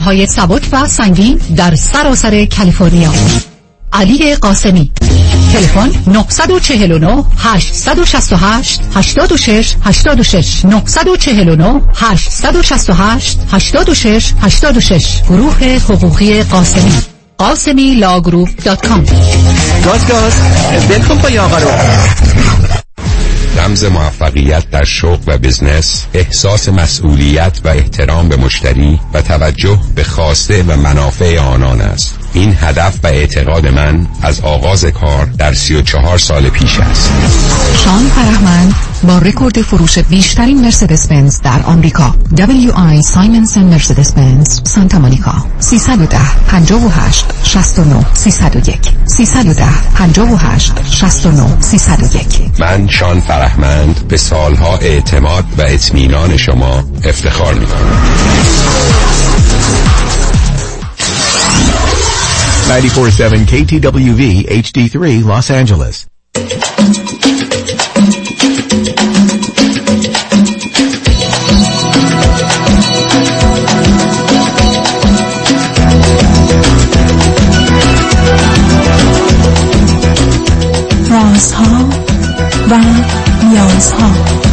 های سبک و سنگین در سراسر کالیفرنیا. علی قاسمی. تلفن 949 868 86 86 949 868 86 86. گروه حقوقی قاسمی. قاسمیلاگروپ.com. گاز بلکن پای آقا رو. رمز موفقیت در شغل و بزنس، احساس مسئولیت و احترام به مشتری و توجه به خواسته و منافع آنان است. این هدف و اعتقاد من از آغاز کار در 34 سال پیش است. شان فرهمند با رکورد فروش بیشترین مرسدس بنز در آمریکا، WI سایمنسن مرسدس بنز سانتا مونیکا. 310 58 69 301 310 58 69 301. من شان فرهمند به سالها اعتماد و اطمینان شما افتخار می‌کنم. 94.7 KTWV HD3 Los Angeles. رازها و نیازها.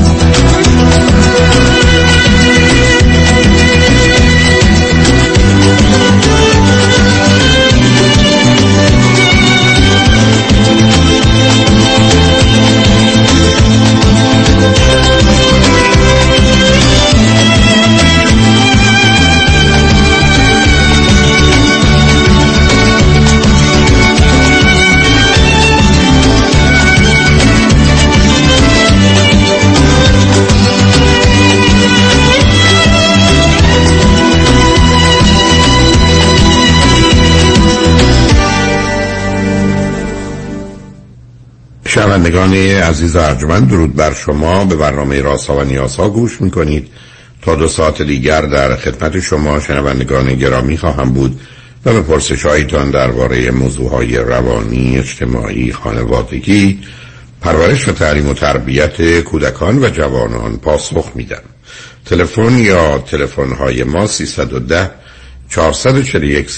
شنوندگان عزیز و ارجمند، درود بر شما. به برنامه رازها و نیازها گوش میکنید. تا 2 ساعت دیگر در خدمت شما شنوندگان گرامی خواهم بود و به پرسش‌هایتان درباره موضوعهای روانی، اجتماعی، خانوادگی، پرورش و تعلیم و تربیت کودکان و جوانان پاسخ میدم. تلفن یا تلفن‌های ما 310 441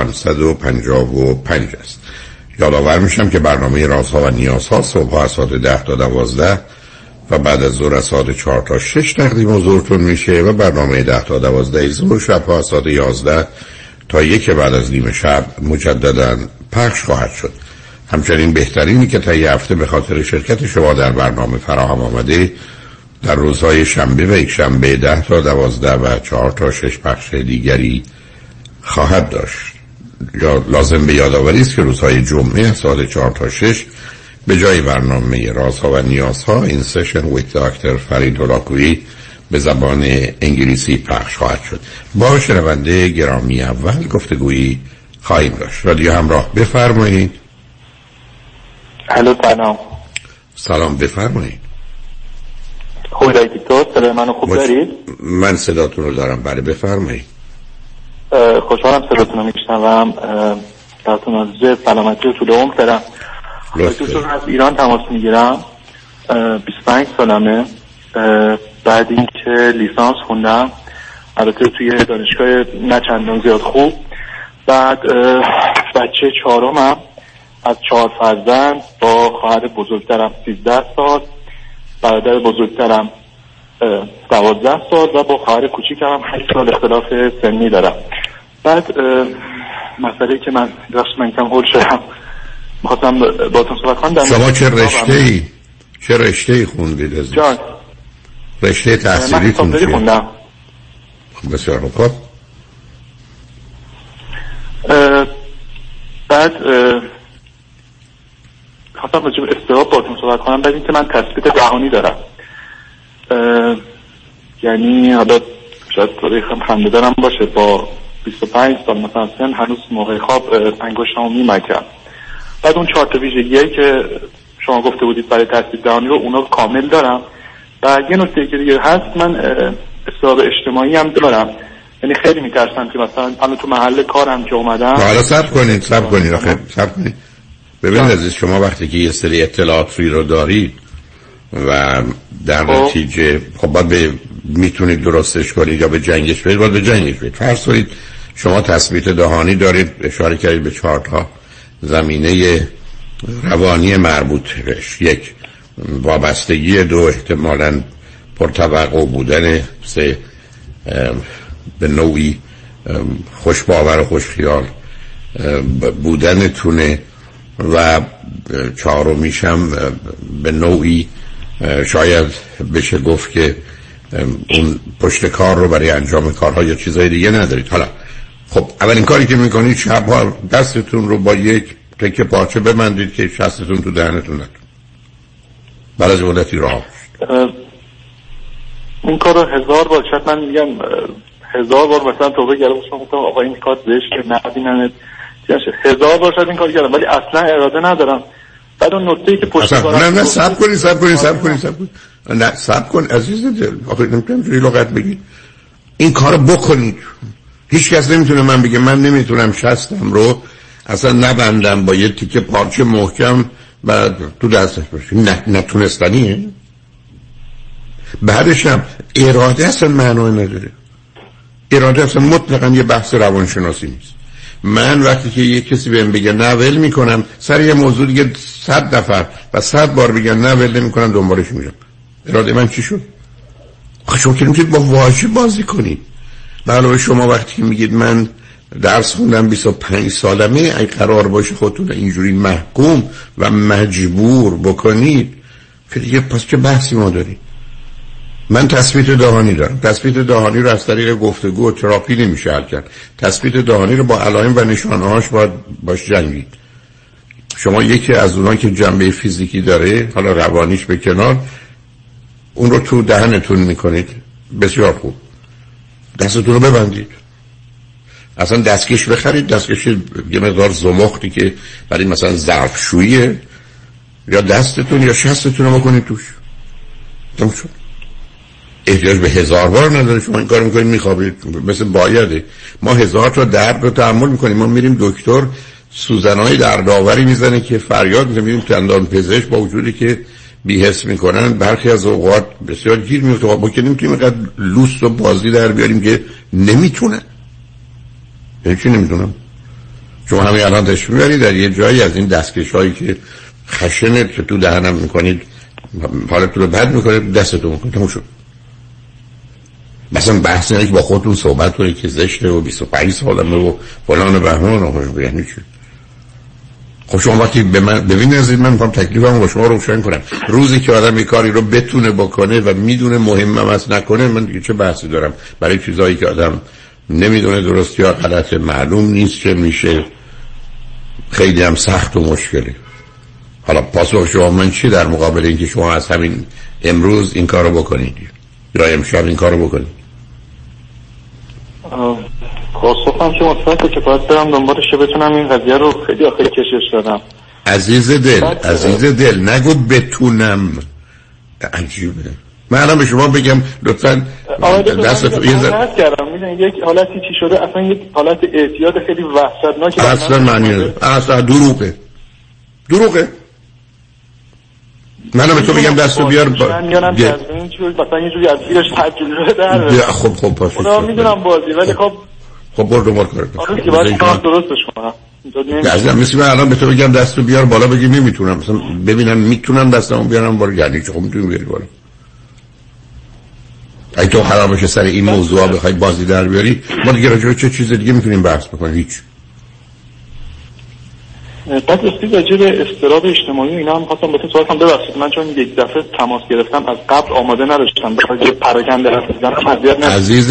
0555 است. یادآور میشم که برنامه رازها و نیازها صبح از ساعت 10 تا 12 و بعد از ظهر از ساعت 4 تا 6 تقدیم حضورتون میشه و برنامه 10 تا 12 ظهر شبها از ساعت 11 تا 1 بعد از نیم شب مجددا پخش خواهد شد. همچنین بهترینی که تا یه هفته به خاطر شرکت شما در برنامه فراهم آمده در روزهای شنبه و یک شنبه 10 تا 12 و 4 تا 6 پخش دیگری خواهد داشت. لازم به یادآوری است که روزهای جمعه از ساعت 4 تا 6 به جای برنامه رازها و نیازها این سشن ویت دکتر فرید هولاکویی به زبان انگلیسی پخش خواهد شد. با شنونده گرامی اول گفتگویی خواهیم داشت. رادیو همراه، بفرمایید. الو، سلام. سلام، بفرمایید. خوب دارید دکتر؟ صدای منو خوب دارید؟ من صداتون رو دارم. بله بفرمایید. خوشحالم صداتون رو میشنوم. براتون آرزوی سلامتی و طول عمر دارم. دکتر از ایران تماس میگیرم. 25 سالمه. بعد اینکه لیسانس خوندم، البته توی دانشگاه نه چندان زیاد خوب. بعد بچه 4م از 4 فرزند با خواهر بزرگترم 13 سال، برادر بزرگترم 12 سال و با خواهر کوچیکم 8 سال اختلاف سنی دارم. بعد مسئله که من کم هول شدم می‌خواستم باهاتون صحبت کنم. شما چه رشته‌ای خوندید عزیز؟ جان، رشته تحصیلیتون چیه؟ خوندم. بسیار خوب. بعد خواستم راجع به اضطراب باهاتون صحبت کنم. بعد اینکه من تثبیت جهانی دارم، یعنی حالا شاید خیلی خنده دارم باشه، با 25 سال مثلا سن هنوز موقع خواب انگشتامو میمکم. بعد اون 4 تا ویژگیایی که شما گفته بودید برای تثبیت جهانی رو اونا کامل دارم. و یه نکته که دیگه هست، من اضطراب اجتماعی هم دارم. یعنی خیلی میترسم که مثلا الان تو محل کارم که اومدم. حالا صبر کنید. ببینید عزیز، شما وقتی که یه سری اطلاعات رو دارید و در نتیجه خب باید میتونید درستش کنید یا به جنگش برید، باید به جنگش برید. فرض کنید شما تثبیت دهانی دارید، اشاره کردید به 4 تا زمینه روانی مربوط بهش. 1 وابستگی، 2 احتمالاً پرتوقع بودن، 3 به نوعی خوشباور و خوشخیال بودنتونه و 4میش هم به نوعی شاید بشه گفت که اون پشت کار رو برای انجام کارها یا چیزهای دیگه ندارید. حالا خب اولین کاری که میکنید شبها دستتون رو با یک تکه پارچه ببندید که شستتون تو دهنتون نتون. بعد از مدتی راه این کار رو 1000 بار شاید من میگم 1000 بار مثلا توبه کردم، گفتم آقا این کار زشته نبیننت، 1000 بار شاید این کار کردم ولی اصلا اراده ندارم. بعد اون نکته‌ای که پشت کار نه صبر کنید نه صبر کن عزیز دل، آخه نمیتونم جوری لغت بگید. این کارو بکنید. هیچ کس نمیتونه من بگه من نمیتونم شستم رو اصلا نبندم با یه تیکه پارچه محکم بعد تو دستش باشه. نه نتونستنیه. بعدش هم اراده اصلا معنی نداره. اراده اصلا مطلقا یه بحث روانشناسی نیست. من وقتی که یه کسی بهم بگه نه ول میکنم سر یه موضوع دیگه 100 نفر و 100 بار بگن نه ول نمیکنم دنبالش میرم. اراده من چی شد؟ آخه شما که نمیتونید با واژه بازی کنید. علاوه شما وقتی که میگید من درس خوندم 25 سالمه، اگه قرار باشه خودتون اینجوری محکوم و مجبور بکنید که دیگه پس چه بحثی ما داریم؟ من تثبیت دهانی دارم. تثبیت دهانی رو از طریق گفتگو و تراپی نمیشه حل کرد. تثبیت دهانی رو با علائم و نشانه‌هاش باش جنگید. شما یکی از اونها که جنبه فیزیکی داره، حالا روانیش به کنار، اون رو تو دهنتون میکنید. بسیار خوب. دستتون رو ببندید. اصلا دستکش بخرید، دستکش یه مقدار زمختی که برای مثلا ظرفشوییه، یا دستتون یا شستتون رو بکنید توش. تمام شد. احتیاج به 1000 بار نداره. شما این کار میکنید میخوابید مثل بایده. ما 1000 تا درد رو تحمل میکنیم. ما میریم دکتر سوزنهای دردآوری میزنه که فریاد میزنه. میریم دندان پزشک با وجودی که بی‌حس میکنن برخی از اوقات بسیار گیر میفته. با که نمیتونیم اینقدر لوس و بازی در بیاریم که نمیتونن. یعنی چی نمیتونم؟ شما همین الان تشریف میبرید در یه جایی از این دستکش هایی که خشنه که تو دهنم میکنید حالتون رو بد میکنه دستتون میکنید. تموم شد. مثلا بحث اینه که با خودتون صحبت کنید که زشته و 25 سالمه و فلان و بهمان و یعنی چی؟ خب شما وقتی به من ببینید از من میخوام تکلیفم با شما روشن کنم. روزی که آدم این کاری رو بتونه بکنه و میدونه مهمم است نکنه، من دیگه چه بحثی دارم برای چیزایی که آدم نمیدونه درست یا غلط، معلوم نیست چه میشه، خیلی هم سخت و مشکلی. حالا پاسخ شما من چی در مقابل اینکه شما از همین امروز این کارو بکنید یا امشب این کارو بکنید؟ پاسخم که مطمئنه که باید برم دنبالش بتونم این قضیه رو خیلی آخر کشش دادم. عزیز دل نگو بتونم. عجیبه. من الان به شما بگم لطفاً دستتو یه ذره کردم. میدونید یک حالتی چی شده، اصلا یک حالت اعتیاد خیلی وحشتناک. اصلا معنی نداره. اصلا دروغه. منم به تو میگم دستو بیار من میارم که از این چیز مثلا یه جوری از زیرش تجربه در. خب پاسو. خدا میدونم بازی ولی خب برو دنبال کار. آره که باید کار درستش کنم. عزیزم مثل من الان به تو بگم دستو بیار بالا، بگی نمیتونم. مثلا ببینم میتونم دستمو بیارم بالا، یعنی چه؟ خب میتونی بیاری بالا. اگه تو قرار باشه سر این موضوع بخوای بازی در بیاری، ما دیگه راجع به چه چیز دیگه میتونیم بحث بکنیم؟ هیچ. بعد راجع به اضطراب اجتماعی اینا هم خواستم بهتون سوال کنم. ببخشید من چون یک دفعه تماس گرفتم از قبل آماده نداشتم بخاطر پراکنده حرف بزنم.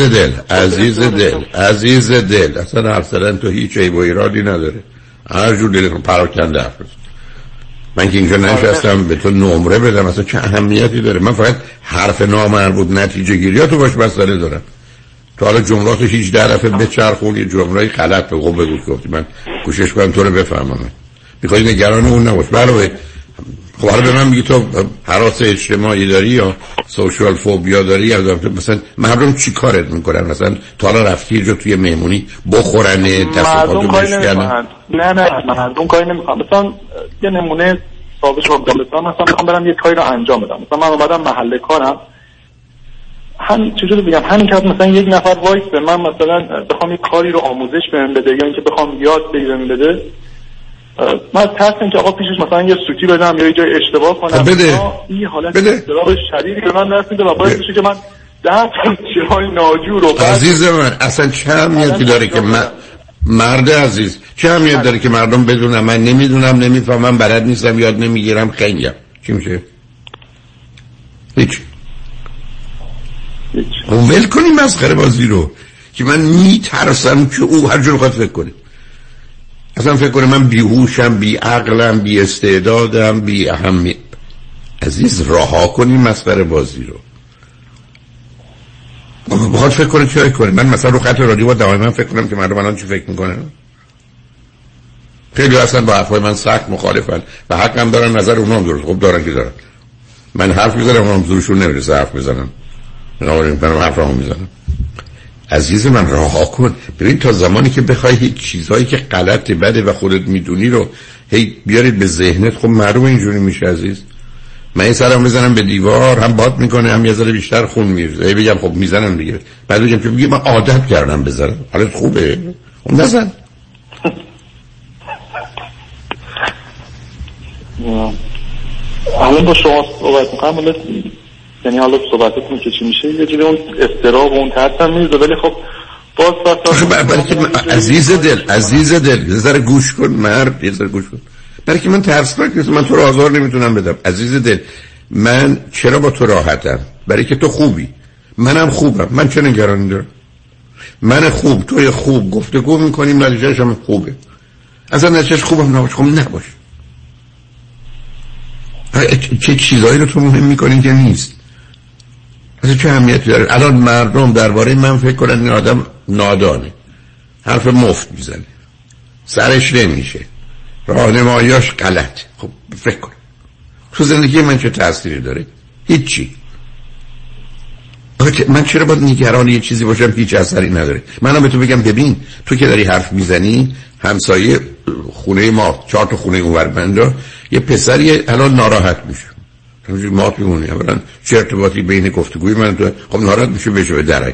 عزیز دل اصلا حرف زدن تو هیچ عیب و ایرادی نداره. هر جور دلتون پراکنده حرف بزن. من که اینجا نشستم به تو نمره بدم، اصلا چه اهمیتی داره؟ من فقط حرف نامربوط نتیجه گیریاتو باش مسئله دارم. تو حالا جملاتو هیچ دفعه بچرخون، یه جمله‌ای غلط بگو گفتی من کوشش کنم تو رو بفهمم. میخوای نگران اون نباش. علاوه خب حالا به من میگی تو هراس اجتماعی داری یا سوشال فوبیا داری یا مثلا مردم چی کارت میکنن؟ مثلا تا حالا رفتی جو توی مهمونی بخورن تصفیاتو بشکنن؟ نه مردم کاری نمیکنن. مثلا یه نمونه ثابت رو مثلا میخوام برم یه کاری رو انجام بدم. مثلا من اومدم محل کارم چجوری بگم، همین که مثلا یک نفر وایس به من مثلا بخوام یک کاری رو آموزش بهم بده یا اینکه بخوام یاد بگیرم بده، من از ترس اینکه آقا پیشش مثلا یه سوتی بدم یا یه جای اشتباه کنم، این حالت اضطراب شدیدی به من رسیده و باعث میشه که من 10 تا چیزهای ناجور رو عزیز من اصلا چه اهمیتی داره که مرد عزیز چه اهمیت داره که مردم بدونم من نمیدونم نمیفهمم بلد نیستم یاد نمیگیرم خنگم چی میشه؟ هیچ ول کنی مسخره بازی رو که من میترسم که او هر جور خواهد فکر کنه، اصلا فکر کنه من بیهوشم بی عقلم بی استعدادم بی اهمیت. عزیز رها کنی مسخره بازی رو، بخواد فکر کنه چه کنه. من مثلا رو خط رادیو با دائما فکر کنم که مردم الان چی فکر میکنن. خیلی اصلا با حرفای من سخت مخالفن و حق هم دارن، نظر اونها هم درست خب دارن که دارن. من حرف میزنم اونها هم زورشون نمیرسه حرف میزنن، من حرف هم میزنم. عزیز من رها کن. ببین تا زمانی که بخوای هیچ چیزایی که غلط بده و خودت میدونی رو هی بیارید به ذهنت، خب معلوم اینجوری میشه عزیز. من این سرم بزنم به دیوار هم باد میکنه هم یه ذره بیشتر خون میریزه، بگم خب میزنم دیگه، بعد بگم که بگم من عادت کردم بزنم، حالت خوبه اون نزن. حالا با شما صحبت میکنم، یعنی حالا صحبتتون که چی میشه یه جوری اون استراب و اون ترس هم میزه، ولی خب باز عزیز دل یه ذره گوش کن مرد، یه ذره گوش کن. برای که من ترسناک نیستم، من تو رو آزار نمیتونم بدم عزیز دل. من چرا با تو راحتم؟ برای که تو خوبی، منم خوبم، من چه نگرانی دارم؟ من خوب توی خوب گفتگو میکنیم نتیجهش هم خوبه، اصلا نتیجهش خوبم نباشه خب نباشه. چه چیزایی رو تو مهم میکنین که نیست؟ اصلا چه اهمیتی داره؟ الان مردم درباره من فکر کنن این آدم نادانه، حرف مفت میزنه، سرش نمیشه، راهنماییاش غلط. خب فکر کن تو زندگی من چه تأثیری داره؟ هیچی. من چرا باید نگران یه چیزی باشم هیچ اثری نداره؟ منم به تو بگم ببین تو که داری حرف میزنی، همسایه خونه ما 4 تا خونه اونور بنده یه پسری الان ناراحت میشه، همینجوری مات میمونه. اولا چه ارتباطی بین گفتگوی من تو؟ خب ناراحت میشه بشه به درک.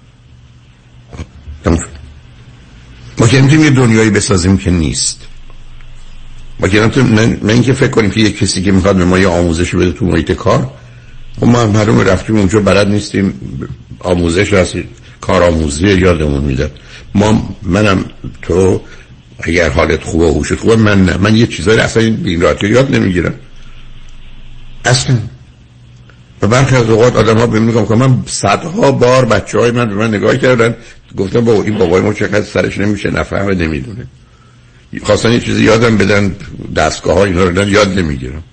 ما که نمیتونیم یه دنیایی بسازیم که نیست. ما که نمیتونیم من اینکه فکر کنیم که یه کسی که میخواد به ما یه آموزش بده تو محیط کار، خب ما معلوم رفتیم اونجا بلد نیستیم آموزش هستی، کار آموزی یادمون میدن. منم تو اگر حالت خوبه و هوشت خوبه من یه چیزایی اصلا این راحتی یاد نمیگیرم اصلا. و برخی از اوقات آدم ها بهم میگن که من صدها بار بچهای من به من نگاه کردن گفتم با این بابای ما چقدر سرش نمیشه نفهمه نمیدونه، خواستن یه چیزی یادم بدن دستگاه ها اینا رو دادن یاد نمیگیرم.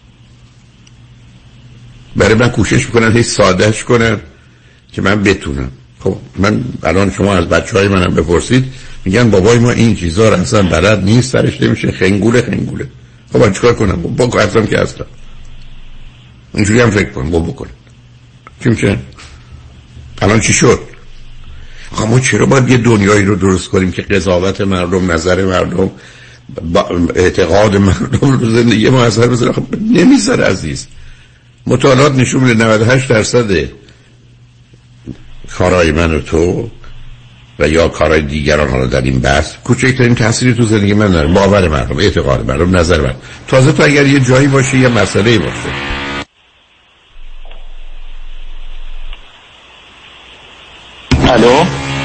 برای من کوشش میکنن هیچ سادهش کنن که من بتونم. خب من الان شما از بچهای منم بپرسید میگن بابای ما این چیزا رو اصلا بلد نیست، سرش نمیشه، خنگوله. خب من چیکار کنم؟ با کارم که اصلا اینجوری هم فکر کنم بکنم چی میشه؟ الان چی شد؟ خب ما چرا باید یه دنیایی رو درست کنیم که قضاوت مردم، نظر مردم، اعتقاد مردم رو زندگی ما اثر بذاره؟ خب نمیذاره عزیز. مطالعات نشون میده 98% کارهای من و تو و یا کارهای دیگران حالا در این بحث کوچکترین تأثیری تو زندگی من داره. باور مردم، اعتقاد مردم، نظر من. تازه تو اگر یه جایی باشه یه مسئله باشه. الو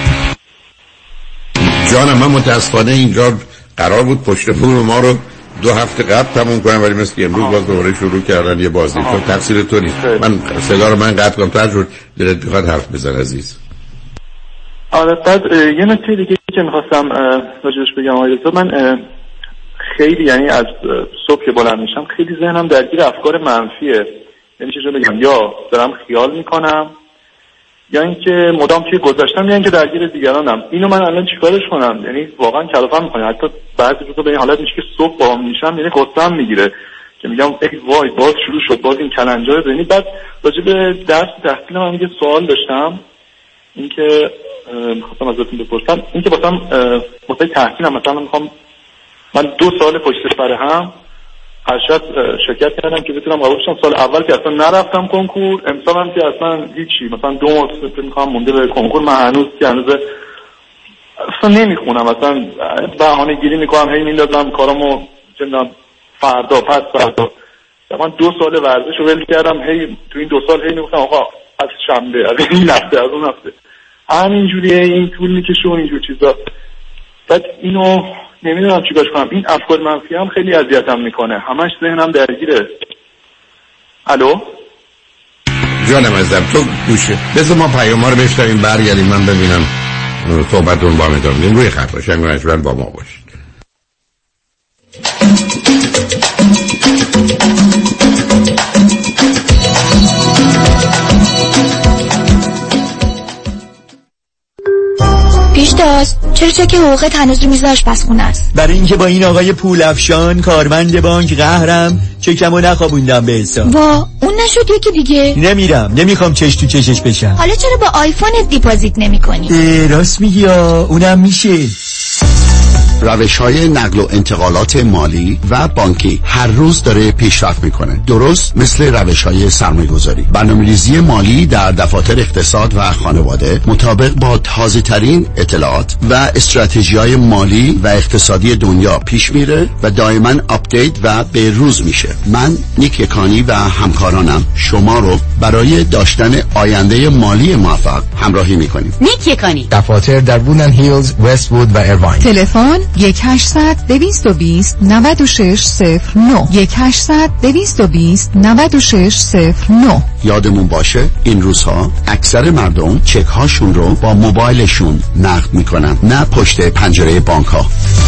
جانم، من متاسفانه اینجا قرار بود پشت پول ما رو 2 هفته قبل تموم کنم ولی مثل که امروز باز دوباره شروع کردن یه بازی. تو تقصیر تو نیست. من صدا رو من قطع کنم تو هر جور دلت بخواد حرف بزن عزیز. آره بعد یه نکته دیگه که می‌خواستم راجعش بگم آقای دکتر، من خیلی یعنی از صبح که بلند میشم خیلی ذهنم درگیر افکار منفیه. یعنی چجوری بگم، یا دارم خیال میکنم یا اینکه مدام توی گذشتم یا اینکه درگیر دیگرانم. اینو من الان چیکارش کنم؟ یعنی واقعا کلافم میکنه. حتی بعضی روزا به این حالت میشه که صبح با میشم یعنی قصه‌ام میگیره که میگم ای وای باز شروع شد، باز این کلنجا رو ببینید. بعد راجع به درس تحصیلم هم یه سوال داشتم، اینکه می‌خواستم ازتون بپرسم، اینکه واسه تحصیلم مثلا میخوام من 2 سال پشت سر هم ارشد شرکت کردم که بتونم قبول شم. سال اول که اصلا نرفتم کنکور، امسال هم که اصلا هیچی، مثلا 2 ماه میخوام مونده به کنکور، من هنوز اصلا نمیخونم، اصلا بهانه گیری میکنم، هی میندازم کارامو چندان فردا پس فردا. من 2 سال ورزش رو ول کردم، هی تو این 2 سال هی میگفتم آقا از شنبه، از این هفته، از اون هفته، همینجوریه، این طول میکشه و اینجور چیزا. بعد اینو نمیدونم چیکارش کنم. این افکار منفی هم خیلی اذیتم میکنه، همش ذهنم درگیره. الو جانم عزیزم، تو گوشه بذار ما پیام رو بشنویم، برگردیم من ببینم صحبتون با ادامه میدیم. روی خط باشید، مجبورن با ما باشید. پیشتاز چرا چک حقوقت هنوز رو میز آشپزخونه است؟ برای اینکه با این آقای پولافشان کارمند بانک قهرم چکمو نخوابوندم به حساب. وا اون نشد یکی دیگه. نمیخوام چش تو چشش بشم. حالا چرا با آیفونت دیپوزیت نمی‌کنی؟ راست میگی، اونم میشه. روش‌های نقل و انتقالات مالی و بانکی هر روز داره پیشرفت میکنه، درست مثل روش‌های سرمایه‌گذاری. برنامه‌ریزی مالی در دفاتر اقتصاد و خانواده مطابق با تازه‌ترین اطلاعات و استراتژی‌های مالی و اقتصادی دنیا پیش میره و دائما آپدیت و به روز میشه. من نیک یکانی و همکارانم شما رو برای داشتن آینده مالی موفق همراهی میکنیم. نیک یکانی، دفاتر در وودن هیلز، وست وود و ایرواین. تلفن 1-800-220-9609 1-800-220-9609. یادمون باشه این روزها اکثر مردم چک هاشون رو با موبایلشون نقد میکنن، نه پشت پنجره بانک ها.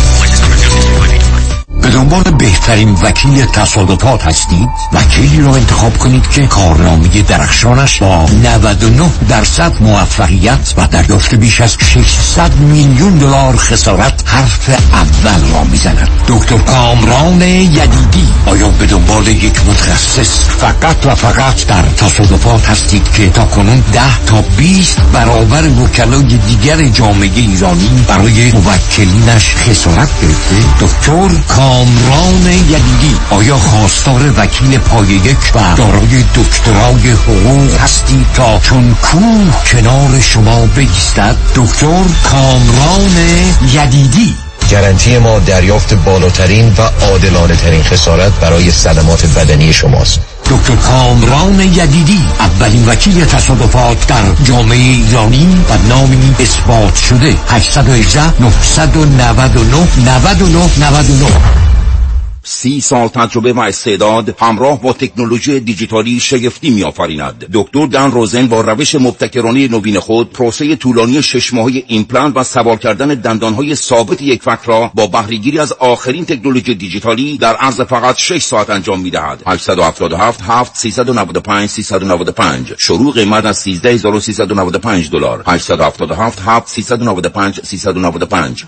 به دنبال بهترین وکیل تصادفات هستید؟ وکیلی را انتخاب کنید که کارنامه درخشانش با 99% موفقیت و دریافت بیش از 600 میلیون دلار خسارت حرف اول را میزند. دکتر کامران یدیدی. آیا به دنبال یک متخصص فقط و فقط در تصادفات هستید که تاکنون 10 تا 20 برابر وکلای دیگر جامعه ایرانی برای موکلینش خسارت گرفته؟ دکتر کامران یدیدی. آیا خواستار وکیل پایه یک و دارای دکترای حقوق هستی تا چون کوه کنار شما بایستد؟ دکتر کامران یدیدی. گارانتی ما دریافت بالاترین و عادلانه ترین خسارت برای صدمات بدنی شماست. دکتر کامران یدیدی، اولین وکیل تصادفات در جامعه ایرانی و نامی اثبات شده. 818 999 99 99. 30 سال تجربه و استعداد همراه با تکنولوژی دیجیتالی شگفتی می‌آفریند. دکتر دان روزن با روش مبتکرانه نوین خود پروسه طولانی 6 ماهه ایمپلنت و سوار کردن دندانهای ثابت یک فک را با بهره‌گیری از آخرین تکنولوژی دیجیتالی در عرض فقط 6 ساعت انجام می‌دهد. 877 7395 395. شروع قیمت از $13395. 877 7395 395.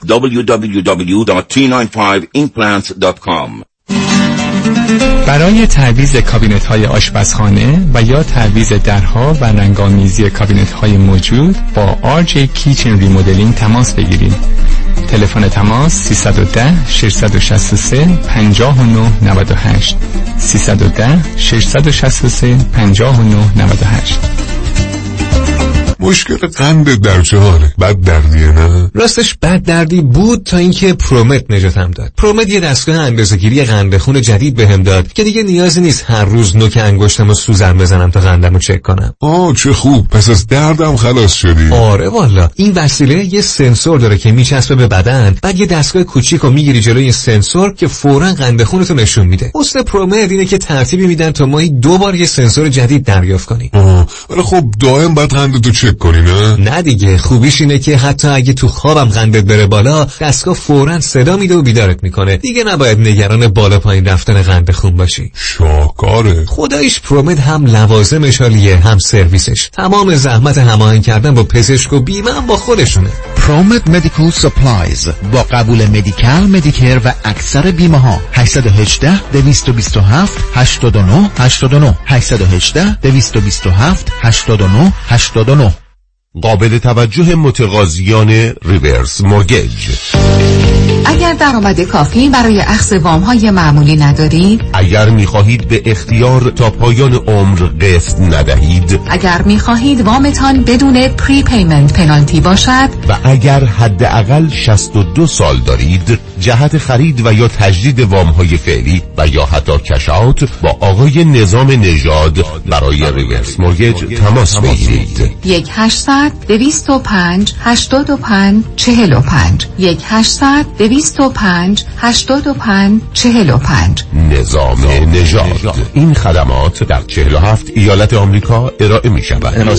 www.395implants.com. برای تعویض کابینت‌های آشپزخانه و یا تعویض درها و رنگ‌آمیزی کابینت‌های موجود با RJ Kitchen Remodeling تماس بگیرید. تلفن تماس 310 663 5998 310 663 5998. مشکل قند در چه حاله؟ بد دردیه نه؟ راستش بد دردی بود تا اینکه پرومت نجاتم داد. پرومت یه دستگاه اندازه‌گیری قند خون جدید بهم داد که دیگه نیازی نیست هر روز نوک انگشتمو سوزن بزنم تا قندمو چک کنم. چه خوب، پس از دردم خلاص شدی. آره والا، این وسیله یه سنسور داره که میچسبه به بدن، بعد یه دستگاه کوچیکو میگیری جلوی سنسور که فوراً قند خونتو نشون میده. حسن پرومت اینه که ترتیبی میدن تا ماهی 2 بار یه سنسور جدید دریافت کنی. ولی خب دائم بعد قندتو چک کنی نه دیگه، خوبیش اینه که حتی اگه تو خوابم قندت بره بالا، دستگاه فوراً صدا میده و بیدارت میکنه. دیگه نباید نگران بالا پایین رفتن قند خون باشی. شاکاره. خداییش پرومت هم لوازمش عالیه، هم سرویسش. تمام زحمت هماهنگ کردن با پزشک و بیمه هم با خودشونه. پرومت مدیکال سپلایز با قبول مدیکال، مدیکر و اکثر بیمه ها. 818 227 89 89 818 227 89 89. قابل توجه متقاضیان ریورس مورگیج. اگر درآمد کافی برای اخذ وام‌های معمولی ندارید، اگر می‌خواهید به اختیار تا پایان عمر قسط ندهید، اگر می‌خواهید وامتان بدون پری پیمنت پنالتی باشد و اگر حداقل 62 سال دارید، جهت خرید و یا تجدید وام‌های فعلی و یا حتی کش اوت با آقای نظام نژاد برای ریورس مورگیج تماس بگیرید. 1-800-205-85-45 1-800-205-85-45 نظام نژاد. این خدمات در 47 ایالت آمریکا ارائه می شود.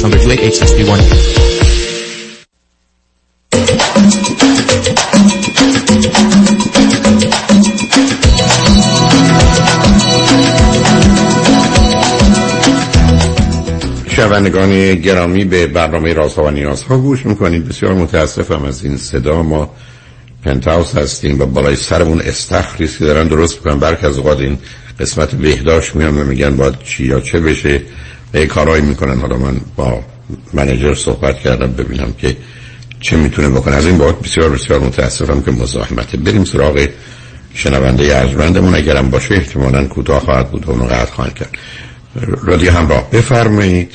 شنوندگان گرامی، به برنامه رازها و نیازها گوش میکنید. بسیار متاسفم از این صدا. ما پنتاوس هستیم و بالای سرمون استخری که دارن درست میکنن. برخی از اوقات این قسمت بهداشت میان و میگن باید چی یا چه بشه و کارهایی میکنن. حالا من با منیجر صحبت کردم ببینم که چه میتونه بکنه. از این بابت بسیار بسیار متاسفم که مزاحمته. بریم سراغ شنونده ارجمندمون. اگرم باشه احتمالاً کوتاه خواهد بود و اونو قطع خواهد کرد. رادیو همراه، بفرمایید.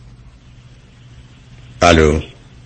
الو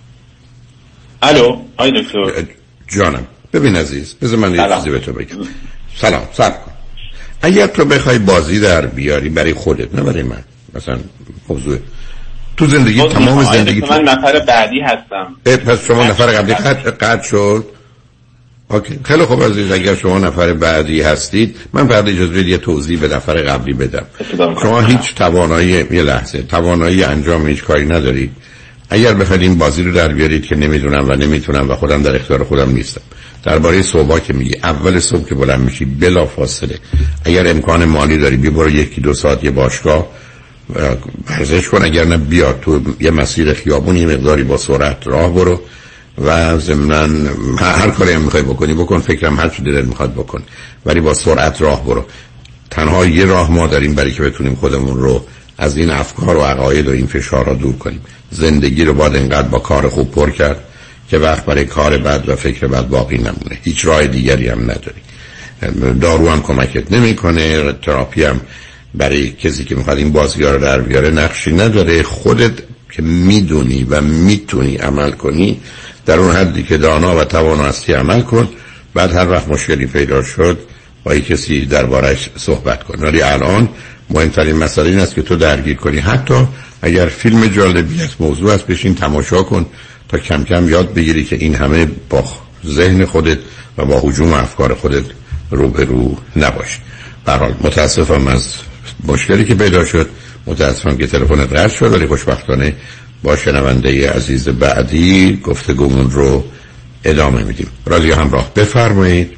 آی دکتر. جانم. ببین عزیز، بذار من یه چیزی به تو بگم. سلام کن. اگر تو بخوای بازی در بیاری برای خودت، نه برای من، مثلا موضوع تو زندگی، تمام زندگی من نفر بعدی هستم. پس شما نفر قبلی قطع شد. اوکی، خیلی خوب عزیز. اگر شما نفر بعدی هستید، من فقط اجازه بدید یه توضیح به نفر قبلی بدم. شما هیچ توانایی انجام هیچ کاری ندارید. اگر بخواید این بازی رو در بیارید که نمیدونم و نمیتونم و خودم در اختیار خودم نیستم. درباره صبح که میگی، اول صبح که بلند میشی بلا فاصله اگر امکان مالی داری بیا برو 1-2 ساعت یه باشگاه ورزش کن. اگر نه بیا تو یه مسیر خیابونی مقداری با سرعت راه برو و ضمناً هر کاری هم میخوای بکن. فکرم هر چی دلت میخواد بکن، ولی با سرعت راه برو. تنها یه راه ما داریم برای که بتونیم خودمون رو از این افکار و عقاید و این فشارها دور کنیم. زندگی رو باید انقدر با کار خوب پر کرد که وقت برای کار بد و فکر بد باقی نمونه. هیچ راه دیگری هم نداری. دارو هم کمکت نمیکنه. تراپی هم برای کسی که میخواد این بازی‌ها رو در بیاره نقشی نداره. خودت که میدونی و میتونی عمل کنی، در اون حدی که دانا و توان هستی عمل کن. بعد هر وقت مشکلی پیدا شد با یک کسی دربارش صحبت کن. ولی الان مهمترین مسئله این است که تو درگیر کنی. حتی اگر فیلم جالبی از موضوع است بشین تماشا کن تا کم کم یاد بگیری که این همه با ذهن خودت و با هجوم افکار خودت روبرو نباش. به هر حال متاسفم از مشکلی که پیدا شد. متاسفم که تلفنت قطع شد، ولی خوشبختانه با شنونده عزیز بعدی گفتگومون رو ادامه میدیم. رادیو همراه، بفرمایید.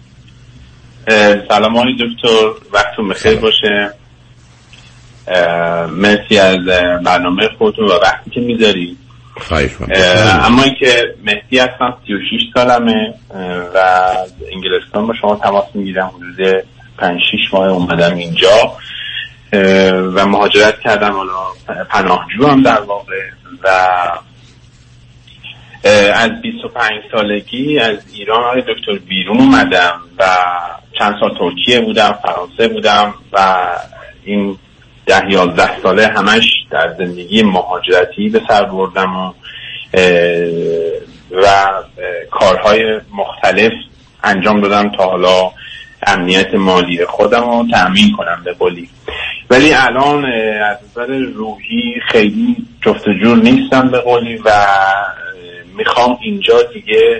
سلام آقای دکتر، وقتتون بخیر باشه. مرسی از برنامه خودتون و وقتی که میذارید. خواهش می‌کنم. اما اینکه مهدی هستم، 36 سالمه و از انگلستان با شما تماس میگیرم. حدود 5-6 ماه اومدم اینجا و مهاجرت کردم. حالا پناهجو هم در واقع و از 25 سالگی از ایران آقای دکتر بیرون اومدم و چند سال ترکیه بودم، فرانسه بودم و این 10-11 ساله همش در زندگی مهاجرتی به سر بردم و کارهای مختلف انجام دادم تا حالا امنیت مالی خودم رو تأمین کنم به قولی. ولی الان از نظر روحی خیلی جفت و جور نیستم به قولی و میخوام اینجا دیگه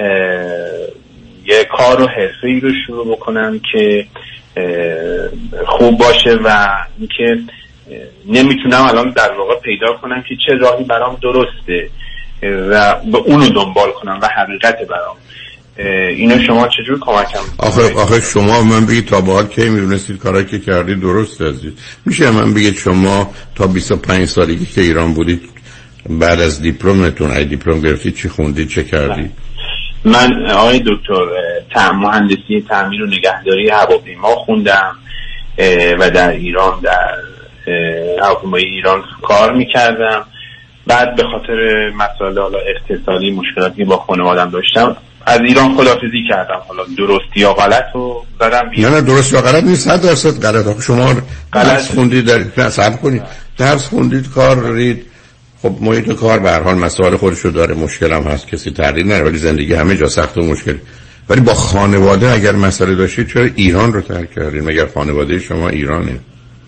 یه کار و حرفه‌ای رو شروع بکنم که خوب باشه و اینکه نمیتونم الان در واقع پیدا کنم که چه راهی برام درسته و به اونو دنبال کنم و حقیقت برام. اینو شما چجور کمکم؟ آخه شما من بگید تا به حال کی میدونستید کارایی که کردید درست هستید؟ میشه من بگید شما تا 25 سالگی که ایران بودید بعد از دیپلمتون ای دیپلم گرفتید چی خوندید، چه کردید؟ من آقای دکتر مهندسی تعمیر و نگهداری هواپیما خوندم و در ایران در هواپیمای ایران کار میکردم. بعد به خاطر مسائل حالا اقتصادی مشکلاتی با خانواده‌ام داشتم از ایران خداحافظی کردم. حالا درست یا غلط رو زدم بیرون. نه درست یا غلط نیست، 100% غلط. شما درس خوندید، در صبر کنید، درس خوندید، کار دارید، خب محیط کار به هر حال مسائل خودشو داره، مشکل هم هست، کسی تردید نداره، ولی زندگی همه جا سخت و مشکل. ولی با خانواده اگر مسئله داشتید چرا ایران رو ترک کردید؟ مگر خانواده شما ایرانه؟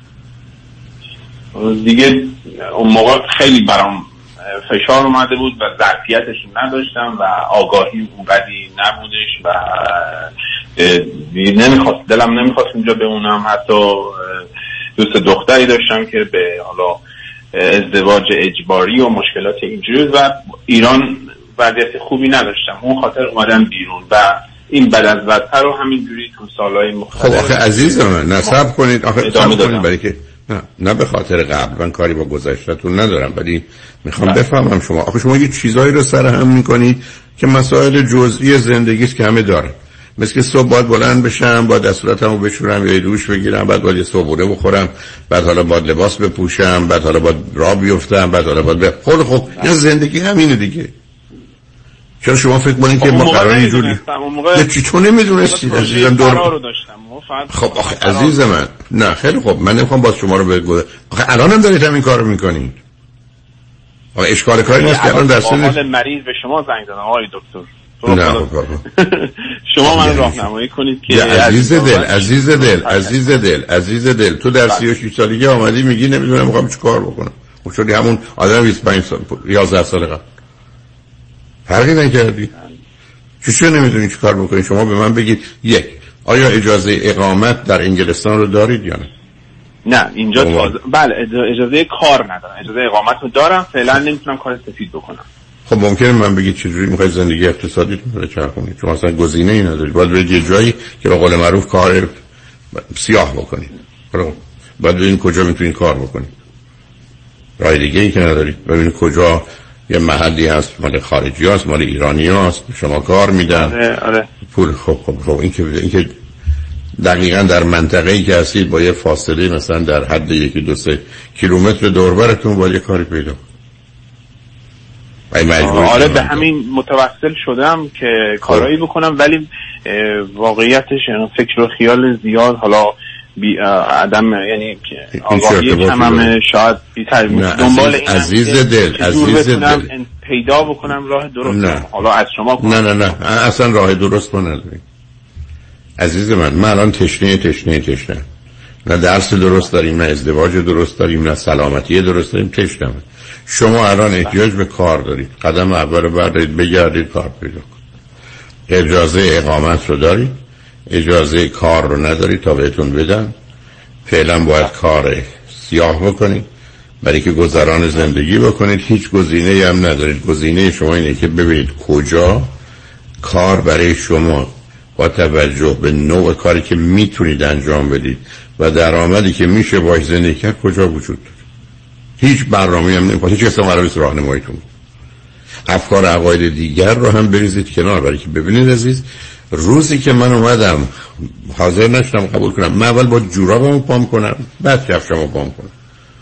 دیگه اون موقع خیلی برام فشار اومده بود و ظرفیتش نداشتم و آگاهی اونقدی نبودش و دلم نمیخواست اینجا بمونم. حتی دوست دختری داشتم که به حالا ازدواج اجباری و مشکلات اینجوری و ایران وضعیت خوبی نداشتم، اون خاطر اومدم بیرون و این بد از بدتر رو همینجوری تو سالهای مختلف. خب آخه عزیز من نصب کنید، آخه صبر کنید، برای که نه به خاطر قبل، من کاری با گذشته‌تون ندارم، ولی میخوام بفهمم شما یه چیزایی رو سرهم میکنید که مسائل جزئی زندگی است که همه دارن. مثل که صبح باید بلند بشم، باید دستوراتمو بشورم یا دوش بگیرم، بعد باید یه صبحونه بخورم، بعد حالا باید لباس بپوشم، بعد حالا باید راه بیفتم، بعد حالا باید خب این زندگی همینه دیگه. چرا شما فکر کنید که ما قرار اینجوری؟ چی تو نمیدونستید عزیزم؟ قرارو داشتم. خب آخه عزیز من، نه خیلی خب، من نمیخوام باز شما رو بگم. آخه الانم دارید همین کارو میکنید. آخه اشکال کاری نیست که الان در سن مریض به شما زنگ زدم آقای دکتر. نه شما من راهنمایی کنید که عزیز دل تو در 36 سالگی آمدی میگی نمیدونم میخوام چیکار بکنم. خب شدی همون آدم 25 سال 11 سال قبل. فرقی نکردی. چطور نمیدونی چیکار بکنی؟ شما به من بگید یک، آیا اجازه اقامت در انگلستان رو دارید یا نه؟ نه اینجا بله اجازه کار ندارم، اجازه اقامت رو دارم، فعلا نمیتونم کار سفید بکنم. خب ممکنه من بگید چجوری میخواید زندگی اقتصادیتون رو چرخونید؟ چون اصلا گزینه ای ندارید، باید برید یه جایی که به قول معروف کار سیاه بکنید. باید ببینید کجا میتونید کار بکنید. راه دیگه ای که ندارید. ببینید کجا یه محلی هست مال خارجی هست، مال ایرانی هست، شما کار میدن. آره. پول خب این که دقیقاً در منطقه‌ای که هستید با یه فاصله مثلا در حد 1-2 کیلومتر دور براتون باید یه کاری پیدا کنید. آره به همین متوسل شدم که کارایی بکنم، ولی واقعیتش فکر و خیال زیاد حالا عدم یعنی آگاهی کمم شاید بی‌تر دنبال این عزیز دل پیدا بکنم راه درست. حالا از شما نه اصلا راه درست نداریم عزیز من الان تشنه نه درس درست داریم، نه ازدواج درست داریم، نه سلامتی درست داریم، تشنه. شما الان احتیاج به کار دارید، قدم اول رو بردارید بگردید کار پیدا کنید. اجازه اقامت رو دارید، اجازه کار رو ندارید تا بهتون بدن. فعلا باید کار سیاه بکنید برای که گذران زندگی بکنید. هیچ گزینه‌ای هم ندارید. گزینه شما اینه که ببینید کجا کار برای شما با توجه به نوع کاری که میتونید انجام بدید و درآمدی که میشه باهاش زندگی کرد کجا وجود داره. هیچ برنامه‌ای هم نمی‌خواد، هیچ کسی قرار نیست راهنماییتون. افکار عقاید دیگر رو هم بریزید کنار برای که ببینید عزیز، روزی که من اومدم حاضر نشدم قبول کنم، من اول با جورابمو پام کنم بعد کفشمو پام کنم.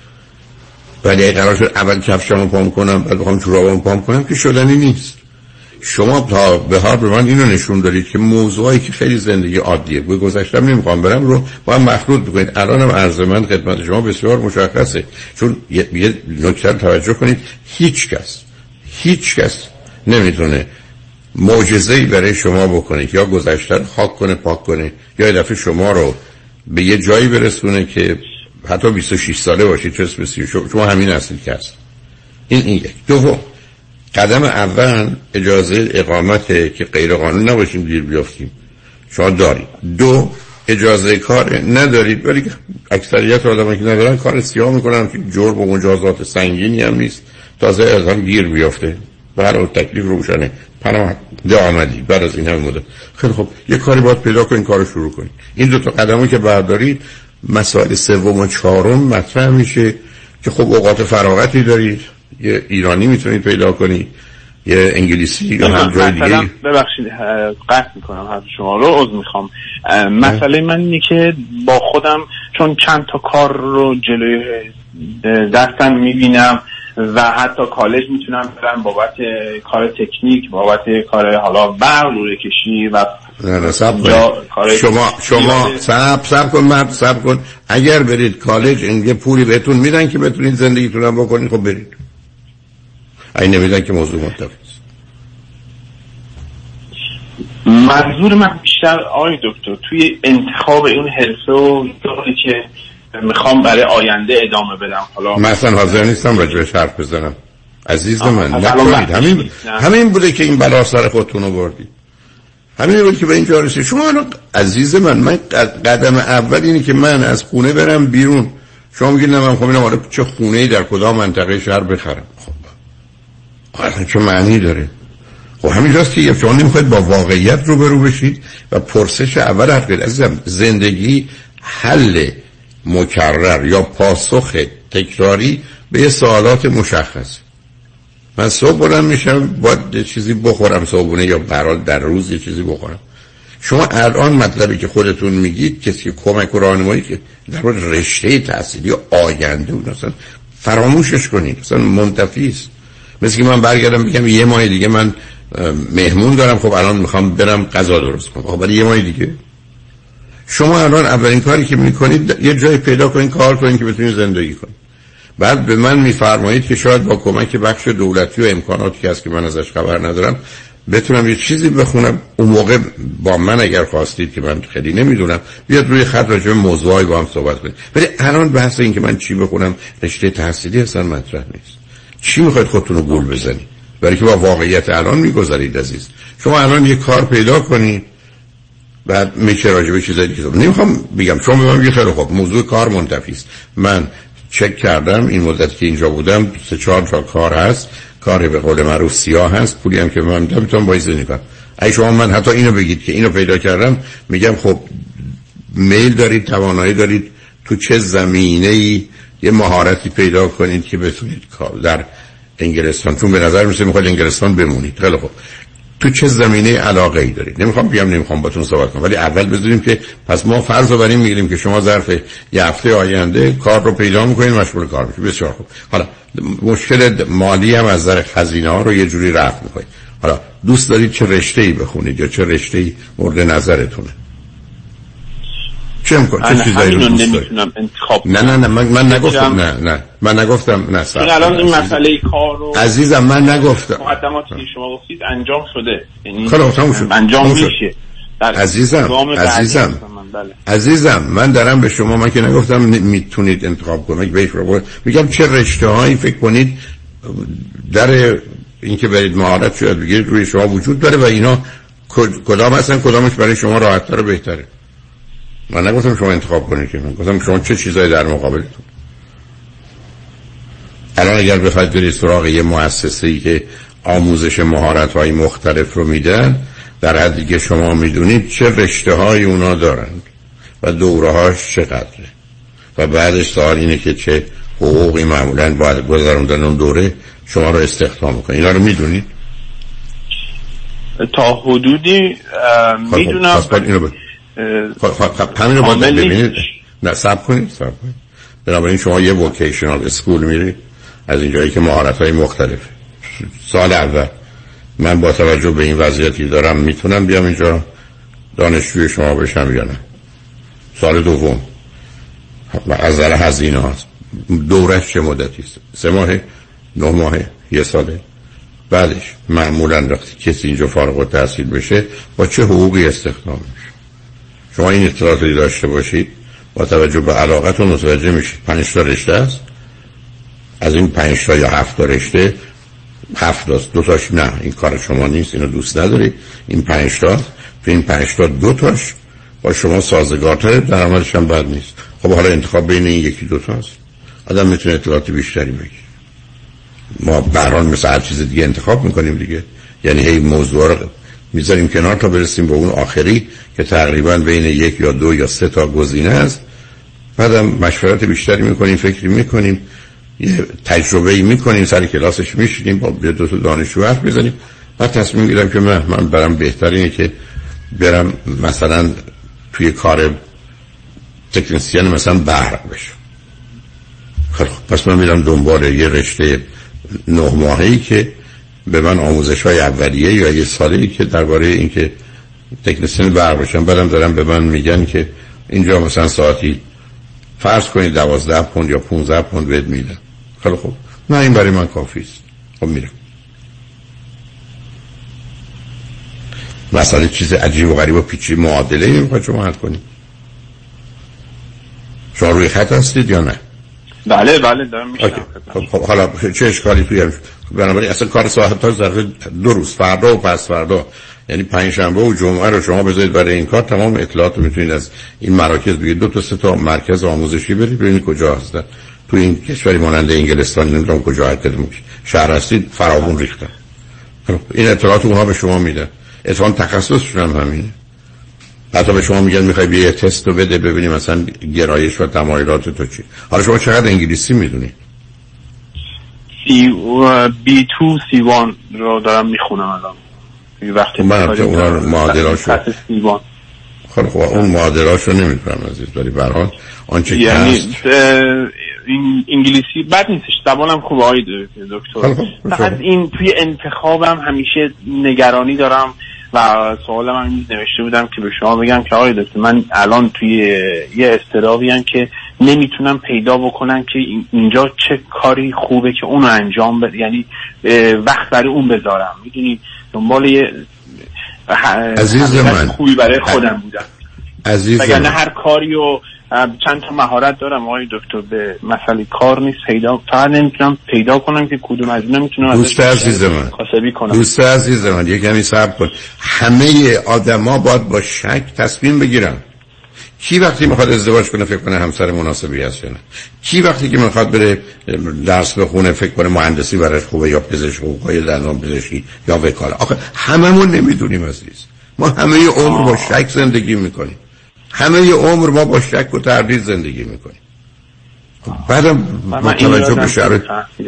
ولی اگه قرار شد اول کفشمو پام کنم بعد بخوام جورابمو پام کنم که شدنی نیست. شما تا به حال به من اینو نشون دارید که موضوعی که خیلی زندگی عادیه، به گذشتم نمیخوام برم رو با هم مخلوط بکنید. الانم عرض من خدمت شما بسیار مشخصه، چون یه نکته توجه کنید، هیچ کس نمیتونه معجزه‌ای برای شما بکنه که یا گذشته رو خاک کنه پاک کنه یا یه دفعه شما رو به یه جایی برسونه که حتی 26 ساله باشید چه اسمسی شما همین هستید که هست. این یک. دوم، قدم اول اجازه اقامته که غیر قانون نباشیم گیر بیافتیم شما دارید. دو، اجازه کار ندارید، ولی اکثریت آدمایی که ندارن کار سیاه میکنن که جرم و مجازات سنگینی هم نیست، تازه ازم گیر بیافته برای تکلیف روشنه، پناه آمدی بعد از این همه مدت. خیلی خب یه کاری باید پیدا کنید، کارو شروع کنید. این دو تا قدمو که بردارید، مسائل سوم و چهارم مطرح میشه که خب اوقات فراغتی دارید، یه ایرانی میتونید پیدا کنید، یه انگلیسی یا هم جای دیگه. ببخشید قطع میکنم حرف شما رو، عذر میخوام. مسئله من اینه که با خودم چون چند تا کار رو جلوی دستم میبینم و حتی کالج میتونن برن بابت کار تکنیک، بابت کار حالا برق، لوله کشی و نه صبر کن اگر برید کالج این پولی بهتون میدن که بتونید زندگیتون رو بکنید، خب برید. اگه نمیدن که موضوع منتفیست. منظور من بیشتر آقای دکتر توی انتخاب اون حرفه و شغلی که میخوام برای آینده ادامه بدم، حالا مثلا حاضر نیستم راجعش حرف بزنم عزیز من. نکنید همین بوده که این بلا سر خودتون رو بردید، همین بود که به اینجا رسید. شما الان عزیز من قدم اول اینه که من از خونه برم بیرون. شما میگید نه من خب اینم آره چه خونه‌ای در کدام منطقه شهر بخرم. خب آره چه معنی داره؟ خب همینجاست که شما نمیخواید با واقعیت روبرو بشید و پرسش اول حرف عزیزم زندگی حل مکرر یا پاسخ تکراری به یه سوالات مشخص. من صبح بلند میشم باید چیزی بخورم صبحونه یا برای در روز یه چیزی بخورم. شما الان مطلبی که خودتون میگید کسی کمک و راهنمایی که در مورد رشته تحصیلی آینده اون اصلا فراموشش کنید، اصلا منتفی است. مثل که من برگردم بگم یه ماه دیگه من مهمون دارم، خب الان میخوام برم غذا درست کنم، خب برای یه ماه دیگه. شما الان اولین کاری که میکنید یه جای پیدا کنید کار کنید که بتونید زندگی کنید. بعد به من میفرمایید که شاید با کمک بخش دولتی و امکاناتی که هست که من ازش خبر ندارم بتونم یه چیزی بخونم. اون موقع با من اگر خواستید که من خیلی نمیدونم بیاد روی خط راجع به موضوعی با هم صحبت کنید. ولی الان بحث این که من چی بخونم رشته تحصیلی اصلا مطرح نیست. چی میخواید خودتون رو گول بزنید؟ برای که با واقعیت الان میگذارید عزیز. شما الان یه کار پیدا کنید بعد میشه راجع به چیزایی که نمیخوام بگم. شما به من میگید خیلی خوب موضوع کار منتفی است. من چک کردم این مدت که اینجا بودم 3-4 تا کار هست، کار به قول معروف سیاه هست، پولی هم که من میتونم باید زندگی کنم. اگه شما من حتی اینو بگید که اینو پیدا کردم، میگم خب میل دارید، توانایی دارید تو چه زمینه‌ای یه مهارتی پیدا کنید که بتونید کار در انگلستان، چون به نظر میسه میخواید انگلستان بمونید. خیلی خوب تو چه زمینه علاقه ای دارید؟ نمیخوام باتون صحبت کنم، ولی اول بذاریم که پس ما فرض رو بر این میگیریم که شما ظرف یه هفته آینده کار رو پیدا میکنید، مشغول کار میشید. بسیار خوب. حالا مشکل مالی هم از نظر خزینه ها رو یه جوری رفع میکنید. حالا دوست دارید چه رشته‌ای بخونید یا چه رشته‌ای مورد نظرتونه؟ چه چیزایی رو نمیتونم انتخاب نه من نگفتم من نگفتم نه این الان این مسئله کار رو عزیزم من نگفتم. مقدماتی که شما گفتید انجام شده، یعنی خلاص انجام میشه. عزیزم من دارم به شما، من که نگفتم میتونید انتخاب کنید، میگم چه رشته‌هایی فکر کنید در اینکه برید مهارت شاید بگیرید روی شما وجود داره و اینا کدام هستن، کدامش برای شما راحت‌تر و بهتره. من نگفتم شما انتخاب کنید، که من گفتم شما چه چیزایی در مقابلتون. الان اگر بخواید برید سراغ یه مؤسسه‌ای که آموزش مهارت‌های مختلف رو میدن، در حدی که شما میدونید چه رشته‌هایی اونا دارند و دوره‌هاش چقدره و بعدش سوال اینه که چه حقوقی معمولاً باید گذروندن اون دوره شما رو استخدام کنید. اینا رو میدونید؟ تا حدودی میدونم. همین رو باید ببینید. نه صبر کنید. بنابراین شما یه ووکیشنال اسکول میرید، از اینجایی که مهارت‌های مختلف. سال اول من با توجه به این وضعیتی دارم میتونم بیام اینجا دانشجوی شما بشم یا نه؟ سال دوم از نظر هزینه هاست دورش چه مدتی است؟ 3 ماه، 9 ماه، 1 ساله؟ بعدش معمولا وقتی کسی اینجا فارغ التحصیل بشه با چه حقوقی استخدام میشه؟ شما این اطلاعاتی داشته باشید، با توجه به علاقتون متوجه میشید 5 تا رشته است، از این 5 تا یا 7 تا رشته 7 تا 2 تاش نه این کار شما نیست، اینو دوست ندارید، این 5 تا تو این 5 تا 2 تاش با شما سازگارتره، درآمدش هم بد نیست. خب حالا انتخاب بین این 1-2 تاست، آدم میتونه اطلاعات بیشتری بگیره. ما بران مثل هر چیز دیگه انتخاب میکنیم دیگه، یعنی هی موضوع رو میذاریم کنار تا برسیم به اون آخری که تقریبا بین 1 یا 2 یا 3 تا گزینه است. بعدم مشورت بیشتری میکنیم، فکری میکنیم، یه تجربه‌ای میکنیم، سر کلاسش میشینیم، با 2 تا دانشجو حرف بزنیم، بعد تصمیم میگیرم که من برام بهترینه که برم مثلا توی کار تکنسین مثلا برق بشم. خب پس من میرم دنبال یه رشته 9 ماهه‌ای که به من آموزش‌های اولیه یا یه ساله‌ای که درباره اینکه تکنسین برق بشم، بعدم دارم به من میگن که اینجا مثلا ساعتی فرض کنید 12 پوند یا 15 پوند بهت میدن. خیلی خوب، نه این برای من کافی است. خب میرم. مسئله چیز عجیب و غریب و پیچیده معادله میخواد شما حل کنید. شما روی خط هستید یا نه؟ بله دارم میشنم. خب حالا چه اشکالی توی هم؟ بنابراین اصلا کار ساعت تا ظرف 2 روز، فردا و پس فردا، یعنی پنجشنبه و جمعه رو شما بذارید برای این کار. تمام اطلاعات رو میتونید از این مراکز بگیرید. 2 تا 3 تا مرکز آموزشی برید ببینید کجا هستن. تو این کشوری مانند انگلستان نمیدونم کجا هستید، شهر هستید فراوون ریختن. این اطلاعات اونها به شما میدن. اتفاقا تخصصشون هم همینه. حتی به شما میگن میخوای بیا تست رو بده ببینیم مثلا گرایش و تمایلات تو چی. حالا شما چقدر انگلیسی میدونی؟ B2 C1 رو دارم میخونم الان. وقتی اون معادلاشو خب اون معادلاشو نمیدونم عزیز، ولی به هر حال آنچه که هست انگلیسی بد نیستش، زبانم خوبه آقای دکتر. فقط این توی انتخابم همیشه نگرانی دارم و سوالم هم نوشته بودم که به شما بگم که آقای دکتر من الان توی یه اضطرابی ام که نمیتونم پیدا بکنم که اینجا چه کاری خوبه که اونو انجام بده، یعنی وقت برای اون بذارم. میدونی دنبال یه عزیز من خوبی برای خودم بودم. عزیز من هر کاری و چند تا مهارت دارم آقای دکتر، به مسئله کار نیست فقط نمیتونم پیدا کنم که کدوم از اینا میتونم دوست عزیز من کاسبی کنم. دوست عزیز من یک کمی صبر کن. همه آدما باید با شک تصمیم بگیرن. کی وقتی میخواد ازدواج کنه فکر کنه همسر مناسبی هست یا نه؟ کی وقتی که میخواد بره درس بخونه فکر کنه مهندسی براش خوبه یا پزشک خوبه یا دندان پزشکی یا وکالت؟ آخه هممون نمیدونیم عزیز. ما همه عمر با شک زندگی میکنیم. همه عمر ما با شک و تردید زندگی میکنیم. بعدم متوجه به شرایط.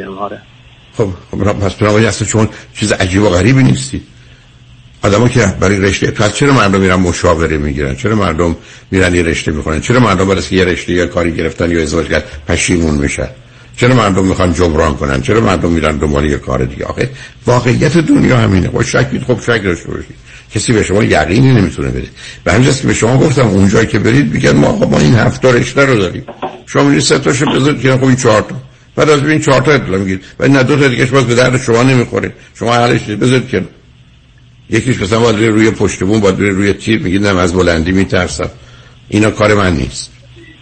خب پس برای اصلا چون چیز عجیب و غریبی نیستی. آدم‌ها که برای رشته پس چرا مردم میرن مشاوره میگیرن؟ چرا مردم میرن یه رشته میخونن؟ چرا مردم بعد از یه رشته یا کاری گرفتن یا ازدواج کردن پشیمون میشن؟ چرا مردم میخوان جبران کنن؟ چرا مردم میرن دنبال یه کار دیگه؟ آخه واقعیت دنیا همینه. با شک خب شک داشته باشید. کسی به شما یقینی نمیتونه بده. به همین جاست که به شما گفتم اونجایی که برید میگن ما این 7 تا رشته رو داریم. شما میرید 3 تاشو بذارید که خب این 4 تا. بعد از این 4 تا اطلاع میگید. ولی نه 2 تا دیگهش باز به درد شما نمیخوره. شما حلش بذارید که یکیش مثلا باید روی پشت بوم، باید روی تیر، میگید نه از بلندی میترسم. اینا کار من نیست.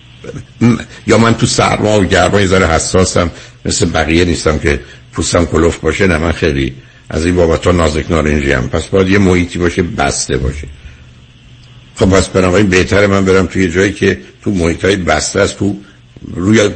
یا من تو سرما و گرما یه ذره حساسم مثل بقیه نیستم که پوستم کلوف باشه. نه من خیلی از این بابت نازک نارنجی هم. پس باید یه محیطی باشه بسته باشه. خب پس بنابراین بهتره من برم توی جایی که تو محیطای بسته است، تو روی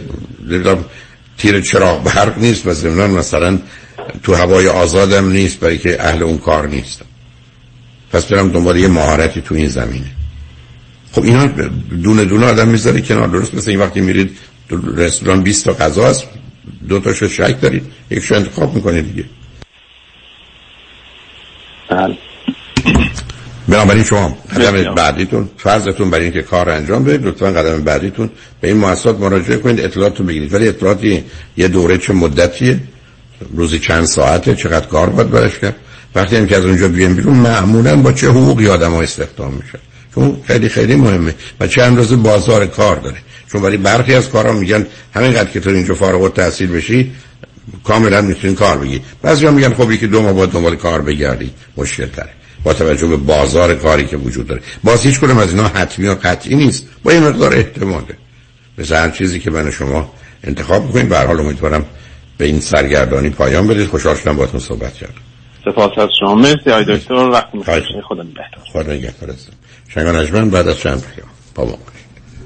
تیر چراغ برق نیست و ضمناً مثلا تو هوای آزادم نیست، برای که اهل اون کار نیستم. پس برم دنبال یه مهارتی تو این زمینه. خب اینا دونه دونه آدم میذاره کنار. درست مثل این وقتی میرید رستوران 20 تا غذا است، 2 تاشو شک دارید، یکشو انتخاب میکنید دیگه. بله. بنابراین شما قدم بعدیتون فرضتون برای اینکه کار انجام بدید، لطفاً قدم بعدیتون به این مؤسسات مراجعه کنید، اطلاعاتو بگیرید. ولی اطلاعاتی یه دوره چه مدتیه، روزی چند ساعته، چقدر کار باید برش کرد، وقتی هم که از اونجا بیان بیرون معمولاً با چه حقوقی آدم‌ها استخدام میشن، چون خیلی خیلی مهمه و چه اندازه بازار کار داره. چون ولی برخی از کارا میگن همینقدر که تو اینجا فارغ التحصیل بشی کاملا میتونین کار بگیری. بعضیا میگن خب یکی 2 ماه باید دنبال کار بگردی، مشکل تره با توجه به بازار کاری که وجود داره. باز هیچ کدوم از اینا حتمی و قطعی نیست، با این مقدار احتماله. مثل هر چیزی که من شما انتخاب می‌کنید. به هر حال امیدوارم به این سرگردانی پایان بدید. خوشحال شدم باهاتون صحبت کردم. سپاس از شما. مرسی آقای دکتر. وقت می‌خواید خدا نگهدار. خدا نگهدار. شنگان اجمن بعد از چند دقیقه با ما باشید.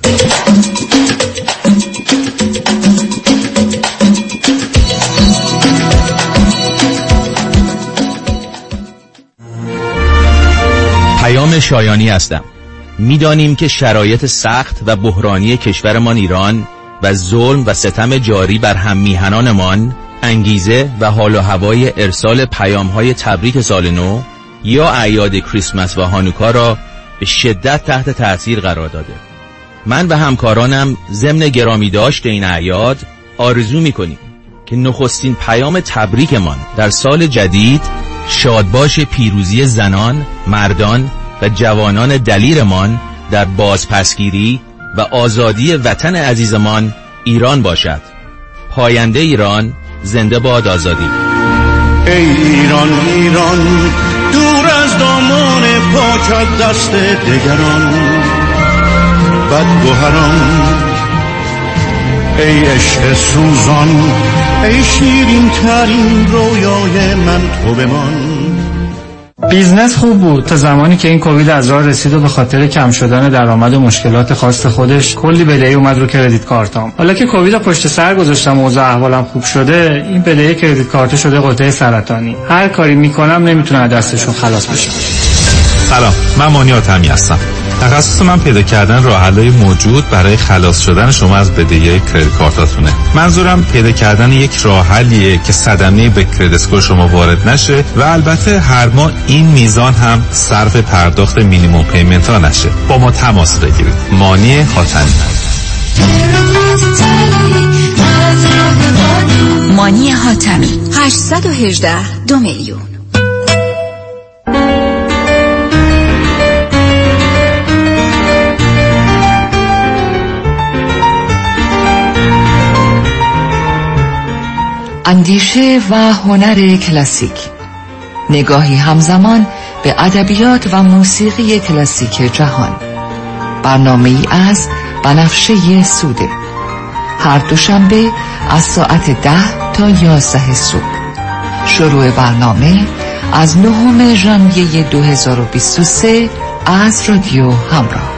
پیام شایانی هستم. میدانیم که شرایط سخت و بحرانی کشورمان ایران و ظلم و ستم جاری بر هم میهنانمان انگیزه و حال و هوای ارسال پیام‌های تبریک سال نو یا اعیاد کریسمس و هانوکا را به شدت تحت تأثیر قرار داده. من و همکارانم ضمن گرامی داشت این اعیاد آرزو می‌کنیم که نخستین پیام تبریکمان در سال جدید شادباش پیروزی زنان، مردان و جوانان دلیرمان در بازپسگیری و آزادی وطن عزیزمان ایران باشد. پاینده ایران، زنده باد آزادی. ای ایران ایران، دور از دامان پاکت دست دگران بدگوهران، ای عشق سوزان، ای شیرین ترین رویای من تو بمان. بیزنس خوب بود تا زمانی که این کووید از راه رسید و به خاطر کم شدن درآمد و مشکلات خاص خودش کلی بدهی اومد رو کردیت کارتام. حالا که کووید پشت سر گذاشتم و اوضاع احوالم خوب شده، این بدهی کردیت کارت شده قطعه سرطانی. هر کاری میکنم نمیتونم از دستشون خلاص بشم. سلام، من مانی آتمی هستم. تخصص من پیدا کردن راه‌حل‌های موجود برای خلاص شدن شما از بدهی کریدیت کارتاتونه. منظورم پیدا کردن یک راه حلیه که صدمه به کریدیت اسکور شما وارد نشه و البته هر ماه این میزان هم صرف پرداخت مینیمم پیمنت ها نشه. با ما تماس بگیرید. مانی حاتمی. مانی حاتمی 818 2 میلیون. اندیشه و هنر کلاسیک، نگاهی همزمان به ادبیات و موسیقی کلاسیک جهان. برنامه‌ای از بنفشه سوده، هر دوشنبه از ساعت 10 تا 11 صبح. شروع برنامه از 9 ژانویه 2023 از رادیو همراه.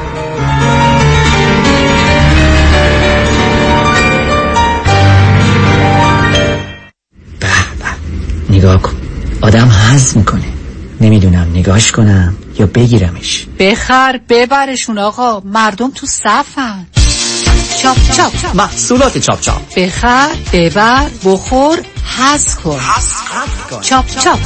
نگاه کن، آدم هضم میکنه. نمیدونم نگاهش کنم یا بگیرمش. بخر ببرشون آقا، مردم تو صفن. چاپ چاپ، محصولات چاپ چاپ. بخر ببر بخور هضم کن. چاپ چاپ.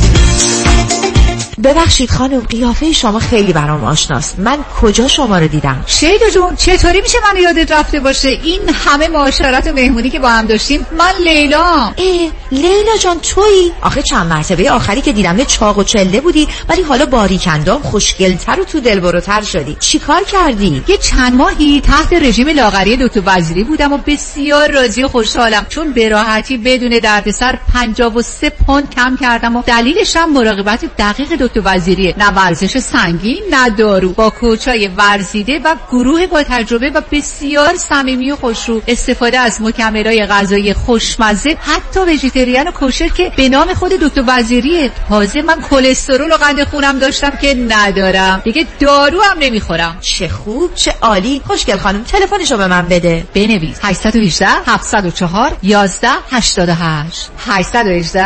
ببخشید خانم، قیافه شما خیلی برام آشناست. من کجا شما رو دیدم؟ شیدا جون، چطوری میشه من یادت رفته باشه؟ این همه معاشرت و مهمونی که با هم داشتیم. من لیلا. لیلا جان تویی؟ آخه چند مرتبه آخری که دیدم چاق و چله بودی، ولی حالا باریکندام خوشگلتر و تو دلبروتر شدی. چیکار کردی؟ یه چند ماهی تحت رژیم لاغری دکتر وزیری بودم و بسیار راضی و خوشحالم، چون به راحتی بدون دردسر 53 پوند کم کردم و دلیلش هم مراقبت دقیق دکتر وزیریه. نه ورزش سنگین، نه دارو، با کوچای ورزیده و گروه با تجربه و بسیار صمیمی و خوشرو. استفاده از مکمل‌های غذایی خوشمزه، حتی ویژیتریان و کوشر که به نام خود دکتر وزیریه. تازه من کلسترول و قند خونم داشتم که ندارم دیگه، دارو هم نمیخورم. چه خوب، چه عالی. خوشگل خانم تلفنشو به من بده. بنویس 818 704 11 88 818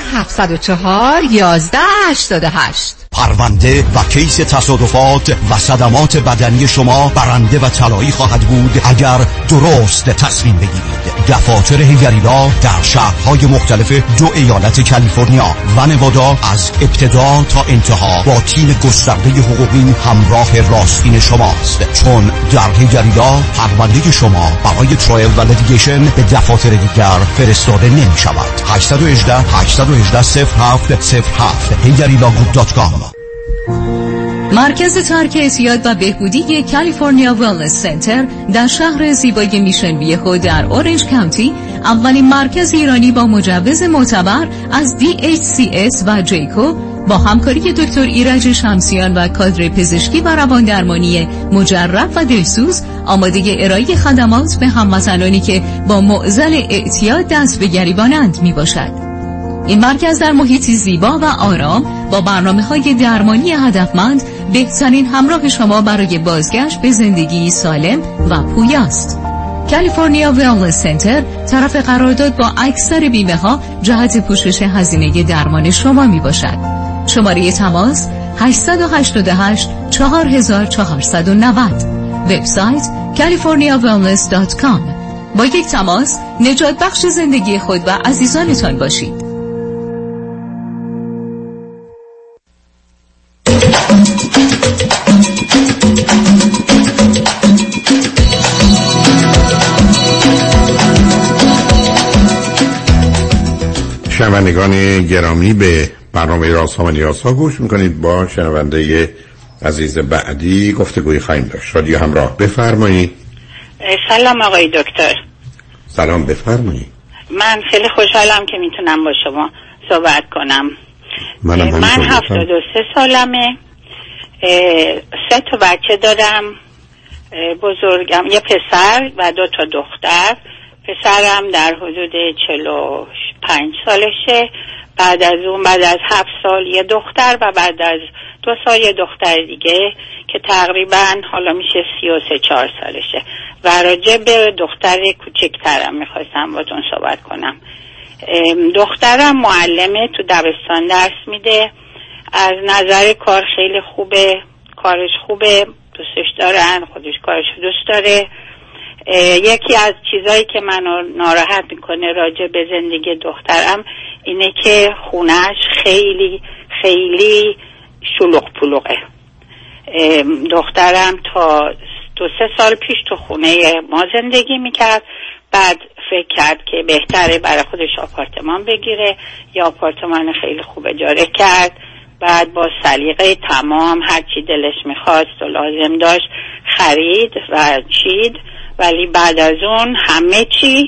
704 11 88. پرونده و کیس تصادفات و صدمات بدنی شما برنده و طلایی خواهد بود اگر درست تصمیم بگیرید. دفاتر هیگریلا در شهرهای مختلف 2 ایالت کالیفرنیا و نوادا از ابتدا تا انتها با تیم گسترده حقوقی همراه راستین شماست، چون در هیگریلا پرونده شما برای ترایل و لیتیگیشن به دفاتر دیگر فرستاده نمی شود. 818 818 0707 higarilaGroup.com. مرکز ترک اعتیاد و بهبودی کالیفرنیا ویلنس سنتر در شهر زیبای میشن ویهو در اورنج کانتی، اولین مرکز ایرانی با مجوز معتبر از DHCS و جیکو با همکاری دکتر ایرج شمسیان و کادر پزشکی و روان درمانی مجرب و دلسوز، آماده ارائه خدمات به هموطنانی که با معضل اعتیاد دست به گریبانند می باشد. این مرکز در محیطی زیبا و آرام با برنامه‌های درمانی هدفمند بهترین همراه شما برای بازگشت به زندگی سالم و پویاست. کالیفرنیا ویلنس سنتر طرف قرارداد با اکثر بیمه‌ها جهت پوشش هزینه درمان شما می باشد. شماره تماس 888 4490. وبسایت californiawellness.com. با یک تماس نجات بخش زندگی خود و عزیزانتان باشید. شنوندگان گرامی، به برنامه رازها و نیازها گوش میکنید. با شنونده عزیز بعدی گفتگوی خواهیم داشت. رادیو همراه، بفرمایید. سلام آقای دکتر. سلام، بفرمایید. من خیلی خوشحالم که میتونم با شما صحبت کنم. من 73 سالمه، 3 تا بچه دارم. بزرگم یه پسر و 2 تا دختر. پسرم در حدود 45 سالشه. بعد از 7 سال یه دختر و بعد از 2 سال یه دختر دیگه که تقریبا حالا میشه 33-4 سالشه. و راجع به دختر کوچکترم میخواستم باتون صحبت کنم. دخترم معلمه، تو دبستان درس میده. از نظر کار خیلی خوبه، کارش خوبه، دوستش دارن، خودش کارش دوست داره. یکی از چیزایی که منو ناراحت میکنه راجع به زندگی دخترم اینه که خونهش خیلی خیلی شلوغ پلوغه. دخترم تا 2-3 سال پیش تو خونه ما زندگی میکرد، بعد فکر کرد که بهتره برای خودش آپارتمان بگیره. یا آپارتمان خیلی خوب اجاره کرد، بعد با سلیقه تمام هر چی دلش میخواست و لازم داشت خرید و چید. ولی بعد از اون همه چی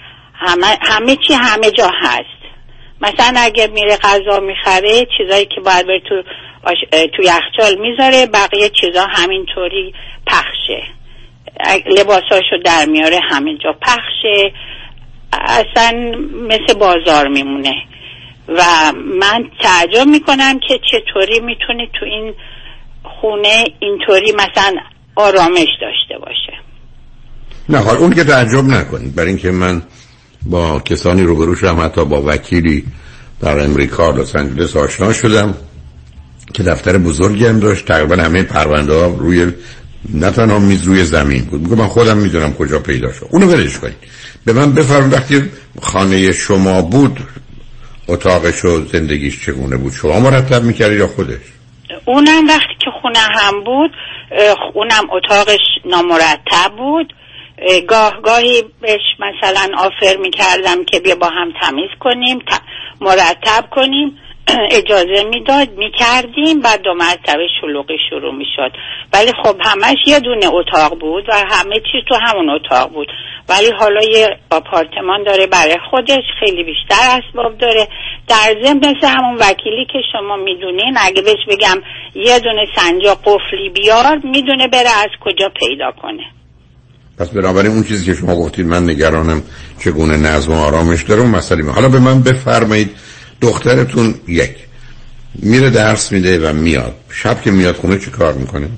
همه جا هست. مثلا اگه میره غذا میخره، چیزایی که باید بره تو یخچال میذاره، بقیه چیزا همینطوری پخشه. لباساشو در میاره همه جا پخشه، اصلا مثل بازار میمونه. و من تعجب میکنم که چطوری میتونه تو این خونه اینطوری مثلا آرامش داشته باشه. نه حال اون که تعجب نکنید، برای اینکه من با کسانی روبرو شدم، حتی با وکیلی در امریکا لس آنجلس آشنا شدم که دفتر بزرگی هم داشت. تقریبا همه پرونده ها روی نه تنها میز، روی زمین بود. میگم من خودم میدونم کجا پیدا شد. اونو ولش کنید. به من بفرمایید وقتی خانه شما بود اتاقش و زندگیش چگونه بود؟ شما مرتب میکردید یا خودش؟ اونم وقتی که خونه هم بود، اونم اتاقش نامرتب بود. گاهی بهش مثلا آفر میکردم که بیا با هم تمیز کنیم، مرتب کنیم، اجازه میداد، میکردیم. بعد 2 مرتبه شلوغی شروع میشد. ولی خب همش یه دونه اتاق بود و همه چیز تو همون اتاق بود. ولی حالا یه آپارتمان داره برای خودش، خیلی بیشتر اسباب داره. در ضمن مثل همون وکیلی که شما میدونین، اگه بهش بگم یه دونه سنجاق قفلی بیار، میدونه بره از کجا پیدا کنه. پس بنابراین اون چیزی که شما گفتید من نگرانم چگونه نظم و آرامش داره اون مسئله. حالا به من بفرمایید دخترتون میره درس میده و میاد، شب که میاد خونه چی کار میکنه؟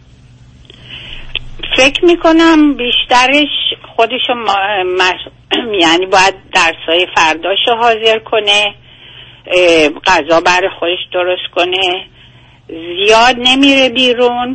فکر میکنم بیشترش خودشو یعنی باید درسای فرداشو حاضر کنه، غذا برای خودش درست کنه، زیاد نمیره بیرون.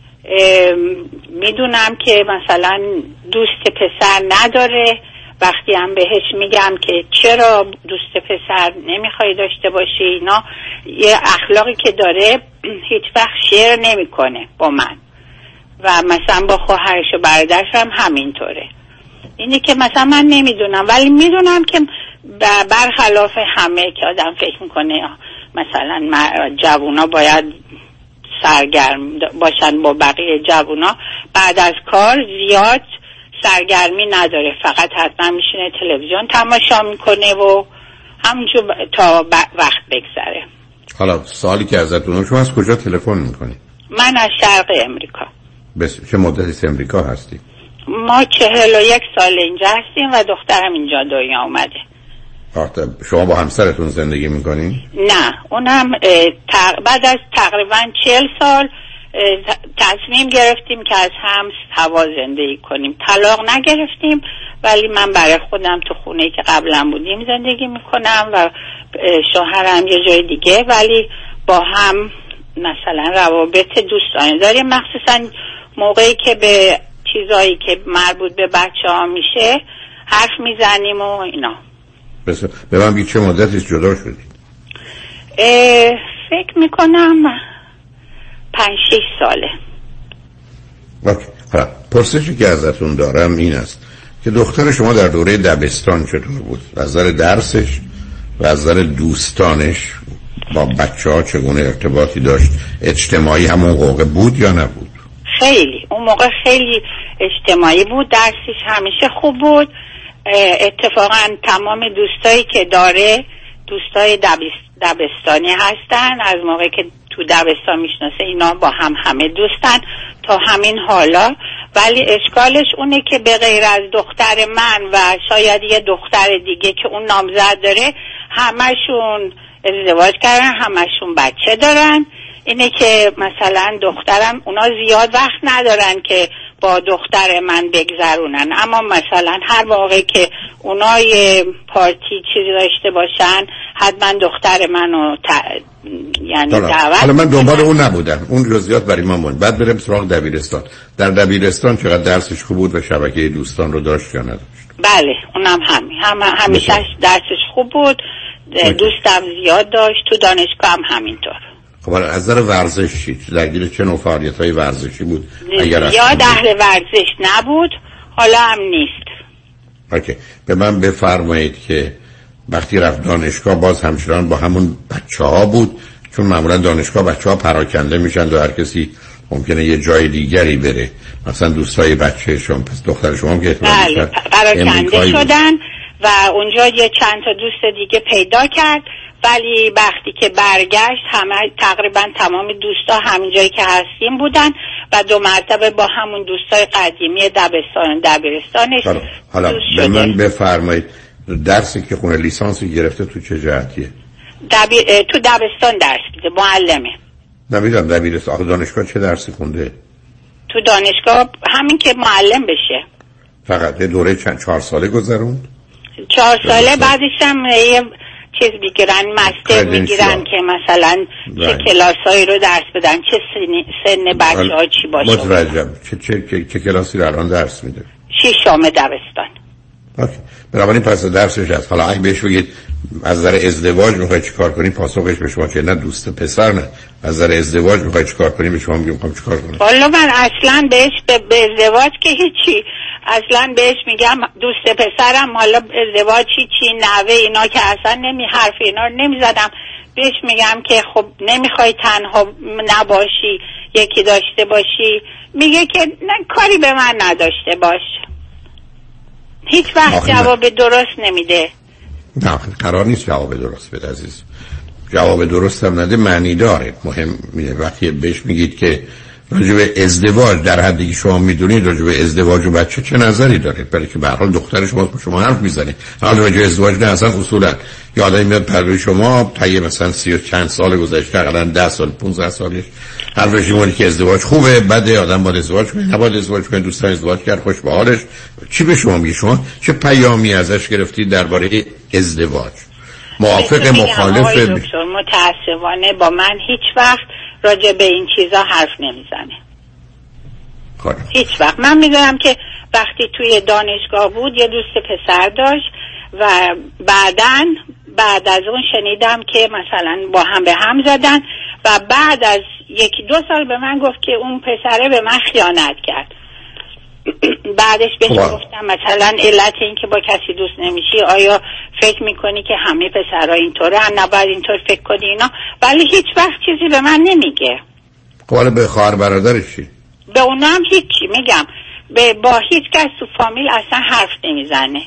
میدونم که مثلا دوست پسر نداره. وقتی هم بهش میگم که چرا دوست پسر نمیخوای داشته باشی، اینا یه اخلاقی که داره هیچ وقت شیر نمیکنه با من و مثلا با خواهرش و برادرش هم همینطوره. اینی که مثلا من نمیدونم، ولی میدونم که برخلاف همه که آدم فکر میکنه مثلا جوونا باید سرگرم باشن با بقیه جوونا، بعد از کار زیاد سرگرمی نداره، فقط حتما میشینه تلویزیون تماشا میکنه و همونجور تا وقت بگذره. حالا سوالی که ازتون، شما از کجا تلفن میکنید؟ من از شرق امریکا. چه مدتی امریکا هستی؟ ما 41 سال اینجا هستیم و دخترم اینجا دنیا اومده. شما با همسرتون زندگی میکنین؟ نه، اونم بعد از تقریبا 40 سال تصمیم گرفتیم که از هم هوا زندگی کنیم. طلاق نگرفتیم، ولی من برای خودم تو خونه که قبلا بودیم زندگی میکنم و شوهرم یه جای دیگه، ولی با هم مثلا روابط دوستانه داریم، مخصوصا موقعی که به چیزایی که مربوط به بچه ها میشه حرف میزنیم و اینا. به من چه مدتی جدا شدید؟ فکر میکنم 5-6 ساله. حالا پرسشی که ازتون دارم این است که دختر شما در دوره دبستان چطور بود؟ از نظر درسش و از نظر دوستانش با بچه‌ها چگونه ارتباطی داشت؟ اجتماعی همون موقع بود یا نبود؟ خیلی اون موقع خیلی اجتماعی بود، درسش همیشه خوب بود. اتفاقا تمام دوستایی که داره دوستای دبستانی هستن، از موقعی که تو دبستان میشناسه اینا با همه دوستن تا همین حالا. ولی اشکالش اونه که به غیر از دختر من و شاید یه دختر دیگه که اون نامزد داره، همشون ازدواج کردن، همشون بچه دارن. اینه که مثلا دخترم اونا زیاد وقت ندارن که با دختر من بگذرونن، اما مثلا هر موقع که اونا یه پارتی چیزی داشته باشن حتما دختر منو یعنی دعوت. حالا من دنبال اون نبودم، اون جزئیات برای من مون. بعد بریم سراغ دبیرستان. در دبیرستان چقدر درسش خوب بود و شبکه دوستان رو داشت یا نداشت؟ بله اونم همیشه درسش خوب بود، دوستم زیاد داشت. تو دانشگاه هم همینطور. خب از نظر ورزش چی؟ درگیر چه نوع فعالیت‌های ورزشی بود؟ زیاد اهل ورزش نبود، حالا هم نیست. اوکی. به من بفرمایید که وقتی رفت دانشگاه باز همچنان با همون بچه‌ها بود؟ چون معمولا دانشگاه بچه‌ها پراکنده میشن و هر کسی ممکنه یه جای دیگری بره، مثلا دوستای بچه شما، پس دختر شما هم که بله پراکنده شدن و اونجا یه چند تا دوست دیگه پیدا کرد. ولی وقتی که برگشت همه تقریبا تمام دوستا همین جایی که هستیم بودن و 2 مرتبه با همون دوستای قدیمی دبیرستانش. حالا به من بفرمایید درسی که خونه لیسانسی گرفته تو چه جهتیه؟ تو دبستان درس میده، معلمه. نمیدونم دبیرستان دانشگاه چه درسی خونده؟ تو دانشگاه همین که معلم بشه. فقط دوره 4 ساله گذروند؟ 4 ساله بعدش هم یه چیز میگیرن، مستر میگیرن که مثلا چه کلاسایی رو درس بدن، چه سن بچه ها چی باشه. متوجهم. چه کلاسی رو الان درس میده؟ 6ام دبستان. اوکی. بنابراین پس درسش هست. حالا اگه بهش بگید از نظر ازدواج میخوای چیکار کنی، پاسخش به شما که نه دوست پسر نه، از نظر ازدواج میخوای چیکار کنی، به شما میگم چیکار کنی. والا من اصلا بهش به ازدواج که هیچی، اصلا بهش میگم دوست پسرم، حالا ازدواج چی نوه اینا که اصلا حرف اینا رو نمیزدم. بهش میگم که خب نمیخوای تنها نباشی، یکی داشته باشی. میگه که نه کاری به من نداشته باش. هیچ وقت جواب درست نمیده. نه قرار نیست جواب درست بده عزیز. جواب درست هم نده معنی داره. مهم وقتی بهش میگید که راجع به ازدواج در حدی که شما میدونید راجع به ازدواج و بچه چه نظری دارید، برای که به هر حال دختر شما با شما حرف میزنه. حالا راجع به ازدواج نه اصلا اصولا یادم میاد پروی شما طی مثلا 30 و چند سال گذشته، حداقل 10 سال 15 سالش حرفش این که ازدواج خوبه، بده آدم باید ازدواج کنه، نباید ازدواج کنه، دوستان ازدواج کرد خوش به حالش. چی به شما میگه؟ شما چه پیامی ازش گرفتید درباره ازدواج؟ موافق مخالف؟ دکتر متاسفانه با من هیچ وقت راجع به این چیزا حرف نمیزنه. هیچ وقت. من میدونم که وقتی توی دانشگاه بود یه دوست پسر داشت و بعد از اون شنیدم که مثلا با هم به هم زدن و بعد از 1-2 سال به من گفت که اون پسره به من خیانت کرد. بعدش بهش گفتم مثلا علت این که با کسی دوست نمیشی آیا فکر میکنی که همه پسرها اینطوره، هم نباید اینطور فکر کنی اینا، ولی هیچ وقت چیزی به من نمیگه. حالا به خواهر برادرش چی؟ به اونا هم هیچی. میگم با هیچ کس تو فامیل اصلا حرف نمیزنه.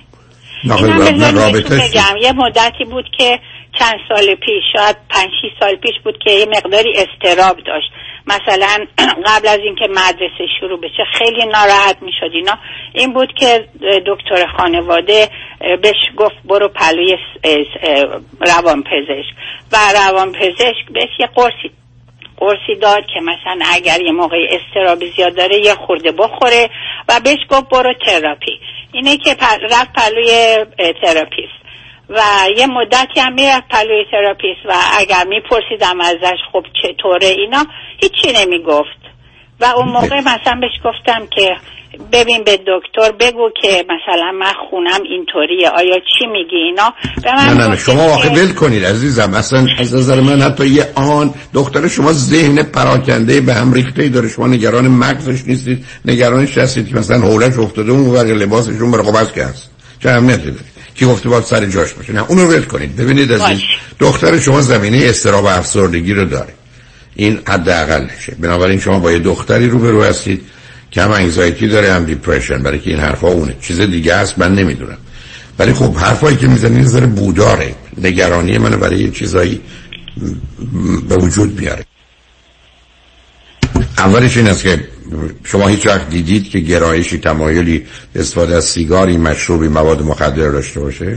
میگم یه مدتی بود که چند سال پیش، شاید 5-6 سال پیش بود که یه مقداری اضطراب داشت. مثلا قبل از اینکه مدرسه شروع بشه خیلی ناراحت میشد اینا. این بود که دکتر خانواده بهش گفت برو پلوی روانپزشک و روانپزشک بهش یه قرصی داد که مثلا اگر یه موقع اضطراب زیاد داره یه خورده بخوره و بهش گفت برو تراپی. اینه که رفت پلوی تراپیست و یه مدتی هم میرفت پلوی تراپیست و اگر میپرسیدم ازش خب چطوره اینا هیچی نمیگفت و اون موقع مثلا بهش گفتم که ببین به دکتر بگو که مثلا من خونم اینطوریه، آیا چی میگی اینا؟ به من نه شما واقع ول کنید عزیزم. اصلا از نظر من حتی یه دختر شما ذهن پراکنده به هم ریخته داره. شما نگران مغزش نیستید، نگرانش هستید که مثلا حولش افتاده اون ور لباسشون برای قبض که هست. چه اهمیتی داره؟ که گفته باید سر جاش باشه. نه اونو ول کنید. ببینید از این دختر شما زمینه اضطراب و افسردگی رو داره، این حداقلشه. بنابراین شما با یه دختری روبرو هستید که هم انگزایتی داره هم دیپرشن، برای که این حرفا اونه. چیز دیگه هست من نمیدونم، ولی خب حرفایی که میزنید نظر بوداره، نگرانی منو برای یه چیزایی به وجود بیاره. اولش این است که شما هیچ وقت دیدید که گرایشی، تمایلی به استفاده از سیگاری، مشروبی، مواد مخدر داشته باشه؟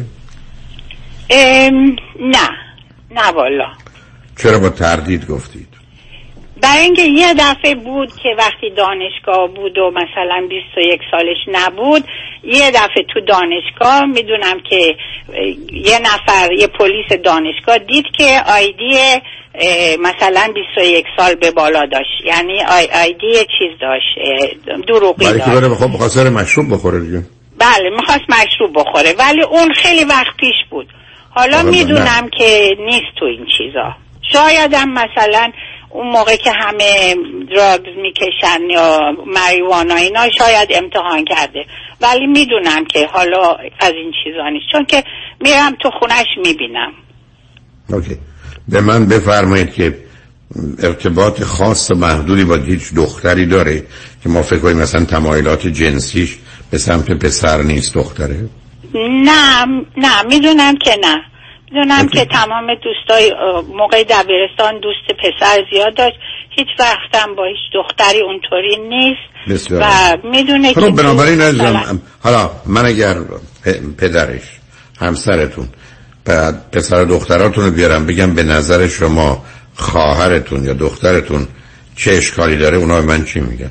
نه والا. چرا با تردید گفتید؟ برای اینکه یه دفعه بود که وقتی دانشگاه بود و مثلا 21 سالش نبود، یه دفعه تو دانشگاه میدونم که یه نفر، یه پلیس دانشگاه دید که آیدی مثلا 21 سال به بالا داشت، یعنی آیدی چیز داشت، دروغی داشت. برای که خب بخاطر مشروب بخوره دیگه. بله میخواست مشروب بخوره، ولی اون خیلی وقت پیش بود. حالا میدونم که نیست تو این چیزا. شایدم مثلا اون موقع که همه دراگز میکشن یا مریوانا اینا شاید امتحان کرده، ولی میدونم که حالا از این چیزا نیست، چون که میرم تو خونش میبینم. اوکی. به من بفرمایید که ارتباط خاص محدودی با هیچ دختری داره که ما فکر کنیم مثلا تمایلات جنسیش به سمت پسر نیست، دختره؟ نه میدونم که نه. میدونم که تمام دوستای موقع دبیرستان دوست پسر زیاد داشت، هیچ وقتم با هیچ دختری اونطوری نیست. و میدونه که بنابراین عزیزم، حالا من اگر پدرش، همسرتون، پسر دختراتون رو بیارم بگم به نظر شما خواهرتون یا دخترتون چه اشکالی داره، اونا به من چی میگن؟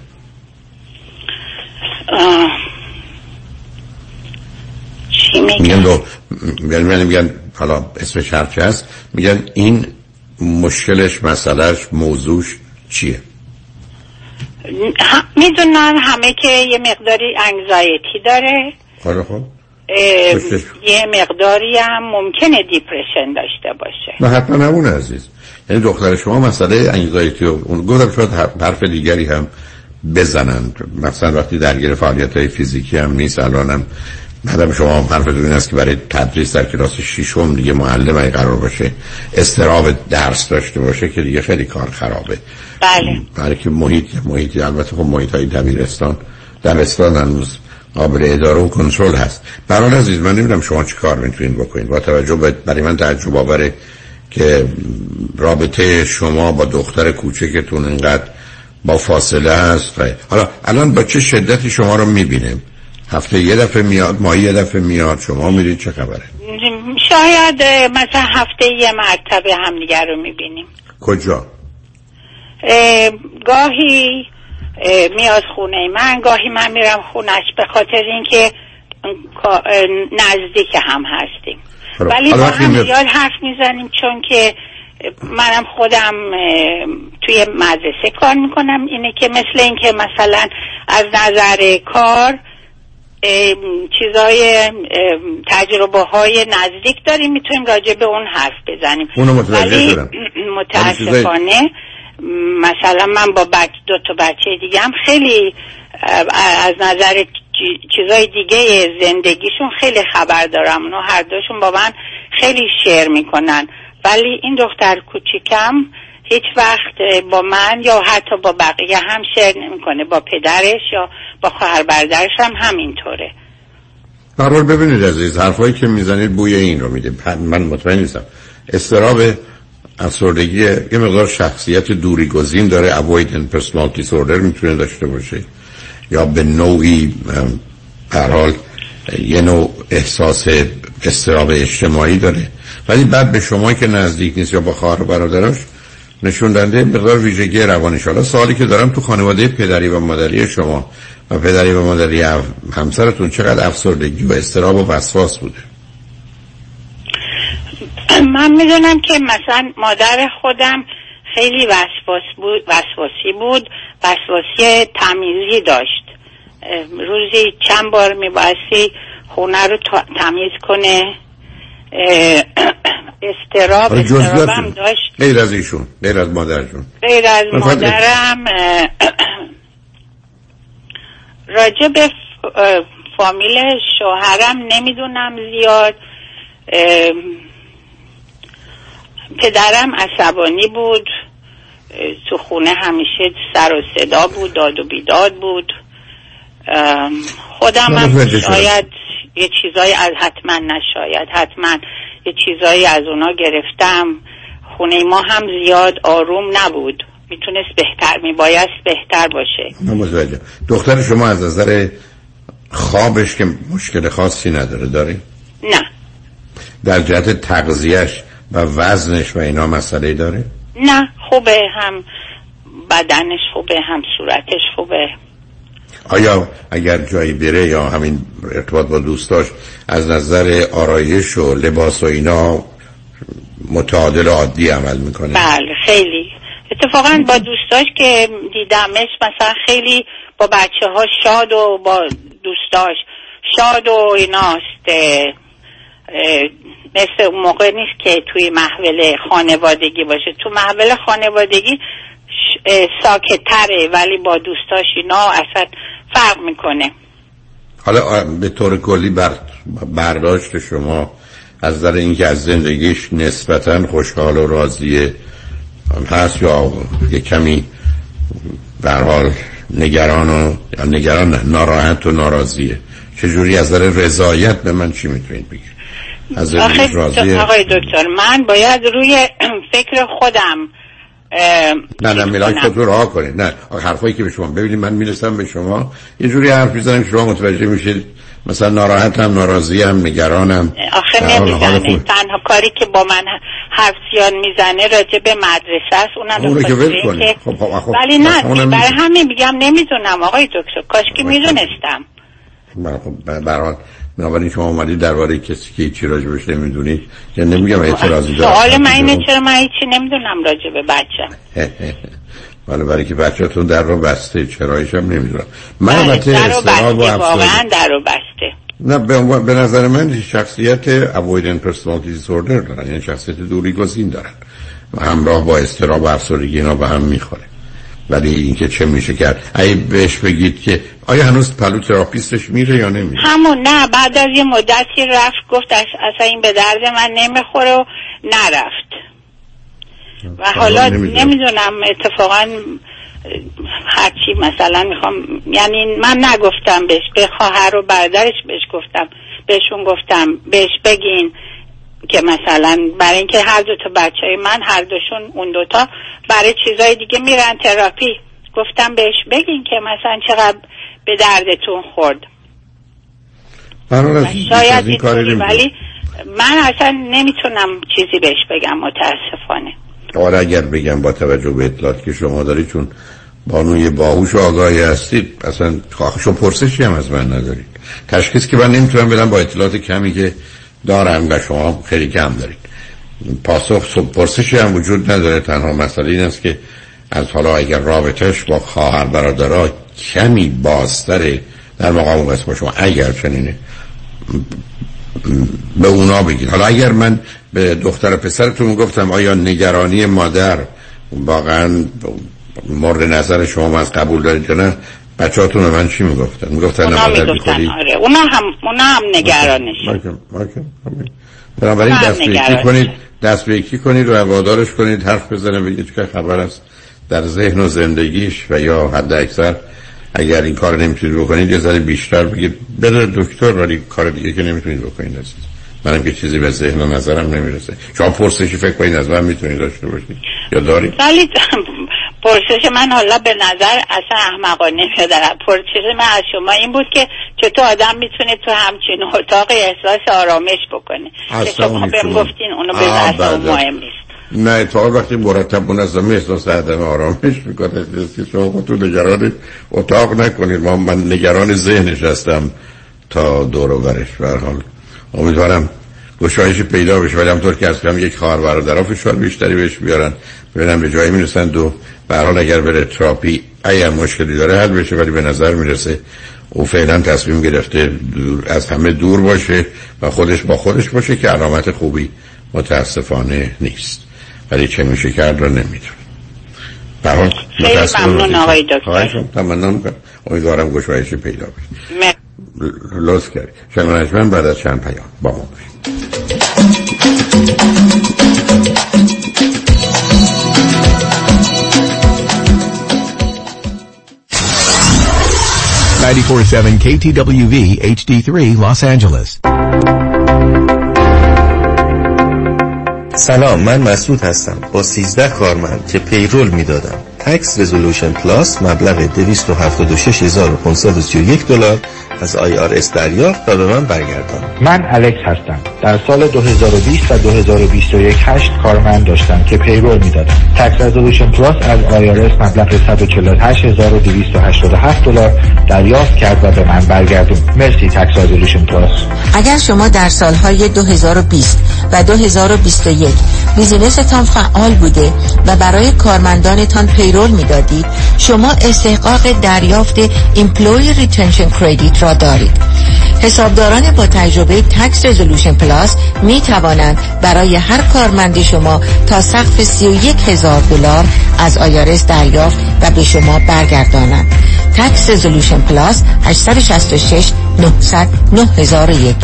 چی میگن؟ میگن حالا اسمش هرچی هست، میگن این مشکلش، مسئلهش، موضوعش چیه؟ میدونن همه که یه مقداری انگزایتی داره. خب یه مقداری هم ممکنه دیپرشن داشته باشه. نه حتما نمونه عزیز. یعنی دختر شما مسئله انگزایتی و اون گفتم شاید حرف دیگری هم بزنن، مثلا وقتی درگیر فعالیت‌های فیزیکی هم نیست. الانم بعدم شما هم حرفتون این است که برای تدریس در کلاس ششم دیگه معلم اگه قرار باشه اضطراب درس داشته باشه که دیگه خیلی کار خرابه. بله. برای که محیطی البته خب محیط‌های دبیرستان هنوز قابل اداره و کنترل هست. برای عزیز من نمیدونم شما چی کار میتونید بکنید. با توجه برای من تعجب آوره که رابطه شما با دختر کوچکتون اینقدر با فاصله هست. حالا الان با چه شدتی شما رو میبینه؟ هفته یه دفعه میاد، ماهی یه دفعه میاد، شما میرید، چه خبره؟ شاید مثلا هفته یه مرتبه همدیگر رو میبینیم. کجا؟ گاهی میاد خونه من، گاهی من میرم خونش، به خاطر اینکه نزدیک هم هستیم. ولی با هم زیاد حرف میزنیم، چون که منم خودم توی مدرسه کار میکنم. اینه که مثل این که مثلا از نظر کار چیزای تجربه های نزدیک داریم، میتونیم راجع به اون حرف بزنیم. ولی متاسفانه مثلا من با دو تا بچه دیگه هم خیلی از نظر چیزای دیگه زندگیشون خیلی خبر دارم. اونا هر دوشون با من خیلی شیر میکنن، ولی این دختر کوچیکم هیچ وقت با من یا حتی با بقیه هم شیر نمیکنه. با پدرش یا با خواهر برادرش هم همینطوره. برحال ببینید عزیز، حرفایی که میزنید بوی این رو میده. من مطمئن نیستم. اضطراب افسردگی یه مقدار شخصیت دوری گزین داره، avoidant personality disorder میتونه داشته باشه، یا به نوعی هر حال یه نوع احساس اضطراب اجتماعی داره، ولی بعد به شما که نزدیک نیست یا با خواهر و برادراش نشون دنده مقدار ویژگی روانش. حالا سوالی که دارم، تو خانواده پدری و مادری شما و پدری و مادری همسرتون چقدر افسردگی و اضطراب و وسواس بوده؟ من میدونم که مثلا مادر خودم خیلی وسواسی بود، وسواسی تمیزی داشت. روزی چند بار میبایستی خونه رو تمیز کنه. استرابم داشت. غیر از ایشون، غیر از مادرشون، غیر از مادرم راجع به فامیل شوهرم نمیدونم زیاد. پدرم عصبانی بود، تو خونه همیشه سر و صدا بود، داد و بیداد بود. خودم هم شاید یه چیزایی از حتما یه چیزایی از اونا گرفتم. خونه ما هم زیاد آروم نبود، میبایست بهتر باشه. متوجه. دختر شما از نظر خوابش که مشکل خاصی نداره داری؟ نه. در جهت تغذیهش و وزنش و اینا مسئله داره؟ نه، خوبه، هم بدنش خوبه هم صورتش خوبه. آیا اگر جایی بره یا همین ارتباط با دوستاش از نظر آرایش و لباس و اینا متعادل و عادی عمل میکنه؟ بله خیلی. اتفاقا با دوستاش که دیدمش مثلا خیلی با بچه ها شاد و با دوستاش شاد و ایناست. مثل اون موقع نیست که توی محول خانوادگی باشه. تو محول خانوادگی ساکت‌تره ولی با دوستاش اینا اصلا فرق میکنه. حالا به طور کلی برداشت شما از نظر اینکه از زندگیش نسبتاً خوشحال و راضیه هست یا یه کمی به هر حال نگران ناراحت و ناراضیه؟ چجوری از نظر رضایت به من چی میتونید بگید؟ از زندگیش راضیه؟ آقای دکتر من باید روی فکر خودم نه ملاک خود رو رها کنید. نه حرفایی که به شما ببینید من میرسم به شما یه جوری حرف میزنم شما متوجه میشید مثلا ناراحتم، ناراضیم، نگرانم. آخه نمیزنه. تنها کاری که با من حرف زیاد میزنه راجع به مدرسه است. اونم رو که ول کنید. خب ولی نه برای همین میگم نمیدونم آقای دکتر، کاش که میدونستم. برحال بنابراین شما اومدید درباره کسی که هیچی راجبش نمیدونید که نمیگم اعتراضی دارم. سوال من اینه چرا من هیچی نمیدونم راجع به بچم. ولی برای که بچه‌تون در رو بسته چرایش هم نمیدونم. من البته استراب و واقعا در رو بسته. نه به نظر من شخصیت avoidant personality disorder دارن، یعنی شخصیت دوری گزین دارن و همراه با استراب و افسردگی اینا به هم میخوره. ولی اینکه چه میشه کرد اگه بهش بگید که آیا هنوز پلو تراپیستش میره یا نمیره؟ همون نه، بعد از یه مدتی رفت گفت اصلا این به درد من نمیخوره و نرفت. و حالا نمیدونم اتفاقا هرچی مثلا میخوام، یعنی من نگفتم بهش، به خواهر و برادرش بهشون گفتم بهش بگین که مثلا برای اینکه هر دو تا بچهای من هر دوشون اون دوتا برای چیزای دیگه میرن تراپی، گفتم بهش بگین که مثلا چقدر به دردتون خورد. شاید اینطوری، ولی من اصلا نمیتونم چیزی بهش بگم متاسفانه. آره اگر بگم با توجه به اطلاعاتی که شما دارید، چون بانوی باهوش و آگاهی هستید، اصلا خواهش و پرسشی هم از من ندارید. تشخیص که من نمیتونم بدم با اطلاعات کمی که دارم و شما خیلی کم دارید. پاسخ پرسشی هم وجود نداره. تنها مسئله این است که از حالا اگر رابطهش با خواهر برادرها کمی بازتره در مقابل با شما، اگر چنینه به اونا بگید. حالا اگر من به دختر پسرتون گفتم آیا نگرانی مادر واقعا مورد نظر شما از قبول دارید یا نه، بچه‌هاتون من چی میگفتن؟ میگفتن اونا میگفتن آره، اونا هم نگرانش. بنابراین دست به یکی کنید و وادارش کنید حرف بزنه، بگید که خبر است در ذهن و زندگیش و یا حد اکثر اگر این کار نمیتونید بکنید یه ذره بیشتر بگید بره دکتر، ولی کار دیگه که نمیتونید بکنید است. منم که چیزی به ذهن و نظرم نمیرسه. شما پرسشی فکر کنید از من میتونید داشته باشید یا دارید؟ ولی پرسش من حالا به نظر اصلا احمقانه میاد. پرسش من از شما این بود که چطور آدم میتونه تو همچین اتاق احساس آرامش بکنه که شما بهم گفتین اونو به نظر مهم نیست. نه اتفاقا وقتی مرتب منظم احساس عدم آرامش میکنه شما خودتون نگران اتاق نکنید. من نگران ذهنش هستم تا دور و برش. به هر حال امیدوارم گشایش پیدا بشه، ولی همونطور که از کم یک خواهر برادرها فشار بیشتری بهش بیارن ببینم به جایی میرسن و به هر حال اگر بره تراپی اگر مشکلی داره حل بشه. ولی به نظر میرسه او فعلا تصمیم گرفته از همه دور باشه و خودش با خودش باشه که علامت خوبی متاسفانه نیست. ولی چه میشه کرد رو نمیدونم. خیلی ممنون آقای دکتر. امیدوارم گشایش پیدا بشه. لطف کردید. شنوندگان بعد از چند پیام با ما باشید. 94.7 KTWV HD3 Los Angeles. سلام، من مسعود هستم با 13 کارمند که پیرول میدادم. تکس رزولوشن پلاس مبلغ $286,531 از IRS دریافت و به من برگردان. من الکس هستم. در سال 2020 و 2021 8 کارمند داشتم که پیرول میدادم. تکس رزولوشن پلاس از IRS مبلغ $148,287 دریافت کرد و به من برگردون. مرسی تکس رزولوشن پلاس. اگر شما در سالهای 2020 و 2021 بیزینستان فعال بوده و برای کارمندانتان پیرول میدادید، شما استحقاق دریافت Employee Retention Credit را دارید. حسابداران با تجربه تکس رزولوشن پلاس می توانند برای هر کارمند شما تا سقف $31,000 از IRS دریافت و به شما برگردانند. تکس رزولوشن پلاس 866 900 9001.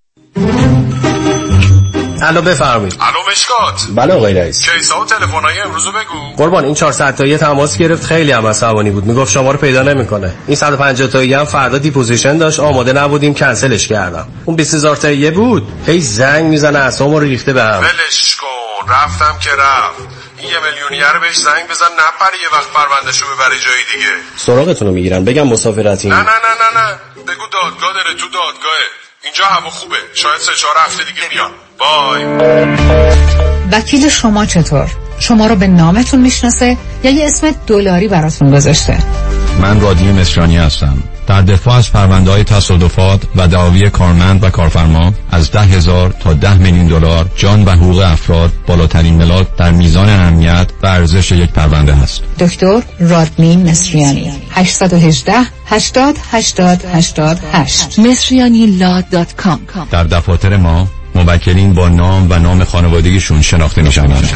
الو بفرمایید. الو مشکات. بله آقای رئیس. کیسا و تلفن‌های امروزو بگو. قربان این 400 تایی تماس گرفت، خیلی هم عصبانی بود، میگفت شما رو پیدا نمیکنه. این 150 تایی هم فردا دیپوزیشن داشت، آماده نبودیم کنسلش کردم. اون 20000 تایی بود، هی زنگ میزنه اعصابمو رو ریخته بهم. ولش کن، رفتم که رفت. این 1,000,000 رو بهش زنگ بزن نپره یه وقت پروندهشو ببره جای دیگه. سراغتون رو میگیرن، بگم مسافرتین. نه بگو دادگاه داره، تو دادگاهه. اینجا هوا خوبه، شاید 3-4 هفته دیگه بیان. بای. وکیل شما چطور؟ شما رو به نامتون میشناسه یا یه اسم دلاری براتون گذاشته؟ من رادی مصریانی هستم. در دفاع از پرونده‌های تصادفات و دعاوی کارمند و کارفرما از 10,000 تا 10 میلیون دلار جان و حقوق افراد بالاترین ملاک در میزان اهمیت و ارزش یک پرونده است. دکتر رادمی مصریانی 818 80 80 88 مصریانی.com. در دفاتر ما موکلین با نام و نام خانوادگیشون شناخته میشوند.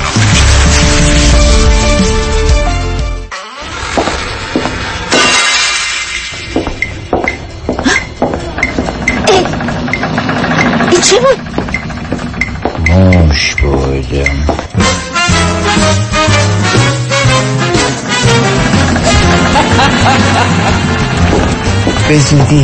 چی بود؟ موش بودم. به زودی.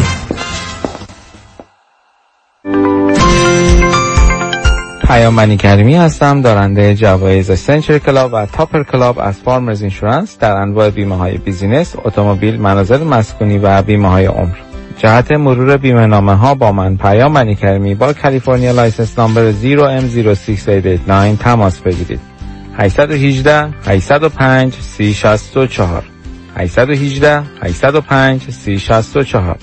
پیامبنی کریمی هستم، دارنده جوایز سنچری کلاب و تاپر کلاب از فارمرز اینشورنس در انواع بیمه های بیزینس، اتومبیل، منازل مسکونی و بیمه های عمر. جهت مرور بیمه نامه ها با من پیامبنی کریمی با کالیفرنیا لایسنس نامبر 0M06889 تماس بگیرید. 818 805 3064 818 805 3064.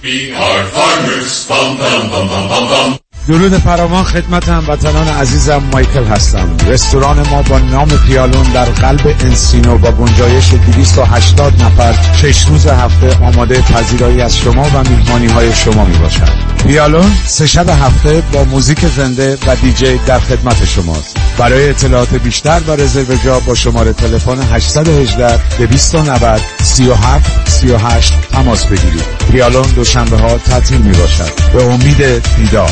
درود فراوان خدمت هموطنان عزیزم، مایکل هستم. رستوران ما با نام پیالون در قلب انسینو با گنجایش 280 نفر 6 روز هفته آماده پذیرایی از شما و میهمانی های شما می باشد. پیالون 3 شب هفته با موزیک زنده و دیجی در خدمت شماست. برای اطلاعات بیشتر و رزرو جا با شماره تلفن 818 290 37 38 تماس بگیرید. پیالون دوشنبه ها تعطیل می باشد. به امید دیدار.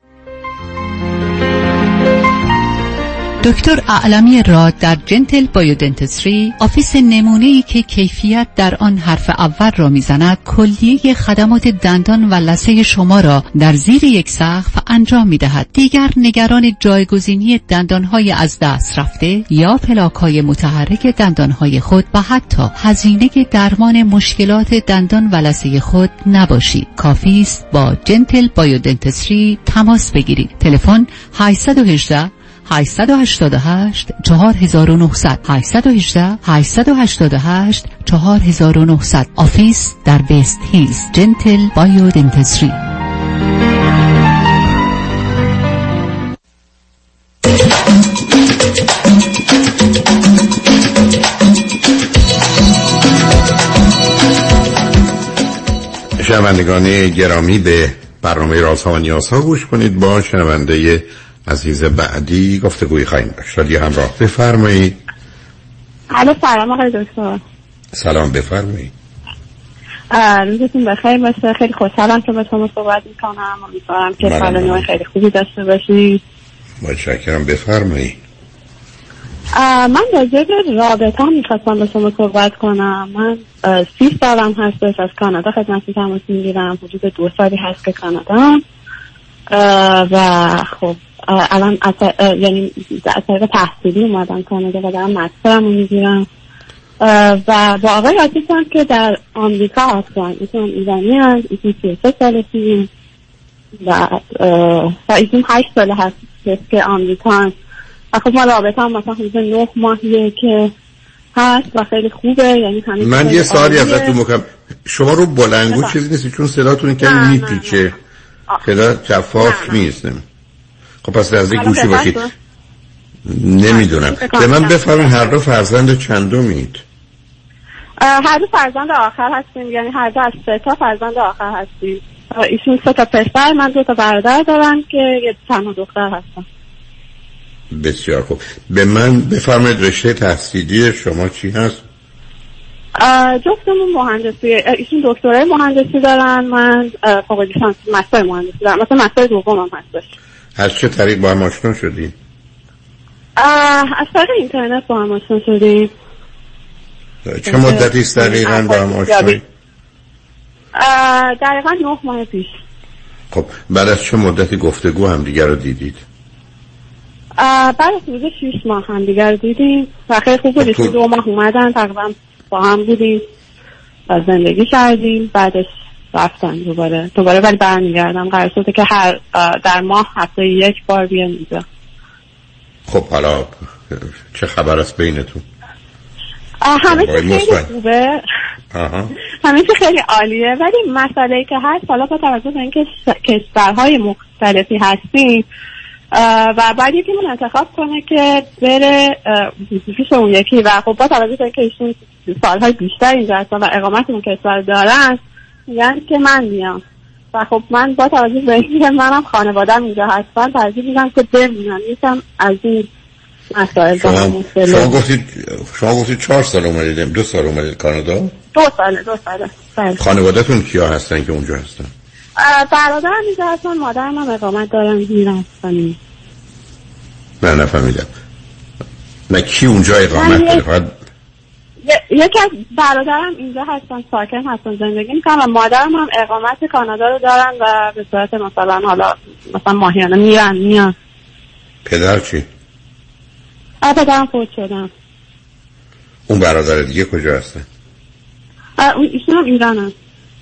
دکتر اعلمی راد در جنتل بایودنتسری، آفیس نمونه‌ای که کیفیت در آن حرف اول را میزند، کلیه خدمات دندان و لثه شما را در زیر یک سقف انجام میدهد. دیگر نگران جایگزینی دندانهای از دست رفته یا پلاک‌های متحرک دندانهای خود و حتی هزینه درمان مشکلات دندان و لثه خود نباشید. کافی است با جنتل بایودنتسری تماس بگیرید. تلفن 818 888 4900 818 888 4900. آفیس در بیست هیلز، جنتل بایودنتسری. شنوندگان گرامی، به برنامه رازها و نیازها گوش کنید. با شنونده عزیز بعدی گفتگوی خواهیم داشت. رادیو همراه، بفرمایید. الو، سلام آقای دکتر. سلام، بفرمایید. روزتون بخیر باشه. خیلی خوشحالم که با شما صحبت میکنم. امیدوارم که سال نو خیلی خوبی داشته باشید. متشکرم. بفرمایید. من راجع به رابطه میخواستم با شما صحبت کنم. من 30 سالم هستش از کانادا خدمتتون تماس میگیرم. حدود 2 سالی هست که کانادا و خب الان یعنی از طریق تحصیلی اومدم کانادا و دارم مسترم رو میگیرم و با آقای هستم که در آمریکا هستن. ایشون ایرانی هست. ایشون 33 سالشی و ایشون 8 ساله هست که آمریکا هست. و خب ما رابطه هم مثلا حدود 9 ماهیه که هست و خیلی خوبه. یعنی من یه سوالی ازتون میکنم. شما رو بلندگو چیزی نیستی چون صداتون کمی میپیچه. صدا شفاف نیست. خب پس از این گوشی باشید. نمیدونم. به من بفرمایید هر دو فرزند چندمید؟ هر دو فرزند آخر هستیم. یعنی هر دو از 3 تا فرزند آخر هستیم. ایشون 3 تا پسر، من 2 تا برادر دارم که یه تنها دختر هستم. بسیار خوب. به من بفرمایید رشته تحصیلی شما چی هست؟ جفتمون مهندسی. ایشون دکترای مهندسی دارن، من فوق لیسانس مستر مهندسی دارم. مثلا مستر دومم هستش. از چه طریق با هم آشنا شدید؟ از طریق اینترنت با هم آشنا شدیم. چه مدتی است دقیقاً با هم آشنا شدید؟ دقیقاً 9 ماه پیش. خب بعد از چه مدتی گفتگو هم دیگر رو دیدید؟ بعد از حدود 6 ماه هم دیگر رو دیدیم و خیلی خوب بود. 2 ماه اومدن تقریبا با هم بودیم و زندگی کردیم. بعدش رفتن دوباره ولی برمیگردم. قرار شده که هر در ماه هفته 1 بار بیان اینجا. خب حالا چه خبر است بینتون؟ همه چی خیلی خوبه. همه چی خیلی عالیه ولی مسئله‌ای که هست حالا با توجه به اینکه کشورهای مختلفی هستیم و بعد یکی من انتخاب کنه که بره پیش اون یکی و خب با توجه به اینکه ایشون سالهای بیشتر اینجا هستن و اقامت اون کشور دارن میگن که من میام و خب من با توجه به اینکه منم خانواده‌ام اینجا هستن ترجیح میدم که بمونم. یکم از این مسائل شما گفتید 4 سال اومدید، 2 سال اومدید کانادا؟ 2 ساله. خانواده‌تون کیا هستن که اونجا هستن؟ برادرم اینجا هستن، مادرم هم اقامت دارن ایران هستن. من نفهمیدم. نه کی اونجا اقامت داره؟ فقط یکی از برادرم اینجا هستن، ساکن هستن، زندگی میکنن و مادرم هم اقامت کانادا رو دارن و به صورت مثلا حالا مثلا ماهیانه میان. پدر چی؟ پدرم فوت شدن. اون برادر دیگه کجا هستن؟ ایشون هم ایران هست.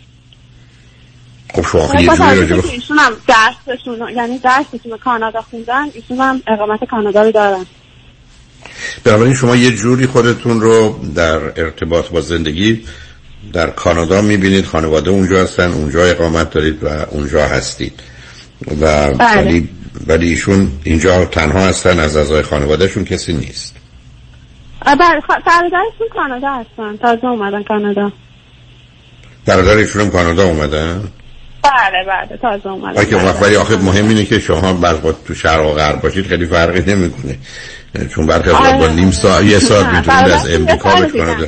خب شما خیلی جوری ایشون هم درسشون کانادا خوندن، ایشون هم اقامت کانادا رو دارن. بنابراین شما یه جوری خودتون رو در ارتباط با زندگی در کانادا میبینید، خانواده اونجا هستن، اونجا اقامت دارید و اونجا هستید و ولی ایشون اینجا تنها هستن، از اعضای خانوادهشون کسی نیست. برادرشون کانادا هستن، تازه اومدن کانادا. برادرشون هم کانادا اومدن؟ بله تازه اومدن. ولی آخه مهم اینه که شما برخواد تو شرق و غرب باشید خیلی فرقی نمیکنه، چون برخی از با نیم ساعت یه ساعت میتونید از امریکا به کانادا.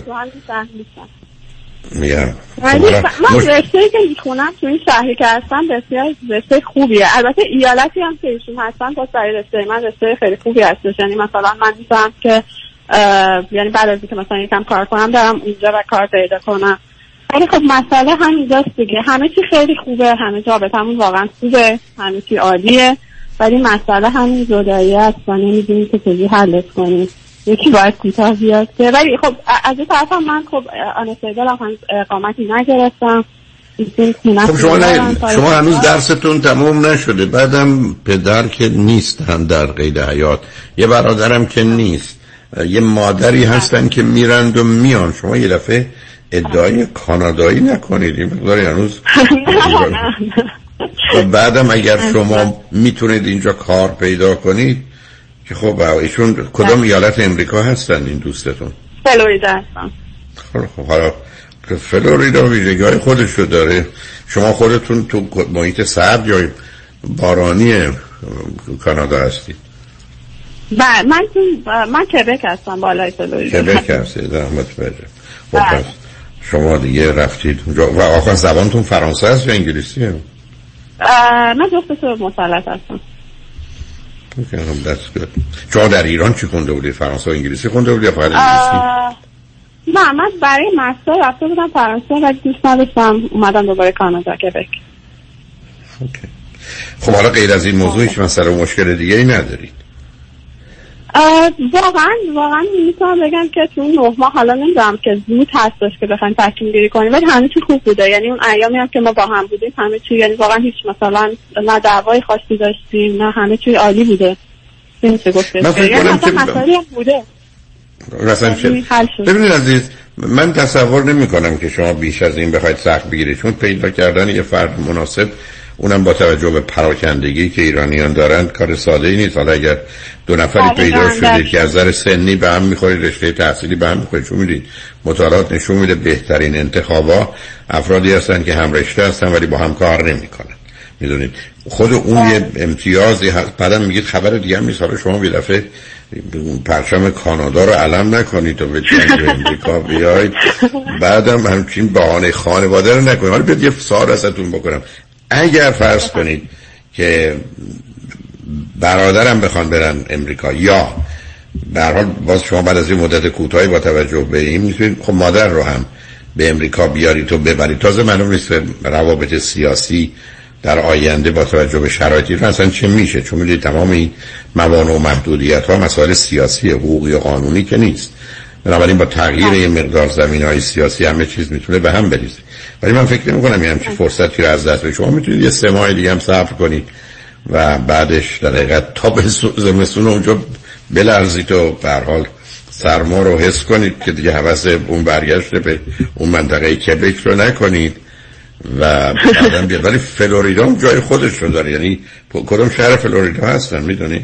من رشته‌ای که میخونم تو این شهری که هستم بسیار رشته خوبیه. البته ایالتی هم که ایشون هستن با سایر رشته من رشته خیلی خوبی هستش. یعنی مثلا من میتونم که یعنی بعد از اینکه مثلا یکم کار کنم برم اونجا و کار پیدا کنم. ولی خب مسئله همینجاست دیگه. همه چی خیلی خوبه، همه جا رابطمون واقعا خوبه، همه چی عالیه، ولی مسئله همین جدایی است و نمیدونیم که چجوری حلش کنیم. یکی باید کوتاه بیاد که ولی خب از این طرف هم من خب آنستیبل هم اقامتی نگرفتم. خب شما هنوز درستون تموم نشده، بعدم پدر که نیستن در قید حیات، یه برادرم که نیست، یه مادری هستن که میرند و میان. شما یه دفعه ادعای کانادایی نکنید، این مقداری هنوز بعدم اگر شما میتونید اینجا کار پیدا کنید که خب ایشون کدام ایالت امریکا هستن این دوستتون؟ فلوریدا هستن. خب حالا فلوریدا ویژگی‌های خودشو داره. شما خودتون تو محیط سرد یا بارانی کانادا هستید؟ بله من کبک هستم، بالای فلوریدا. کبک هستید، متوجه. خب پس شما دیگه رفتید اونجا و آخر زبانتون فرانسه است یا انگلیسیه؟ من جفتش مسلط هستم. شما در ایران چی خونده بودید؟ فرانسه و انگلیسی خونده بودید یا فقط انگلیسی؟ نه من برای مستر رفته بودم فرانسه و دوست نداشتم اومدم دوباره کانادا کبک. خب حالا غیر از این موضوع هیچ مسئله و مشکل دیگه ای ندارید؟ واقعا میتونم بگم که تو 9 ماه حالا نمیدونم که زود هستش که بخوایم تصمیم گیری کنیم، ولی همه چی خوب بوده. یعنی اون ایامی هم که ما با هم بودیم همه چی، یعنی واقعا هیچ مثلا نه دعوای خاصی داشتیم نه، همه چی عالی بوده. نمیشه گفت من فکر کنم که مسائلی بوده. ببینید عزیز، من تصور نمی کنم که شما بیش از این بخواید سخت بگیرید، چون پیدا کردن یه فرد مناسب، اونم با توجه به پراکندگی که ایرانیان دارن، کار ساده ای نیست. حالا اگر 2 نفری پیدا شده که از نظر سنی به هم میخورید، رشته تحصیلی به هم میخورید، چون میدید مطالعات نشون میده بهترین انتخابا افرادی هستن که هم رشته هستن ولی با هم کار نمیکنن. میدونید خود اون یه امتیازی هست. بعدم میگید خبر دیگه هم نیست. حالا شما یه دفعه پرچم کانادا رو علم نکنید و به امریکا بیاید، بعدم همچین بهانه خانواده رو نکنید. حالا بیاد یه سوال ازتون بکنم، اگر فرض کنید که برادرم بخوان برن امریکا، یا به هر حال باز شما بعد از این مدت کوتاهی با توجه به این میتونید خب مادر رو هم به امریکا بیارید و ببرید. تازه معلوم نیست روابط سیاسی در آینده با توجه به شرایطی اصلا چه میشه، چون میدونید تمام این موانع و محدودیت ها مسائل سیاسی حقوقی و قانونی که نیست. بنابراین با تغییر این مقدار زمینهای سیاسی همه چیز میتونه به هم بریزه. ولی من فکر نمی‌کنم یه همچین فرصتی رو از دست بدید. شما میتونید یه 3 ماه دیگه هم صبر کنید و بعدش در حقیقت تا به زمستون اونجا بلرزید و به هر حال سرما رو حس کنید که دیگه هوس اون برگشت به اون منطقه کبک رو نکنید و بعدم بیاد. ولی فلوریدا هم جای خودش رو داره. یعنی کدوم شهر فلوریدا هستن میدونید؟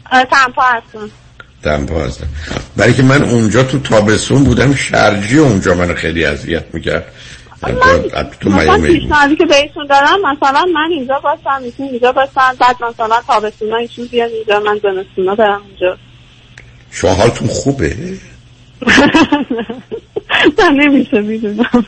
تامپا هستن. برای که من اونجا تو تابستون بودم، شرجی اونجا من خیلی اذیت میکرد. تو پیشنهادی که بهشون دارم مثلا من اینجا باشم، میتونم اینجا باشم، بعد مثلا تابستونا ایشون بیان اینجا، من زمستونا برم اونجا. شما حالتون خوبه؟ نه نمیشه میدونم.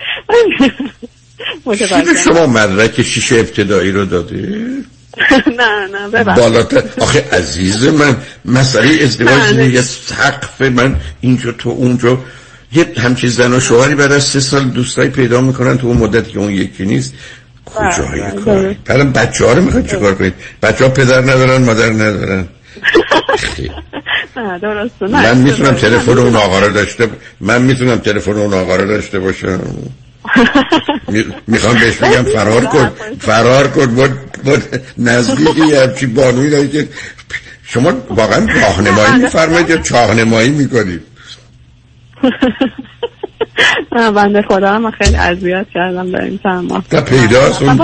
شما مدرک 6 ابتدایی رو داده؟ نه ببخشید. بالاتر آخه عزیز من مسئله ازدواج یه سقف، من اینجا تو اونجا. یه همچین زن و شوهری بعد از 3 سال دوستایی پیدا میکنن تو اون مدتی که اون یکی نیست. کجای کار؟ بعدم بچه‌ها رو میخواید چیکار کنید؟ بچه‌ها پدر ندارن مادر ندارن. نه درسته. من میتونم تلفن اون آقا رو داشته باشم. میخوام بهش بگم فرار کن با نزدیکی همچی بانوی داری که شما واقعا راهنمایی میفرمایید یا چاهنمایی میکنید؟ بنده خدا من خیلی اذیت کردم در این چند ماه. پیداست اون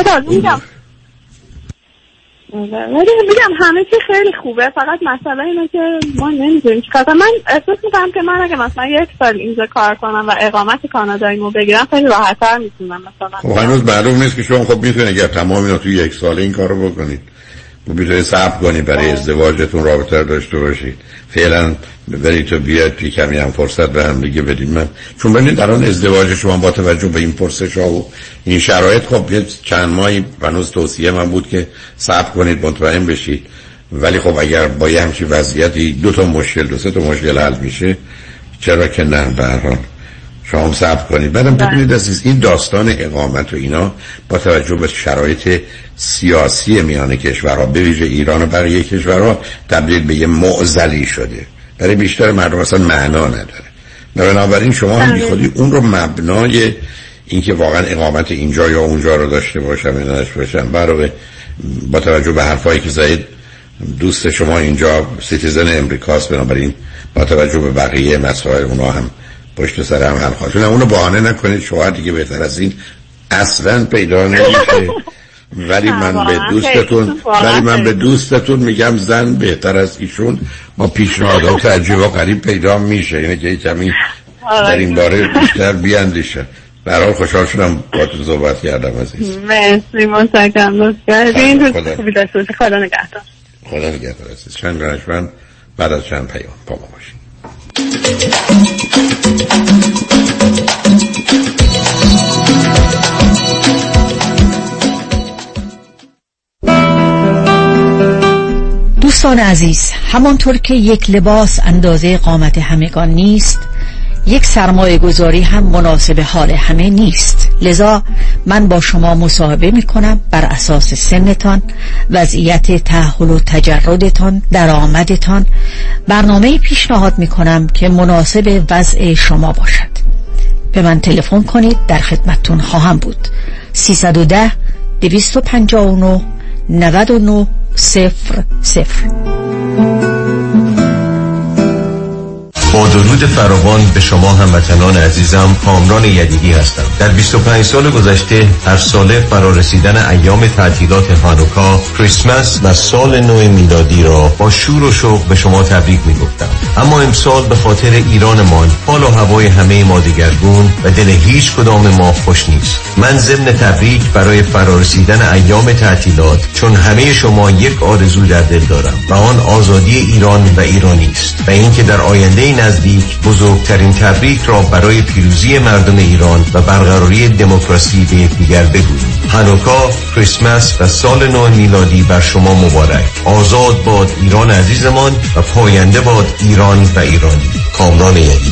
ولی میگم همه چی خیلی خوبه، فقط مسئله اینه که ما نمیدونیم چیکار. من احساس میکنم که من اگه مثلا 1 سال اینجا کار کنم و اقامت کاناداییمو بگیرم خیلی راحت‌تر میتونم مثلا. خب هنوز معلوم نیست که شما خب میتونید اگه تمام اینا توی 1 سال این کارو بکنید، میتونید صبر کنید برای ازدواجتون رابطه داشته باشید. فعلا برید تو بیاد توی کمی هم فرصت به هم دیگه بدید. من چون ببینید الان ازدواج شما با توجه به این پرسش‌ها و این شرایط خب چند ماهی هنوز توصیه من بود که صبر کنید مطمئن بشید. ولی خب اگر با یه همچین وضعیتی 2 تا مشکل 2 3 تا مشکل حل میشه، چرا که نه؟ به هر حال شما صبر کنید. بعدم ببینید عزیز این داستان اقامت و اینا با توجه به شرایط سیاسی میان کشورها به ویژه ایران و بقیه کشورها تبدیل به یه معضلی شده. برای بیشتر مردم اصلا معنا نداره. بنابراین شما هم بیخودی اون رو مبنای اینکه واقعا اقامت اینجا یا اونجا رو داشته باشم یا نداشته باشم، برای با توجه به حرفایی که زدید دوست شما اینجا سیتیزن امریکاست، بنابراین با توجه به بقیه مسائل اونا هم پشت سر هم خواهد. اونو بهانه نکنید شوهر دیگه بهتر از این اصلا پیدا نمیشه. ولی من به دوستتون میگم زن بهتر از ایشون با پیشنهادات عجیب و غریب پیدا میشه. اینه که کمی در این باره بیشتر بیاندیشه. برای خوشحال شدم با تو صحبت کردم عزیز. مرسی متشکرم. لطف کردین. خوبی داشته باشید. خدا نگهدار. خدا نگهدار عزیز. چند رنجمند بعد از چند پیام با ما باشید. دوستان عزیز، همانطور که یک لباس اندازه قامت همگان نیست، یک سرمایه گذاری هم مناسب حال همه نیست. لذا من با شما مصاحبه می کنم بر اساس سنتان، وضعیت تأهل و تجردتان، درآمدتان. برنامه پیشنهاد می کنم که مناسب وضع شما باشد. به من تلفن کنید، در خدمتتون خواهم بود. 310 259 99 00. با درود فراوان به شما هموطنان عزیزم، کامران یدیدی هستم. در 25 سال گذشته هر ساله فرارسیدن ایام تعطیلات هانوکا، کریسمس و سال نو میلادی را با شور و شوق به شما تبریک میگفتم. اما امسال به خاطر ایرانمان حال و هوای همه ما دگرگون و دل هیچ کدام ما خوش نیست. من ضمن تبریک برای فرارسیدن ایام تعطیلات، چون همه شما یک آرزو در دل دارم و آن آزادی ایران و ایرانی است و اینکه در آینده نزدیک بزرگترین تبریک را برای پیروزی مردم ایران و برقراری دموکراسی به یکدیگر بگوییم. هانوکا، کریسمس و سال نو میلادی بر شما مبارک. آزاد باد ایران عزیزمان و پاینده باد ایران و ایرانی. کامران یدیدی.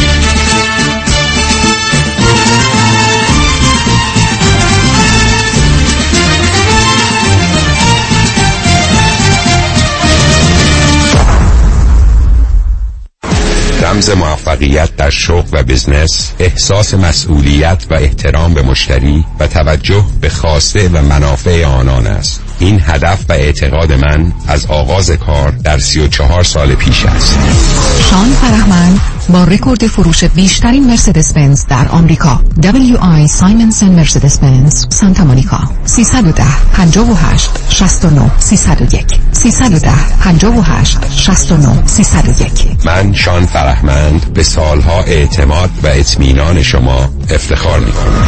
رمز موفقیت در شغل و بزنس، احساس مسئولیت و احترام به مشتری و توجه به خواسته و منافع آنان است. این هدف و اعتقاد من از آغاز کار در 34 سال پیش است. شان فرهمند با رکورد فروش بیشترین مرسدس بنز در آمریکا، WI سایمنسن مرسدس بنز سانتا مونیکا. 310 58 69 301 310 58 69 301. من شان فرهمند به سالها اعتماد و اطمینان شما افتخار می‌کنم.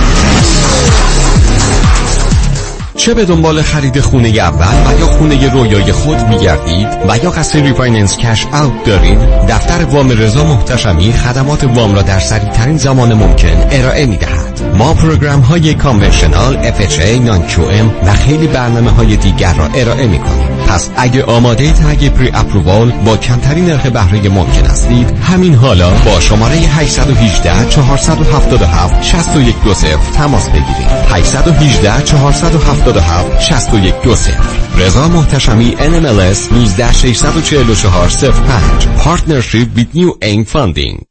چه به دنبال خرید خونه اول و یا خونه رویای خود می‌گردید و یا قصد ریفایننس کش اوت دارید، دفتر وام رضا محتشمی خدمات وام را در سریع‌ترین زمان ممکن ارائه می‌دهد. ما پروگرام‌های کانونشنال، FHA، نان QM و خیلی برنامه‌های دیگر را ارائه می‌کنیم. پس اگه آماده تگ پری اپرووال با کمترین نرخ بهره ممکن هستید، همین حالا با شماره 818 477 6120 تماس بگیرید. 818 477 6120. رضا محتشمی NMLS 1964405. Partnership with New Aim Funding.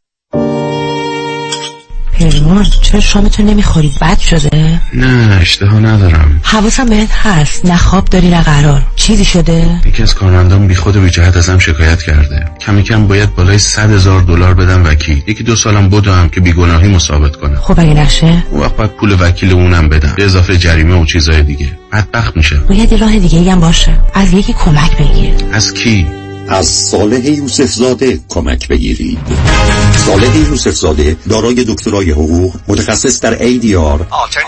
پیمان، چرا شامتو نمیخوری؟ بد شده؟ نه، اشتها ندارم. حواسم بهت هست، نه خواب داری نه قرار. چیزی شده؟ یکی از کارمندان بی خود و بی جهت ازم شکایت کرده. کمی کم باید بالای $100,000 بدم وکیل. 1-2 سالم بدم که بیگناهی ثابت کنم. خب اگه نشه؟ اون وقت باید پول وکیل اونم بدم، به اضافه جریمه و چیزای دیگه. بدبخت میشه. باید راه دیگه هم باشه. از یکی کمک بگیر. از کی؟ از صالح یوسف زاده کمک بگیرید. صالح یوسف زاده دارای دکترای حقوق، متخصص در ADR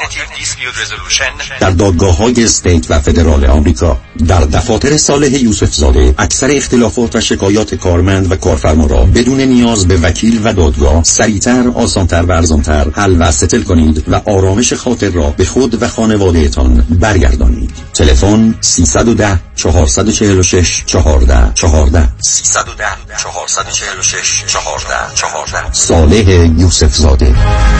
در دادگاه‌های استیت و فدرال آمریکا. در دفاتر صالح یوسف زاده اکثر اختلافات و شکایات کارمند و کارفرما را بدون نیاز به وکیل و دادگاه سریعتر، آسانتر و ارزانتر حل و ستل کنید و آرامش خاطر را به خود و خانوادهتان برگردانید. تلفن 310 446 14 14 310 446 14 14. صالح یوسف زاده.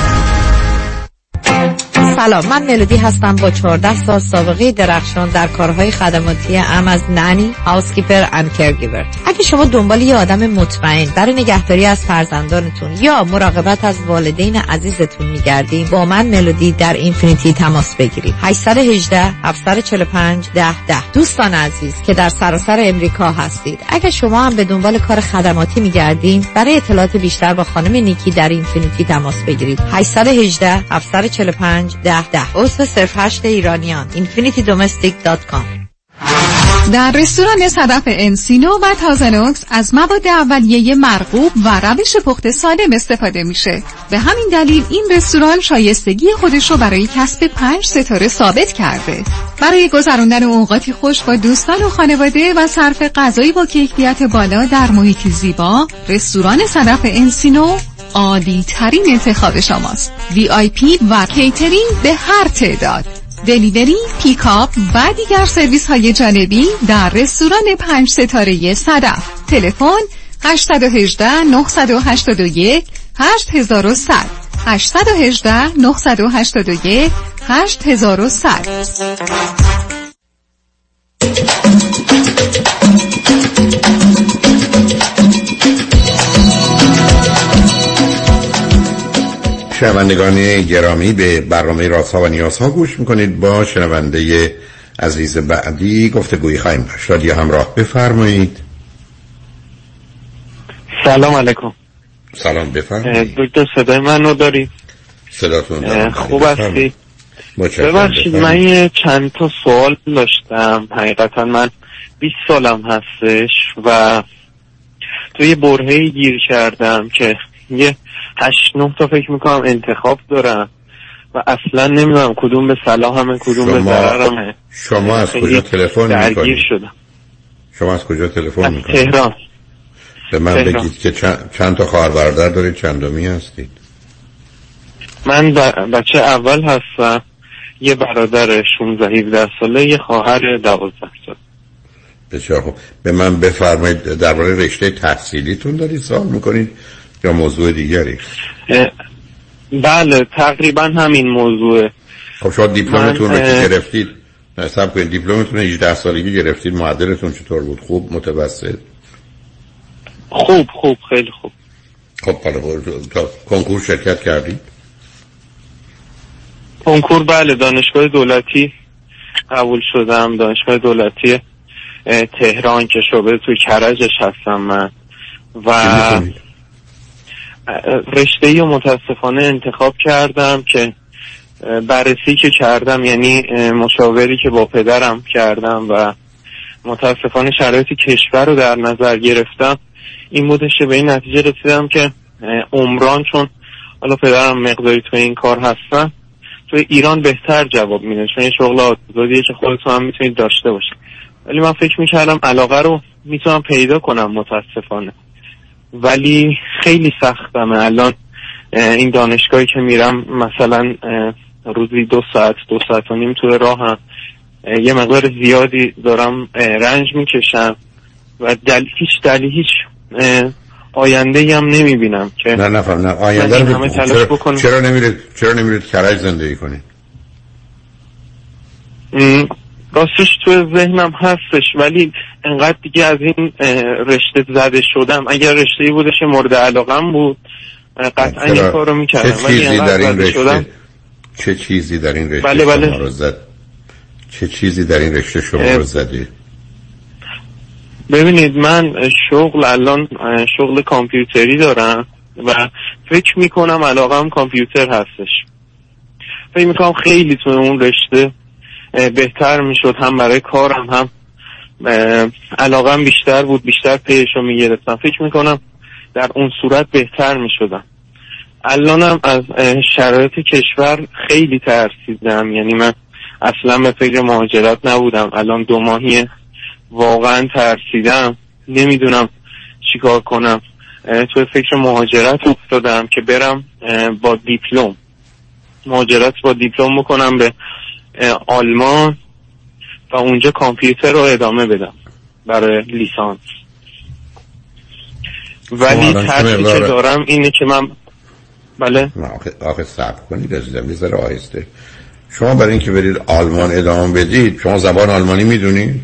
سلام، من ملودی هستم با 14 سال سابقه درخشان در کارهای خدماتی از نانی، هاوسکیپر اند کرگیور. اگه شما دنبال یه آدم مطمئن برای نگهداری از فرزندانتون یا مراقبت از والدین عزیزتون میگردید، با من ملودی در اینفینیتی تماس بگیرید. 818 745 1010. دوستان عزیز که در سراسر امریکا هستید، اگه شما هم به دنبال کار خدماتی میگردید، برای اطلاعات بیشتر با خانم نیکی در اینفینیتی تماس بگیرید. 818 745 1010. عضو 08 ایرانیان infinitydomestic.com. در رستوران صدف انسینو و تازنوکس از مواد اولیه مرغوب و روش پخت سالم استفاده میشه. به همین دلیل این رستوران شایستگی خودش رو برای کسب 5 ستاره ثابت کرده. برای گذراندن اوقاتی خوش با دوستان و خانواده و صرف غذایی با کیفیت بالا در محیطی زیبا، رستوران صدف انسینو عالی ترین انتخاب شماست. VIP و کیترینگ به هر تعداد، دلیوری، پیکاپ و دیگر سرویس های جانبی در رستوران 5 ستاره صدف. تلفن 818 981 8100 818 981 8100. شنوندگان گرامی، به برنامه رازها و نیازها گوش میکنید. با شنونده عزیز بعدی گفتگویی خواهیم داشت. رادیو همراه، بفرمایید. سلام علیکم. سلام، بفرمایید. دکتر صدای منو داری؟ صداتون دارم. خوب هستی؟ ببخشید من یه چند تا سوال داشتم. حقیقتا من 20 سالم هستش و توی یه برهه‌ای گیر کردم که یه 8-9 تا فکر میکنم انتخاب دارم و اصلا نمیدونم کدوم به صلاحمه کدوم به ضررمه. شما از کجا تلفن میکنید؟ درگیر شدم. شما از کجا تلفن میکنید؟ تهران. به من بگید که چند تا خواهر برادر دارید، چندمی هستید؟ من بچه اول هستم، یه برادر 16-17 ساله، یه خواهر 12 ساله. بسیار خوب. به من بفرمایید درباره رشته تحصیلیتون دارید سوال میکنید یا موضوع دیگری؟ بله تقریبا همین موضوعه. خب شما دیپلمتون رو که گرفتید، حساب کنید دیپلمتون 18 سالگی گرفتید، معدلتون چطور بود؟ خوب، متوسط؟ خوب خیلی خوب. خب تا کنکور شرکت کردید؟ کنکور بله، دانشگاه دولتی قبول شدم، دانشگاه دولتی تهران که شعبه توی کرجش هستم من و رشته‌ای رو متاسفانه انتخاب کردم که بررسی که کردم، یعنی مشاوری که با پدرم کردم و متاسفانه شرایط کشور رو در نظر گرفتم، این بودش که به این نتیجه رسیدم که عمران، چون حالا پدرم مقداری توی این کار هستن، توی ایران بهتر جواب میده، چون این شغل آزادیه که خودتون هم میتونید داشته باشید. ولی من فکر میکردم علاقه رو میتونم پیدا کنم، متاسفانه ولی خیلی سختمه. الان این دانشگاهی که میرم مثلا روزی 2 ساعت 2 ساعت و نیم توی راهم، یه مقدار زیادی دارم رنج میکشم و هیچ آینده هم نمیبینم که نه آینده رو چرا نمیرید کرج زندگی کنید؟ راستش تو ذهنم هستش ولی انقدر دیگه از این رشته زده شدم. اگر رشته‌ای بودش مورد علاقم بود قطعا این کارو میکردم، ولی انقدر زده شدم. چه چیزی در این رشته بله. شما رو زد؟ چه چیزی در این رشته شما رو زدی؟ ببینید من الان شغل کامپیوتری دارم و فکر میکنم علاقم کامپیوتر هستش. فکر میکنم خیلی تو اون رشته بهتر میشد، هم برای کارم هم علاقم بیشتر بود، بیشتر پیشو میگرفتم. فکر میکنم در اون صورت بهتر میشدم. الانم از شرایط کشور خیلی ترسیدم، یعنی من اصلا به فکر مهاجرت نبودم. الان 2 ماهیه واقعا ترسیدم، نمیدونم چیکار کنم. تو فکر مهاجرت افتادم که برم با دیپلم مهاجرت با دیپلم بکنم به آلمان و اونجا کامپیوتر رو ادامه بدم برای لیسانس. ولی ترسی که دارم اینه که من بله آخه صبر کنید عزیزم، یه ذره آهسته. شما برای اینکه برید آلمان ادامه بدید شما زبان آلمانی میدونید؟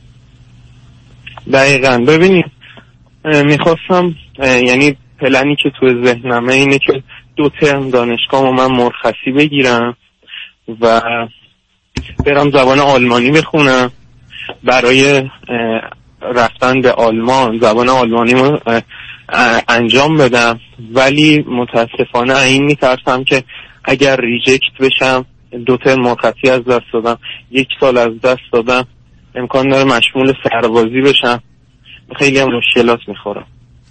دقیقاً. ببینید میخواستم، یعنی پلنی که تو ذهنمه اینه که 2 ترم دانشگاه من مرخصی بگیرم و برم زبان آلمانی بخونم. برای رفتن به آلمان زبان آلمانی رو انجام بدم، ولی متاسفانه این میترسم که اگر ریجکت بشم 2 ترم مرخصی از دست دادم، 1 سال از دست دادم امکان داره مشمول سربازی بشم، خیلی هم مشکلات میخورم.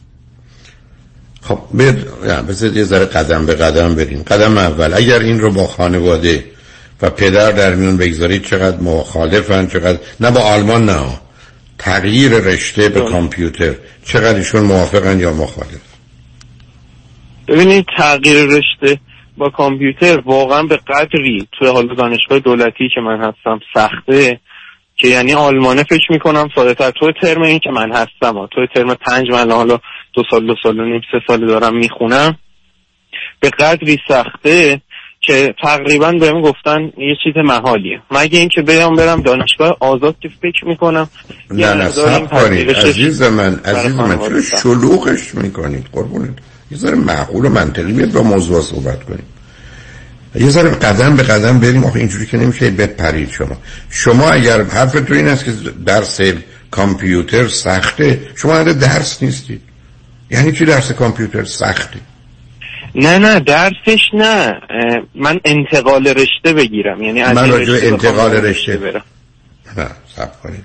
خب بذارید یه ذره قدم به قدم بریم. قدم اول، اگر این رو با خانواده و پدر در میون بگذارید چقدر مخالفن، چقدر نه با آلمان، نه تغییر رشته به کامپیوتر چقدر ایشون موافقن یا مخالف؟ ببینید تغییر رشته با کامپیوتر واقعا به قدری توی حال دانشگاه دولتی که من هستم سخته که یعنی آلمانه فکر میکنم ساده تر. توی ترم این که من هستم توی ترم 5 من حالا 2 سال و نیم 3 سال دارم میخونم، به قدری سخته که تقریبا بهم گفتن یه چیز محالیه، مگه اینکه برم دانشگاه آزاد که فکر میکنم. نه صبر کنید عزیز من چرا شلوغش میکنید؟ قربونت یه ذره معقول و منطقی بیاد با موضوع صحبت کنیم، یه ذره قدم به قدم بریم. آخه اینجوری که نمیشه بپرید. شما اگر حرفتون این است که درس کامپیوتر سخته، شما اهل درس نیستید. یعنی چی درس کامپیوتر سخته؟ نه درسش نه، من انتقال رشته بگیرم، یعنی از من راجع به انتقال رشته برم. نه صبر کنید.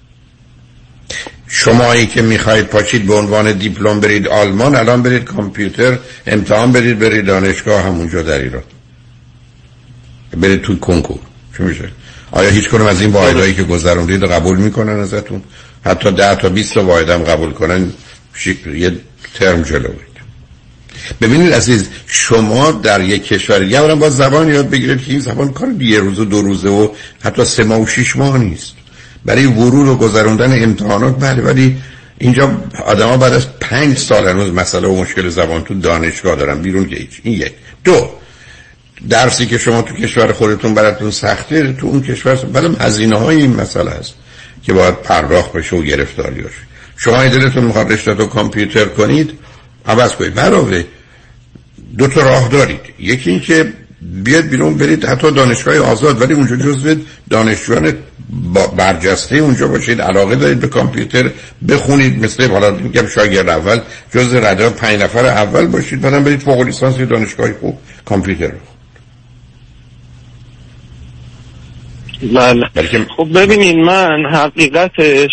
شمایی که میخواید پاچید به عنوان دیپلم برید آلمان، الان برید کامپیوتر امتحان برید دانشگاه همونجا در ایران، برید توی کنکور، چی میشه؟ آیا هیچ کنم از این واحدهایی که گذروندید قبول میکنن ازتون؟ حتی 10 تا 20 تا واحد هم قبول کنن یه ترم جلوید. ببینید عزیز، شما در یک کشور دیگه اولا باید زبان یاد بگیرید که این زبان کار یه روز و 2 روزه و حتی 3 ماه و 6 ماه نیست. برای ورود و گذراندن امتحانات بله، ولی اینجا آدما بعد از 5 سال هنوز مسئله و مشکل زبان تو دانشگاه دارن، بیرون که هیچ. این یک. 2 درسی که شما تو کشور خودتون براتون سخته، تو اون کشور بعدم هزینه‌های این مسئله است که باید پرداخت بشه و گرفتاری بشه. شما دلتون میخواد رشته تو کامپیوتر کنید، عوض کنید. علاوه 2 تا راه دارید. یکی این که بیاد بیرون برید حتی دانشگاه آزاد، ولی اونجا جزو دانشجویان برجسته اونجا باشید، علاقه دارید به کامپیوتر بخونید، مثل حالا میگم شاگرد اول جزو رده 5 نفر اول باشید، بعدم برید فوق لیسانس دانشگاه خوب کامپیوتر بخونید. بله. خب ببینید من حقیقتش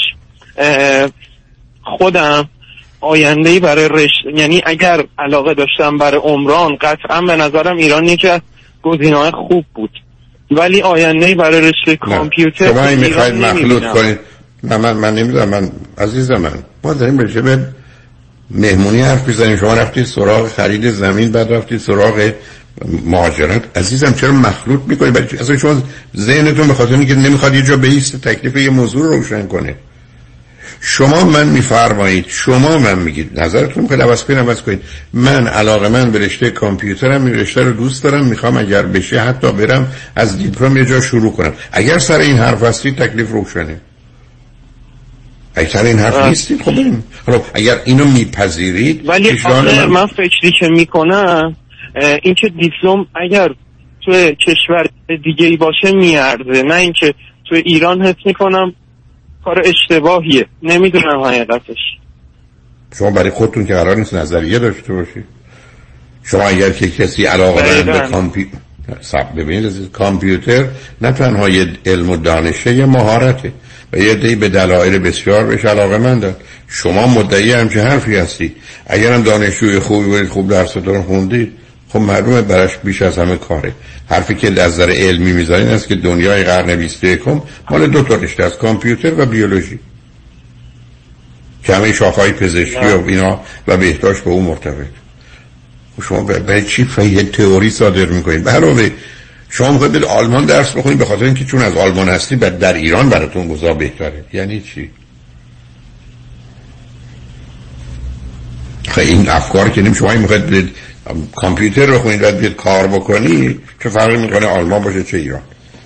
خودم آینده‌ای برای رشته، یعنی اگر علاقه داشتم برای عمران، قطعا به نظرم ایران یکی از گزینه‌های خوب بود، ولی آینده‌ای برای رشته کامپیوتر شما این میخواید مخلوط کنید. نه من نمیدونم. من عزیزم ما داریم راجع به مهمونی حرف میزنیم، شما رفتید سراغ خرید زمین، بعد رفتید سراغ مهاجرت. عزیزم چرا مخلوط میکنید؟ برای اصلا شما ذهنتون به خاطر اینکه نمیخواد یه جا بیسته تکلیف یه موضوع رو روشن کنه. شما من میفرمایید، شما من میگید نظرتون که عوض کنید. من علاقه‌مند به رشته کامپیوترم، این رشته رو دوست دارم، میخوام اگر بشه حتی برم از دیپلم یه جا شروع کنم. اگر سر این حرف هستید تکلیف روشنه. اگر سر این حرف نیستید خب بریم. حالا اگر اینو میپذیرید، ولی من فکری که میکنم این که دیپلم اگر توی کشور دیگه ای باشه میارزه، نه اینکه توی ایران حس میکنم کار اشتباهیه. نمیدونم حقیقتش. شما برای خودتون که قرار نیست نظریه داشته باشید. شما اگر که کسی علاقه داره به کامپیوتر، ببینید کامپیوتر نه تنها یه علم و دانشه، یه مهارته و یه عده‌ای به دلایل بسیار بهش علاقه‌مندن. شما مدعی همچین حرفی هستی. اگرم دانشجوی خوبی بودید، خوب درستون خوندید، خب معلومه براش بیش از همه کاره. حرفی که از نظر علمی میذارین است که دنیای قرن 21 مال 2 تا رشته است، کامپیوتر و بیولوژی، که همه شاخه‌های پزشکی و اینا و بهداشت به اون مرتبط. شما برای چی یه تئوری صادر میکنید؟ علاوه شما میخواید به آلمان درس بخونید به خاطر اینکه چون از آلمان هستید بعد در ایران براتون اوضاع بهتره. یعنی چی؟ خب این افکار که نیم شما میخواید برید کامپیوتر رو بخونید بعد بیاد کار بکنی، چه فرقی میکنه آلمان باشه چه ایران؟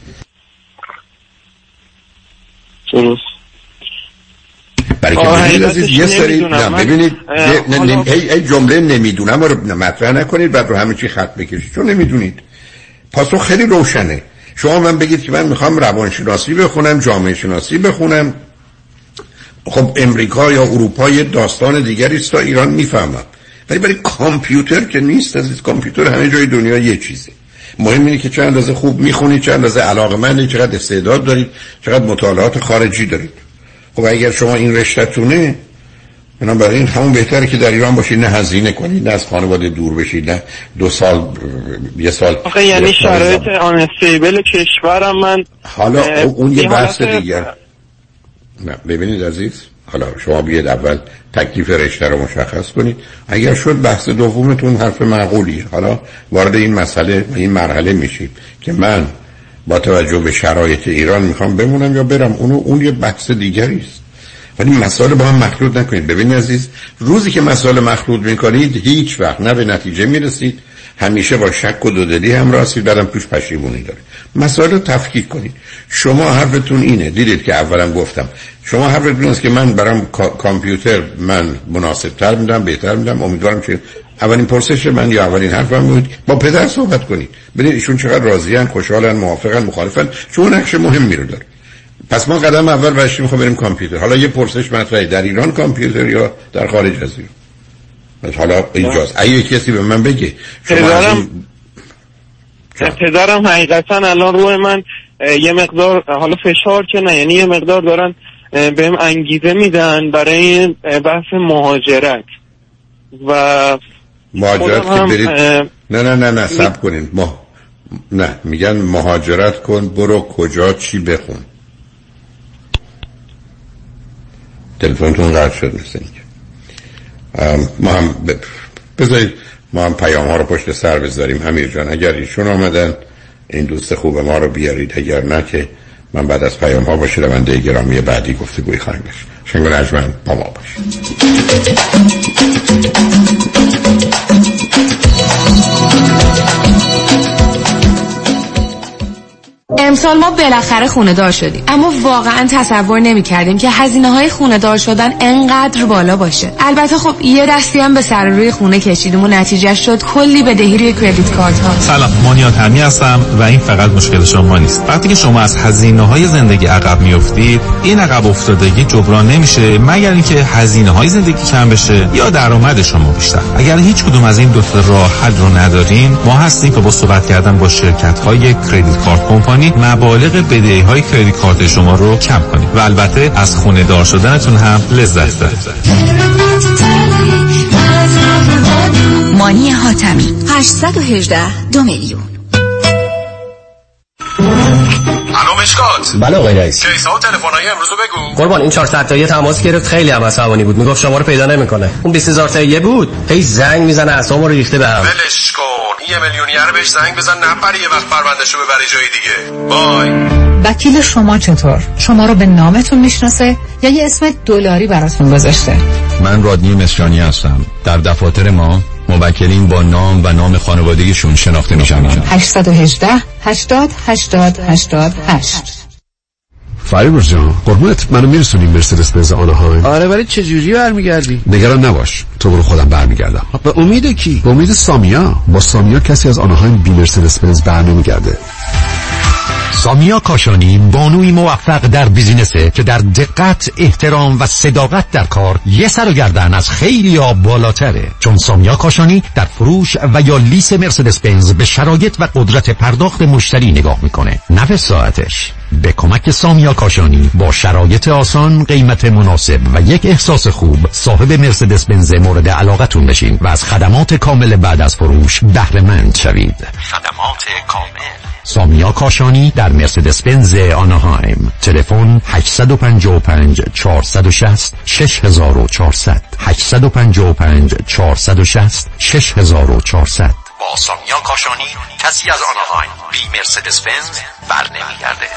درست. برای که ببینید یه سری ببینید ای جمله نمیدونم رو مطرح نکنید بعد رو همه چی خط بکشید، چون نمیدونید. پاسخ خیلی روشنه. شما من بگید که من میخوام روانشناسی بخونم، جامعه شناسی بخونم، خب امریکا یا اروپا یه داستان دیگری است تا ایران میفهمم، ولی برای کامپیوتر که نیست. از کامپیوتر همه جای دنیا یه چیزه. مهم اینه که چند اندازه خوب میخونید، چند اندازه علاقه‌مندید، چقدر استعداد دارید، چقدر مطالعات خارجی دارید. خب اگر شما این رشته‌تونه، بنابراین همون بهتره که در ایران باشید، نه هزینه کنید، نه از خانواده دور بشید، نه 2 سال 1 سال. آخه یعنی شرایط آن استیبل کشورم من حالا اون یه بحث دیگه. نه ببینید عزیز، حالا شما بیاید اول تکلیف رشته رو مشخص کنید. اگر شد بحث دومتون حرف معقولیه. حالا وارد این مسئله و این مرحله میشید که من با توجه به شرایط ایران میخوام بمونم یا برم، اون یه بحث دیگری است. ولی مسائل با هم مخلوط نکنید. ببین عزیز، روزی که مسائل مخلوط میکنید هیچ وقت نه به نتیجه میرسید، همیشه با شک و دودلی همراه هستید، بعدم توش پشیمونی داره. مسائل رو تفکیک کنید. شما حرفتون اینه، دیدید که اولم گفتم، شما حرفتون اینه که من برام کامپیوتر من مناسب‌تر میدم، بهتر میدم. امیدوارم که اولین پرسش من یا اولین حرفم بود با پدر صحبت کنید، ببینید ایشون چقدر راضیان، خوشحالن، موافقن، مخالفن، چون نقش مهمی رو داره. پس ما قدم اول برش میخوام بریم کامپیوتر. حالا یه پرسش مطرحه، در ایران کامپیوتر یا در خارج از ایران؟ پس حالا اینجاست. اگه کسی به من بگه پدرم حقیقتا الان روی من یه مقدار، حالا فشار که نه، یعنی یه مقدار دارن بهم انگیزه میدن برای بحث مهاجرت و مهاجرت که برید نه صبر کنین. نه میگن مهاجرت کن، برو کجا چی بخون. تلفنتون قطع شد مثل اینکه. ما هم بذارید ما هم پیام ها رو پشت سر بذاریم. امیر جان اگر ایشون آمدن این دوست خوب ما رو بیارید، اگر نه که من بعد از پیام ها باشه رونده گرامی بعدی گفتگوی خواهیم داشت. شنگ و نجمن با ما باشید. امسال ما بالاخره خونه دار شدیم، اما واقعا تصور نمی کردیم که هزینه های خونه دار شدن انقدر بالا باشه. البته خب یه دستی هم به سر روی خونه کشیدیم و نتیجه شد کلی بدهی روی کردیت کارت ها. سلام، مانیات همی هستم و این فقط مشکل شما نیست. وقتی که شما از هزینه های زندگی عقب میافتید، این عقب افتادگی جبران نمیشه مگر اینکه هزینه های زندگی کم بشه یا درآمد شما بیشتر. اگر هیچ کدوم از این دو تا راه حل رو ندارین، ما هستیم که با صحبت کردن با شرکت های کردیت کارت کمپانی مبالغ بدهی های کردیت کارت شما رو کم کنید و البته از خونه دار شدنتون هم لذت ببرید. مانی حاتمی 818 2 میلیون. الو مشکات. بله آقای رئیس. کیسا و تلفن‌های امروز رو بگو. قربان این 400 تایی تماس گرفت، خیلی هم عصبانی بود، میگفت شما رو پیدا نمیکنه. اون 20000 تایی بود، هی زنگ میزنه اعصابمو رو ریخته بهم. ولش کن، این 1 میلیونیر بهش زنگ بزن نپره یه وقت پروندهشو ببری جای دیگه. بای. وکیل شما چطور؟ شما رو به نامتون میشناسه یا یه اسم دلاری براتون گذاشته؟ من رادنی مصریانی هستم. در دفاتر ما موکلین با نام و نام خانوادگیشون شناخته میشن. 818 80 80 88. فریبرز جان قربونت، منو میرسونی مرسدس بنز آناهایم؟ آره ولی چه جوری برمیگردی؟ نگران نباش، تو برو، خودم برمیگردم. به امید کی؟ به امید سامیا. با سامیا کسی از آناهایم بی مرسدس بنز برنمیگرده. سامیا کاشانی بانوی موفق در بیزینسه که در دقت، احترام و صداقت در کار یه سر و گردن از خیلی ها بالاتره. چون سامیا کاشانی در فروش و یا لیس مرسدس بنز به شرایط و قدرت پرداخت مشتری نگاه میکنه. نفع ساعتش. به کمک سامیا کاشانی با شرایط آسان، قیمت مناسب و یک احساس خوب صاحب مرسدس بنز مورد علاقتون بشین و از خدمات کامل بعد از فروش بهره مند شوید. خدمات کامل سامیا کاشانی در مرسدس بنز آناهایم. تلفن 855 460 6400 855 460 6400. با سامیا کاشانی کسی از آناهایم بی مرسدس بنز بر نمیگرده.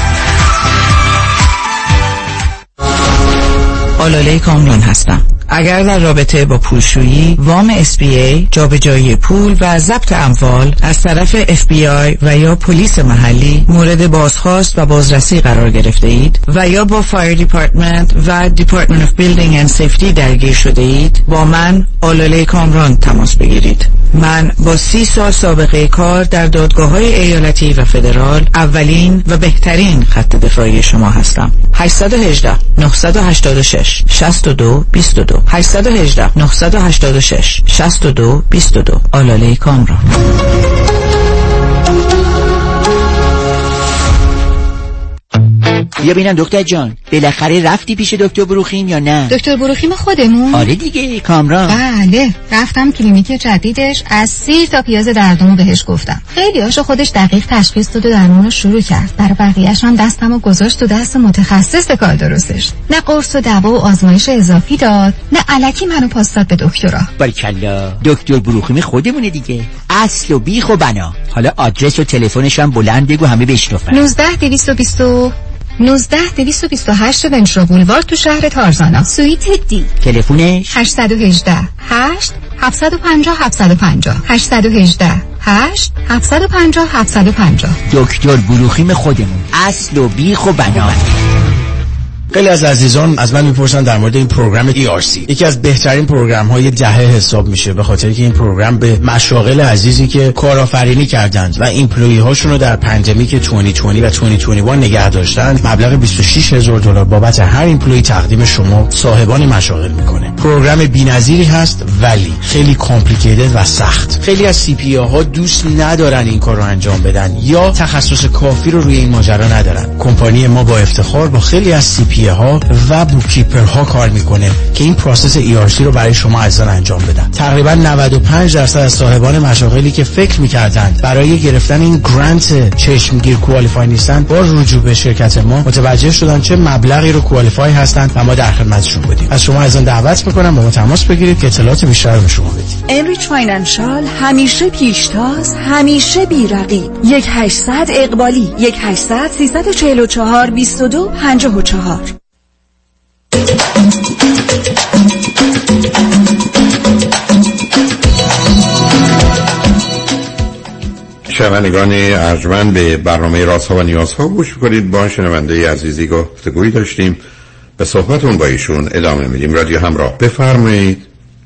آلاله کامران هستم. اگر در رابطه با پولشویی، وام SBA، جابجایی پول و ضبط اموال از طرف FBI و یا پلیس محلی مورد بازخواست و بازرسی قرار گرفته اید و یا با فایر دیپارتمنت و دیپارتمنت اف بیلدینگ اند سیفتی درگیر شده اید، با من آلاله کامران تماس بگیرید. من با 30 سال سابقه کار در دادگاه‌های ایالتی و فدرال اولین و بهترین خط دفاعی شما هستم. 818 986 62 22 818 986 62 22 آلاله کامران. بیا ببینم دکتر جان، بالاخره رفتی پیش دکتر بروخیم یا نه؟ دکتر بروخیم خودمون؟ آره دیگه، کامران. بله، رفتم کلینیک جدیدش، از سیر تا پیاز دردمو بهش گفتم. خیلی هاشو خودش دقیق تشخیص داد و درمون رو شروع کرد. برای بقیه‌اش هم دستمو گذاشت تو دست متخصص کار درستش. نه قرص و دوا و آزمایش اضافی داد، نه الکی منو پاس داد به دکترا. باریکلا، دکتر بروخیم خودمونه دیگه. اصل و بیخ و بنا. حالا آدرس و تلفنش هم بلند بگو همه بشنفن. 19-228 ونچرو بولوار تو شهر تارزانا، سویت دی. تلفونش 818 8 750 750 818 8 750 750. دکتر بروخیم خودمون، اصل و بیخ و بنا. خیلی از عزیزان از من میپرسن در مورد این پروگرام ERC. یکی از بهترین پروگرام‌های دهه حساب میشه، به خاطر که این پروگرام به مشاغل عزیزی که کارآفرینی کردند و ایمپلوی هاشون رو در پندمیک 2020 و 2021 نگه داشتن، مبلغ $26,000 بابت هر ایمپلوی تقدیم شما صاحبان مشاغل میکنه. پروگرام بی‌نظیری هست ولی خیلی کامپلیکیتد و سخت. خیلی از CPA ها دوست ندارن این کار رو انجام بدن یا تخصص کافی رو روی این ماجرا ندارن. کمپانی ما با افتخار با خیلی از CPA ها و بوکیپر ها کار میکنه که این پروسس ERC رو برای شما عزیزان انجام بدن. تقریبا 95% از صاحبان مشاغلی که فکر میکردند برای گرفتن این گرانت چشمگیر کوالیفای نیستن، با رجوع به شرکت ما متوجه شدن چه مبلغی رو کوالیفای هستن و ما در خدمتشون بودیم. از شما عزیزان دعوت میکنم با ما تماس بگیرید که اطلاعات بیشتر رو به شما بدیم. انریچ فاینانشال همیشه پیشتاز، همیشه بی‌رقیب. 1-800 اقبالی 1-800 344 22 54. شنوندگان ارجمند، به برنامه رازها و نیازها گوش کنید. با شنونده عزیزی گفتگویی داشتیم، به صحبتون با ایشون ادامه میدیم. رادیو همراه، بفرمایید.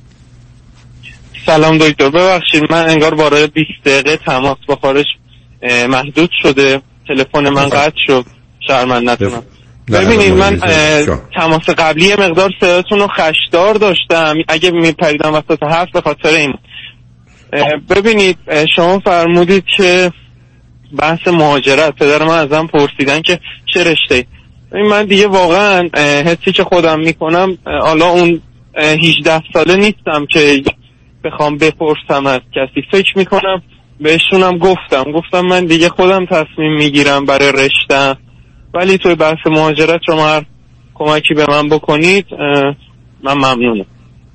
سلام دکتر، ببخشید من انگار برای 20 دقیقه تماس با خارج محدود شده، تلفن من قطع شد، شرمنده‌تونم. ببینید من تماس قبلی مقدار صداتون رو خشدار داشتم، اگه میپریدم وسط حرف به خاطر این. ببینید شما فرمودید که بحث مهاجرت، پدر من ازم پرسیدن که چه رشته. من دیگه واقعا حسی که خودم میکنم، حالا اون 18 ساله نیستم که بخوام بپرسم از کسی. فکر میکنم بهشونم گفتم من دیگه خودم تصمیم میگیرم برای رشته، ولی توی بحث مهاجرت شما هر کمکی به من بکنید من ممنونم.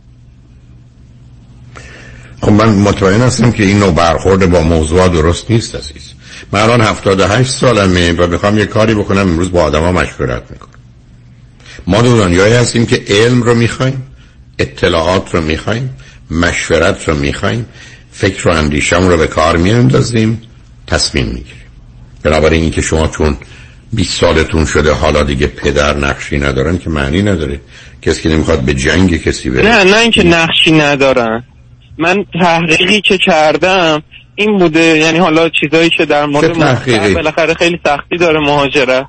خب من مطمئن هستم که این نوع برخورد با موضوع درست نیست عزیز. من الان 78 سالمه و میخوام یه کاری بکنم، امروز با آدما مشورت میکنم. ما دو دنیایی هستیم که علم رو میخوایم، اطلاعات رو میخوایم، مشورت رو میخوایم، فکر و اندیشمون رو به کار میاندازیم، تصمیم میگیریم. بنابراین این که شما چون 20 سالتون شده حالا دیگه پدر نقشی ندارن که معنی نداره. کسی که نمیخواد به جنگ کسی بره. نه اینکه نقشی ندارن. من تحقیقی که کردم این بوده، یعنی حالا چیزایی که در مورد بالاخره خیلی سختی داره مهاجرت.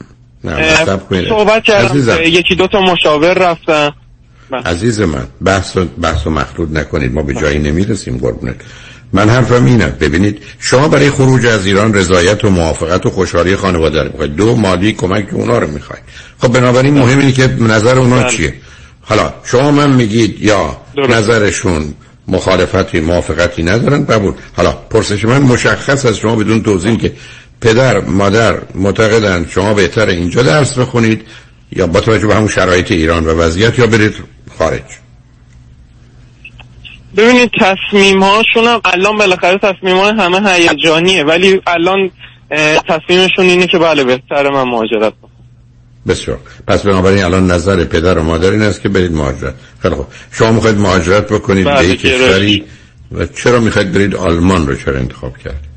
صحبت کردم، یکی دو تا مشاور رفتن. عزیز من بحث و مخلوط نکنید، ما به جایی نمیرسیم قربونت. من حرفم اینه، ببینید شما برای خروج از ایران رضایت و موافقت و خوشحالی خانواده رو میخواید، دو مالی کمک اونا رو میخواید. خب بنابراین مهم اینه که نظر اونا چیه. حالا شما من میگید یا نظرشون مخالفتی موافقتی ندارن، قبول. حالا پرسش من مشخص از شما بدون توضیح که پدر مادر معتقدن شما بهتر اینجا درس بخونید یا با توجه به همون شرایط ایران و وضعیت یا برید خارج. ببینید تصمیم هاشون هم الان بالاخره تصمیم های همه هیجانیه، ولی الان تصمیمشون اینه که بله بهتره من مهاجرت کنم. بسیار. پس بنابراین الان نظر پدر و مادر این است که برید مهاجرت. خیلی خوب. شما میخواید مهاجرت بکنید به یک کشوری و چرا میخواید برید آلمان رو چرا انتخاب کردید؟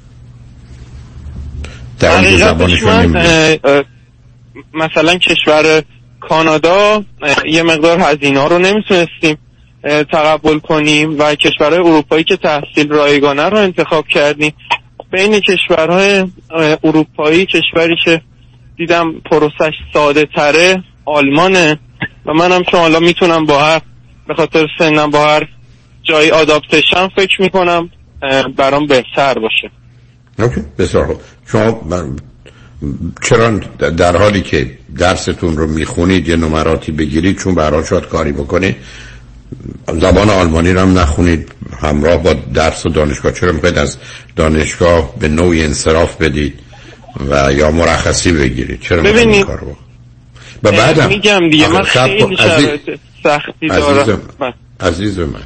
در اون زبانشون مثلا کشور کانادا یه مقدار هزینه رو نمیتونستیم تقبل کنیم و کشورهای اروپایی که تحصیل رایگانه رو انتخاب کردیم. بین کشورهای اروپایی کشوری که دیدم پروسش ساده تره آلمانه و منم چون حالا میتونم با هر به خاطر سنم با هر جایی آداپتشن فکر میکنم برام بهتر باشه. اوکی بسیار خوب. شما چرا در حالی که درستون رو میخونید یه نمراتی بگیرید، چون برای شاید کاری بکنه، زبان آلمانی رو هم نخونید همراه با درس و دانشگاه؟ چرا میخواید از دانشگاه به نوعی انصراف بدید و یا مرخصی بگیرید؟ چرا میخواید این کار رو؟ و بعدم میگم دیگه من خیلی شرایط سختی دارم. عزیز من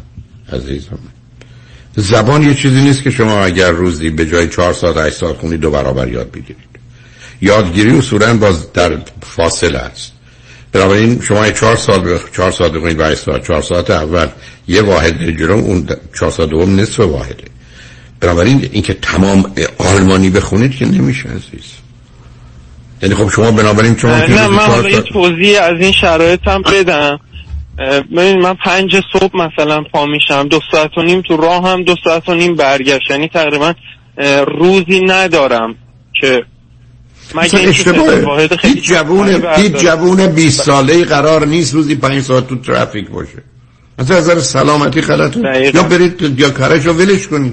زبان یه چیزی نیست که شما اگر روزی به جای 4 ساعت 8 ساعت خونید 2 برابر یاد بگیرید. یادگیری اصولاً باز در فاصله است. بنابراین شما 4 ساعت بخونید و 8 ساعت، 4 ساعت اول یه واحد جلو، اون 4 ساعت دوم نصف واحده. بنابراین اینکه تمام آلمانی بخونید که نمیشه عزیز. یعنی خب شما بنابراین نه من حالا یه توضیح از این شرایط هم بدم. ببین من 5 صبح مثلا پا میشم، 2 ساعت و نیم تو راه هم 2 ساعت و نیم برگشت، یعنی تقریبا روزی ندارم که مگه اشتباهه. هیچ جوون 20 ساله‌ای قرار نیست روزی 5 ساعت تو ترافیک باشه. از نظر سلامتی غلطه. یا برید یا کرج رو ولش کنید.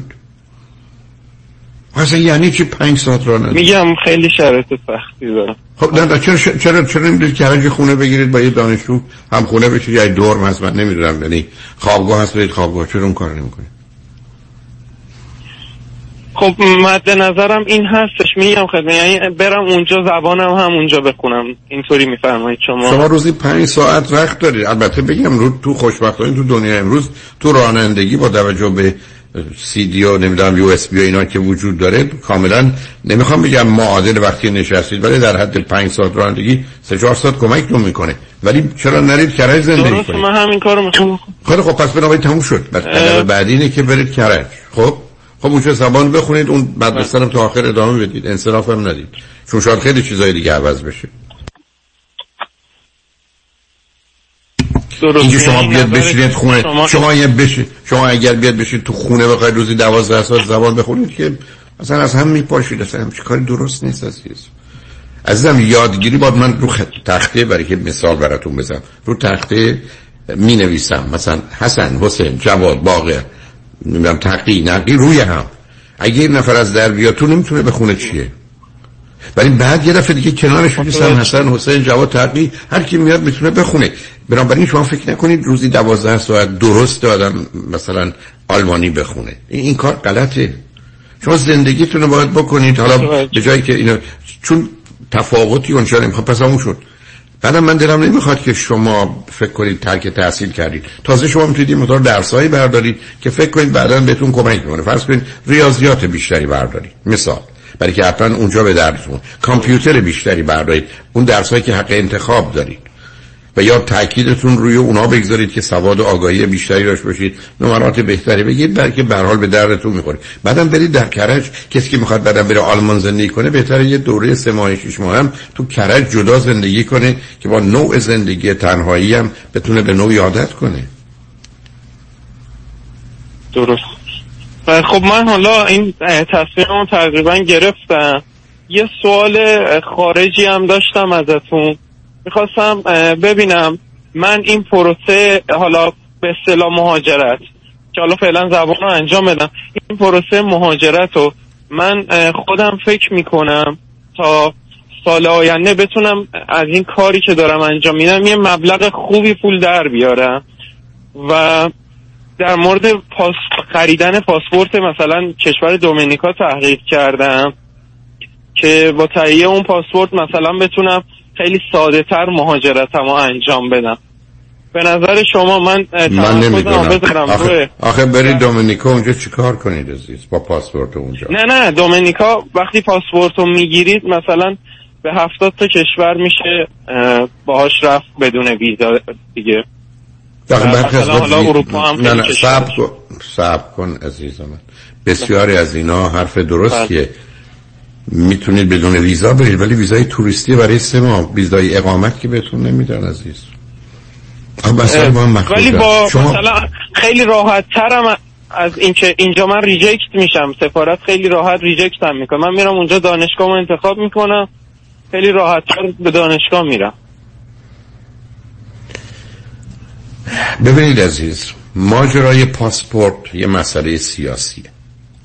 اصلا یعنی چی 5 ساعت راه ندارید؟ میگم خیلی شرایط سختی دارم. خب نه چرا نمیدید کرج خونه بگیرید با یه دانشجو هم خونه بشید، یا دور مثلا نمیدونم، یعنی خوابگاه هست برید خوابگاه، چرا اون کار نمیکنید؟ خب مد نظرم این هستش، میگم خدمت، یعنی برم اونجا زبانم هم اونجا بخونم. اینطوری میفرمایید شما روزی 5 ساعت وقت دارید. البته بگم رو تو خوشبختانه تو دنیا امروز تو رانندگی با توجه به CD و نمیدونم USB و اینا که وجود داره کاملا نمیخوام بگم معادل وقتی نشستید، ولی در حد 5 ساعت رانندگی 3-4 ساعت کمکتون میکنه. ولی چرا نرید کرج زندگی کنید؟ درست، من همین کارو میخوام. خیلی خب پس بنابراین تموم شد. بعد اینه که برید کرج. خب اونجا زبان بخونید، اون بعد مثلا تا آخر ادامه بدید، انصراف هم ندید، چون شاید خیلی چیزای دیگه عوض بشه. اینکه شما بیاد بشینید خونه، شما اگر بیاد بشید تو خونه بخواید روزی 12 ساعت زبان بخونید که مثلا از هم میپاشید، اصلا همچین کاری درست نیست عزیزم. یادگیری باید من رو تخته، برای که مثال براتون بزنم، رو تخته می نویسم مثلا حسن، حسین، جواد، باقر، نمیدونم تقی، نقی روی هم. اگه یه نفر از در بیاد تو نمیتونه بخونه چیه، ولی بعد یه دفعه دیگه کنارش می‌نویسن حسن، حسین، جواد، تقی، هر کی میاد میتونه بخونه. بنابراین شما فکر نکنید روزی 12 ساعت درست آدم مثلا آلمانی بخونه. این کار غلطه. شما زندگیتون رو باید بکنید. حالا به جایی که اینو، چون تفاوتی اونجا نمیخواد، پس همون شد. بعدم من دلم نمیخواد که شما فکر کنید ترک تحصیل کردید. تازه شما میتونید این مقدار درسایی بردارید که فکر کنید بعداً بهتون کمک میکنه. فرض کنید ریاضیات بیشتری بردارید مثال، برای که حتما اونجا به دردتون. کامپیوتر بیشتری بردارید، اون درسایی که حق انتخاب دارید، و یا تاکیدتون روی اونا بگذارید که سواد و آگاهی بیشتری داشته باشید، نمرات بهتری بگیرید، بلکه به هر حال به دردتون میخوره. بعدم برید در کرج. کسی که میخواد بعدم بره آلمان زندگی کنه بهتره یه دوره 3 ماه 6 ماه هم تو کرج جدا زندگی کنه که با نوع زندگی تنهایی هم بتونه به نوعی عادت کنه. درست. خب من حالا این تصمیمم تقریبا گرفتم. یه سوال خارجی هم داشتم ازتون. میخواستم ببینم من این پروسه، حالا به اصطلاح مهاجرت که حالا فعلا زبان رو انجام بدم، این پروسه مهاجرت رو من خودم فکر میکنم تا سال آینده بتونم از این کاری که دارم انجام میدم یه مبلغ خوبی پول در بیارم. و در مورد خریدن پاسپورت مثلا کشور دومینیکا تحقیق کردم که با تهیه اون پاسپورت مثلا بتونم خیلی ساده تر مهاجرتمو انجام بدم. به نظر شما من نمیدونم. آخه برید دومینیکا اونجا چیکار کنید عزیز با پاسپورت اونجا؟ نه دومینیکا وقتی پاسپورتو میگیرید مثلا به 70 تا کشور میشه باهاش رفت بدون ویزا دیگه. مثلا حالا اروپا هم نه صبر کن عزیز من. بسیاری از اینا حرف درستیه. میتونید بدون ویزا برید، ولی ویزای توریستی برای 3 ماه، ویزای اقامت که بهتون نمیدن عزیز. ولی با مثلا خیلی راحت ترم از اینکه اینجا من ریجکت میشم، سفارت خیلی راحت ریجکت هم میکنه. من میرم اونجا دانشگاهمو انتخاب میکنم، خیلی راحت تر به دانشگاه میرم. ببینید عزیز، ماجرای پاسپورت یه مسئله سیاسیه.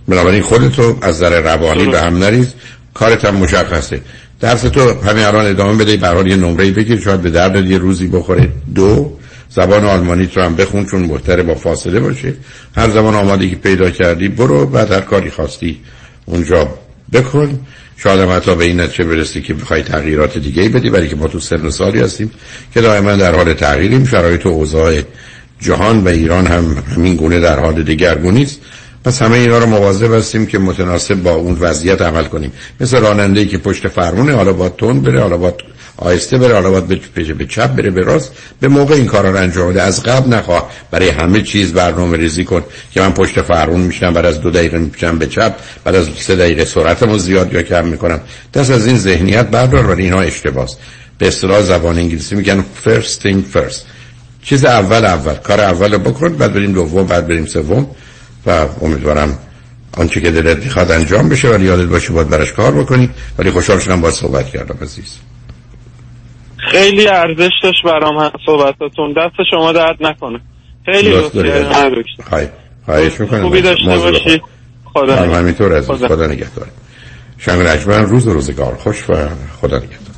بنابراین خودتو از نظر روانی به هم نریز، کارت هم مشخصه. درس تو همین الان ادامه بده، به هر حال یه نمره‌ای بگیر، شاید به درد یه روزی بخوره. 2 زبان آلمانی تو هم بخون چون بهتره با فاصله باشه. هر زبان آمادگی پیدا کردی برو، بعد هر کاری خواستی اونجا بکن. شاید هم حتی به این نتیجه برسی که بخوای تغییرات دیگه‌ای بدی، برای که ما تو سن و سالی هستیم که دائما در حال تغییریم. شرایط و اوضاع جهان و ایران هم همین گونه در حال دگرگونی است. پس همه اینا رو مواظب هستیم که متناسب با اون وضعیت عمل کنیم. مثل راننده‌ای که پشت فرمونه، حالا باید تند بره، حالا باید آهسته بره، حالا باید به چپ بره، به راست، به موقع این کارا رو انجام بده. از قبل نخواه برای همه چیز برنامه‌ریزی کن که من پشت فرمون میشم، بعد از 2 دقیقه میشم به چپ، بعد از 3 دقیقه سرعتمو زیاد یا کم میکنم. دست از این ذهنیت بردار، ولی اینا اشتباهه. به اصطلاح زبان انگلیسی میگن first thing first. چیز اول کار اول بکن، بعد بریم دوم، بعد بریم سوم. و امیدوارم آنچه که دلت میخواد انجام بشه، ولی یادت باشه باید براش کار بکنی. ولی خوشحال شدم باهات صحبت کردم عزیز. خیلی ارزش داشت برام صحبتاتون. دست شما درد نکنه. خیلی لطفی کردید. خواهش می‌کنم. خوبی داشته باشید. خدا نگهدار. همینطور عزیز. خدا نگهدار. شنگ رجمن، روز و روزگار خوش و خدا نگهدار.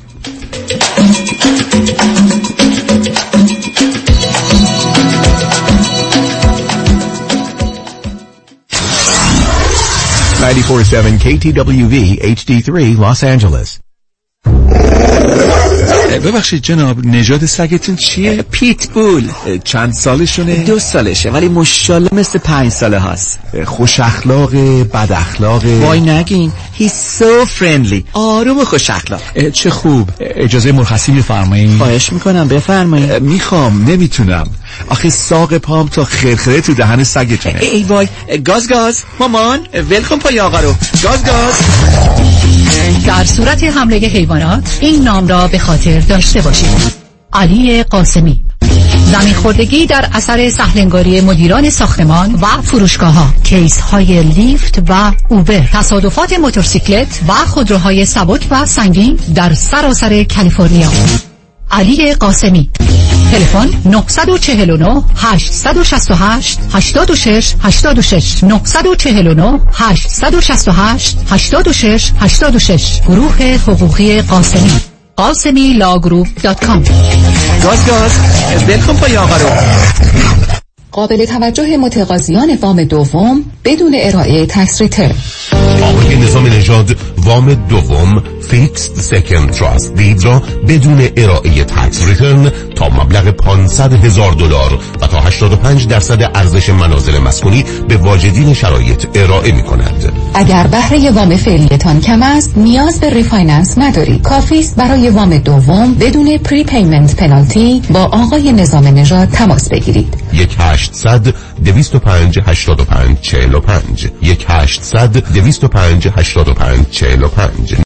KTWV HD3 Los Angeles. ببخشید جناب، نژاد سگتون چیه؟ پیت بول. چند سالشونه؟ 2 سالشه، ولی ماشاءالله مثل 5 ساله هست. خوش اخلاق، بد اخلاق؟ وای نگین، he's so friendly. آروم و خوش اخلاق. چه خوب. اجازه مرخصی میفرمایید؟ خواهش میکنم بفرمایید. میخوام، نمیتونم. آخه ساق پام تا خرخره تو دهن سگتونه. ای وای، گاز مامان، ولکن پای آقا رو. گاز. در صورت حمله حیوانات این نام را به خاطر داشته باشید: علی قاسمی. زمین خوردگی در اثر سهلنگاری مدیران ساختمان و فروشگاه‌ها، کیس های لیفت و اوبر، تصادفات موتورسیکلت و خودروهای سبک و سنگین در سراسر کالیفرنیا. علی قاسمی. تلفن 949 868 86 949 868 86 گروه حقوقی قاسمی. قاسمیلاگروپ.com. گاز ولکن پای آقا رو. قابل توجه متقاضیان وام دوم بدون ارائه تکس ریترن. آقای نظام نژاد وام دوم فیکسد سکند تراست دید را بدون ارائه تکس ریترن تا مبلغ $500,000 و تا 85% ارزش منازل مسکونی به واجدین شرایط ارائه می کند. اگر بهره وام فعلیتان کم است، نیاز به ریفایننس ندارید. کافی است برای وام دوم بدون پری پیمنت پنالتی با آقای نظام نژاد تماس بگیرید. 1-800-205-8545 1-800-205-8545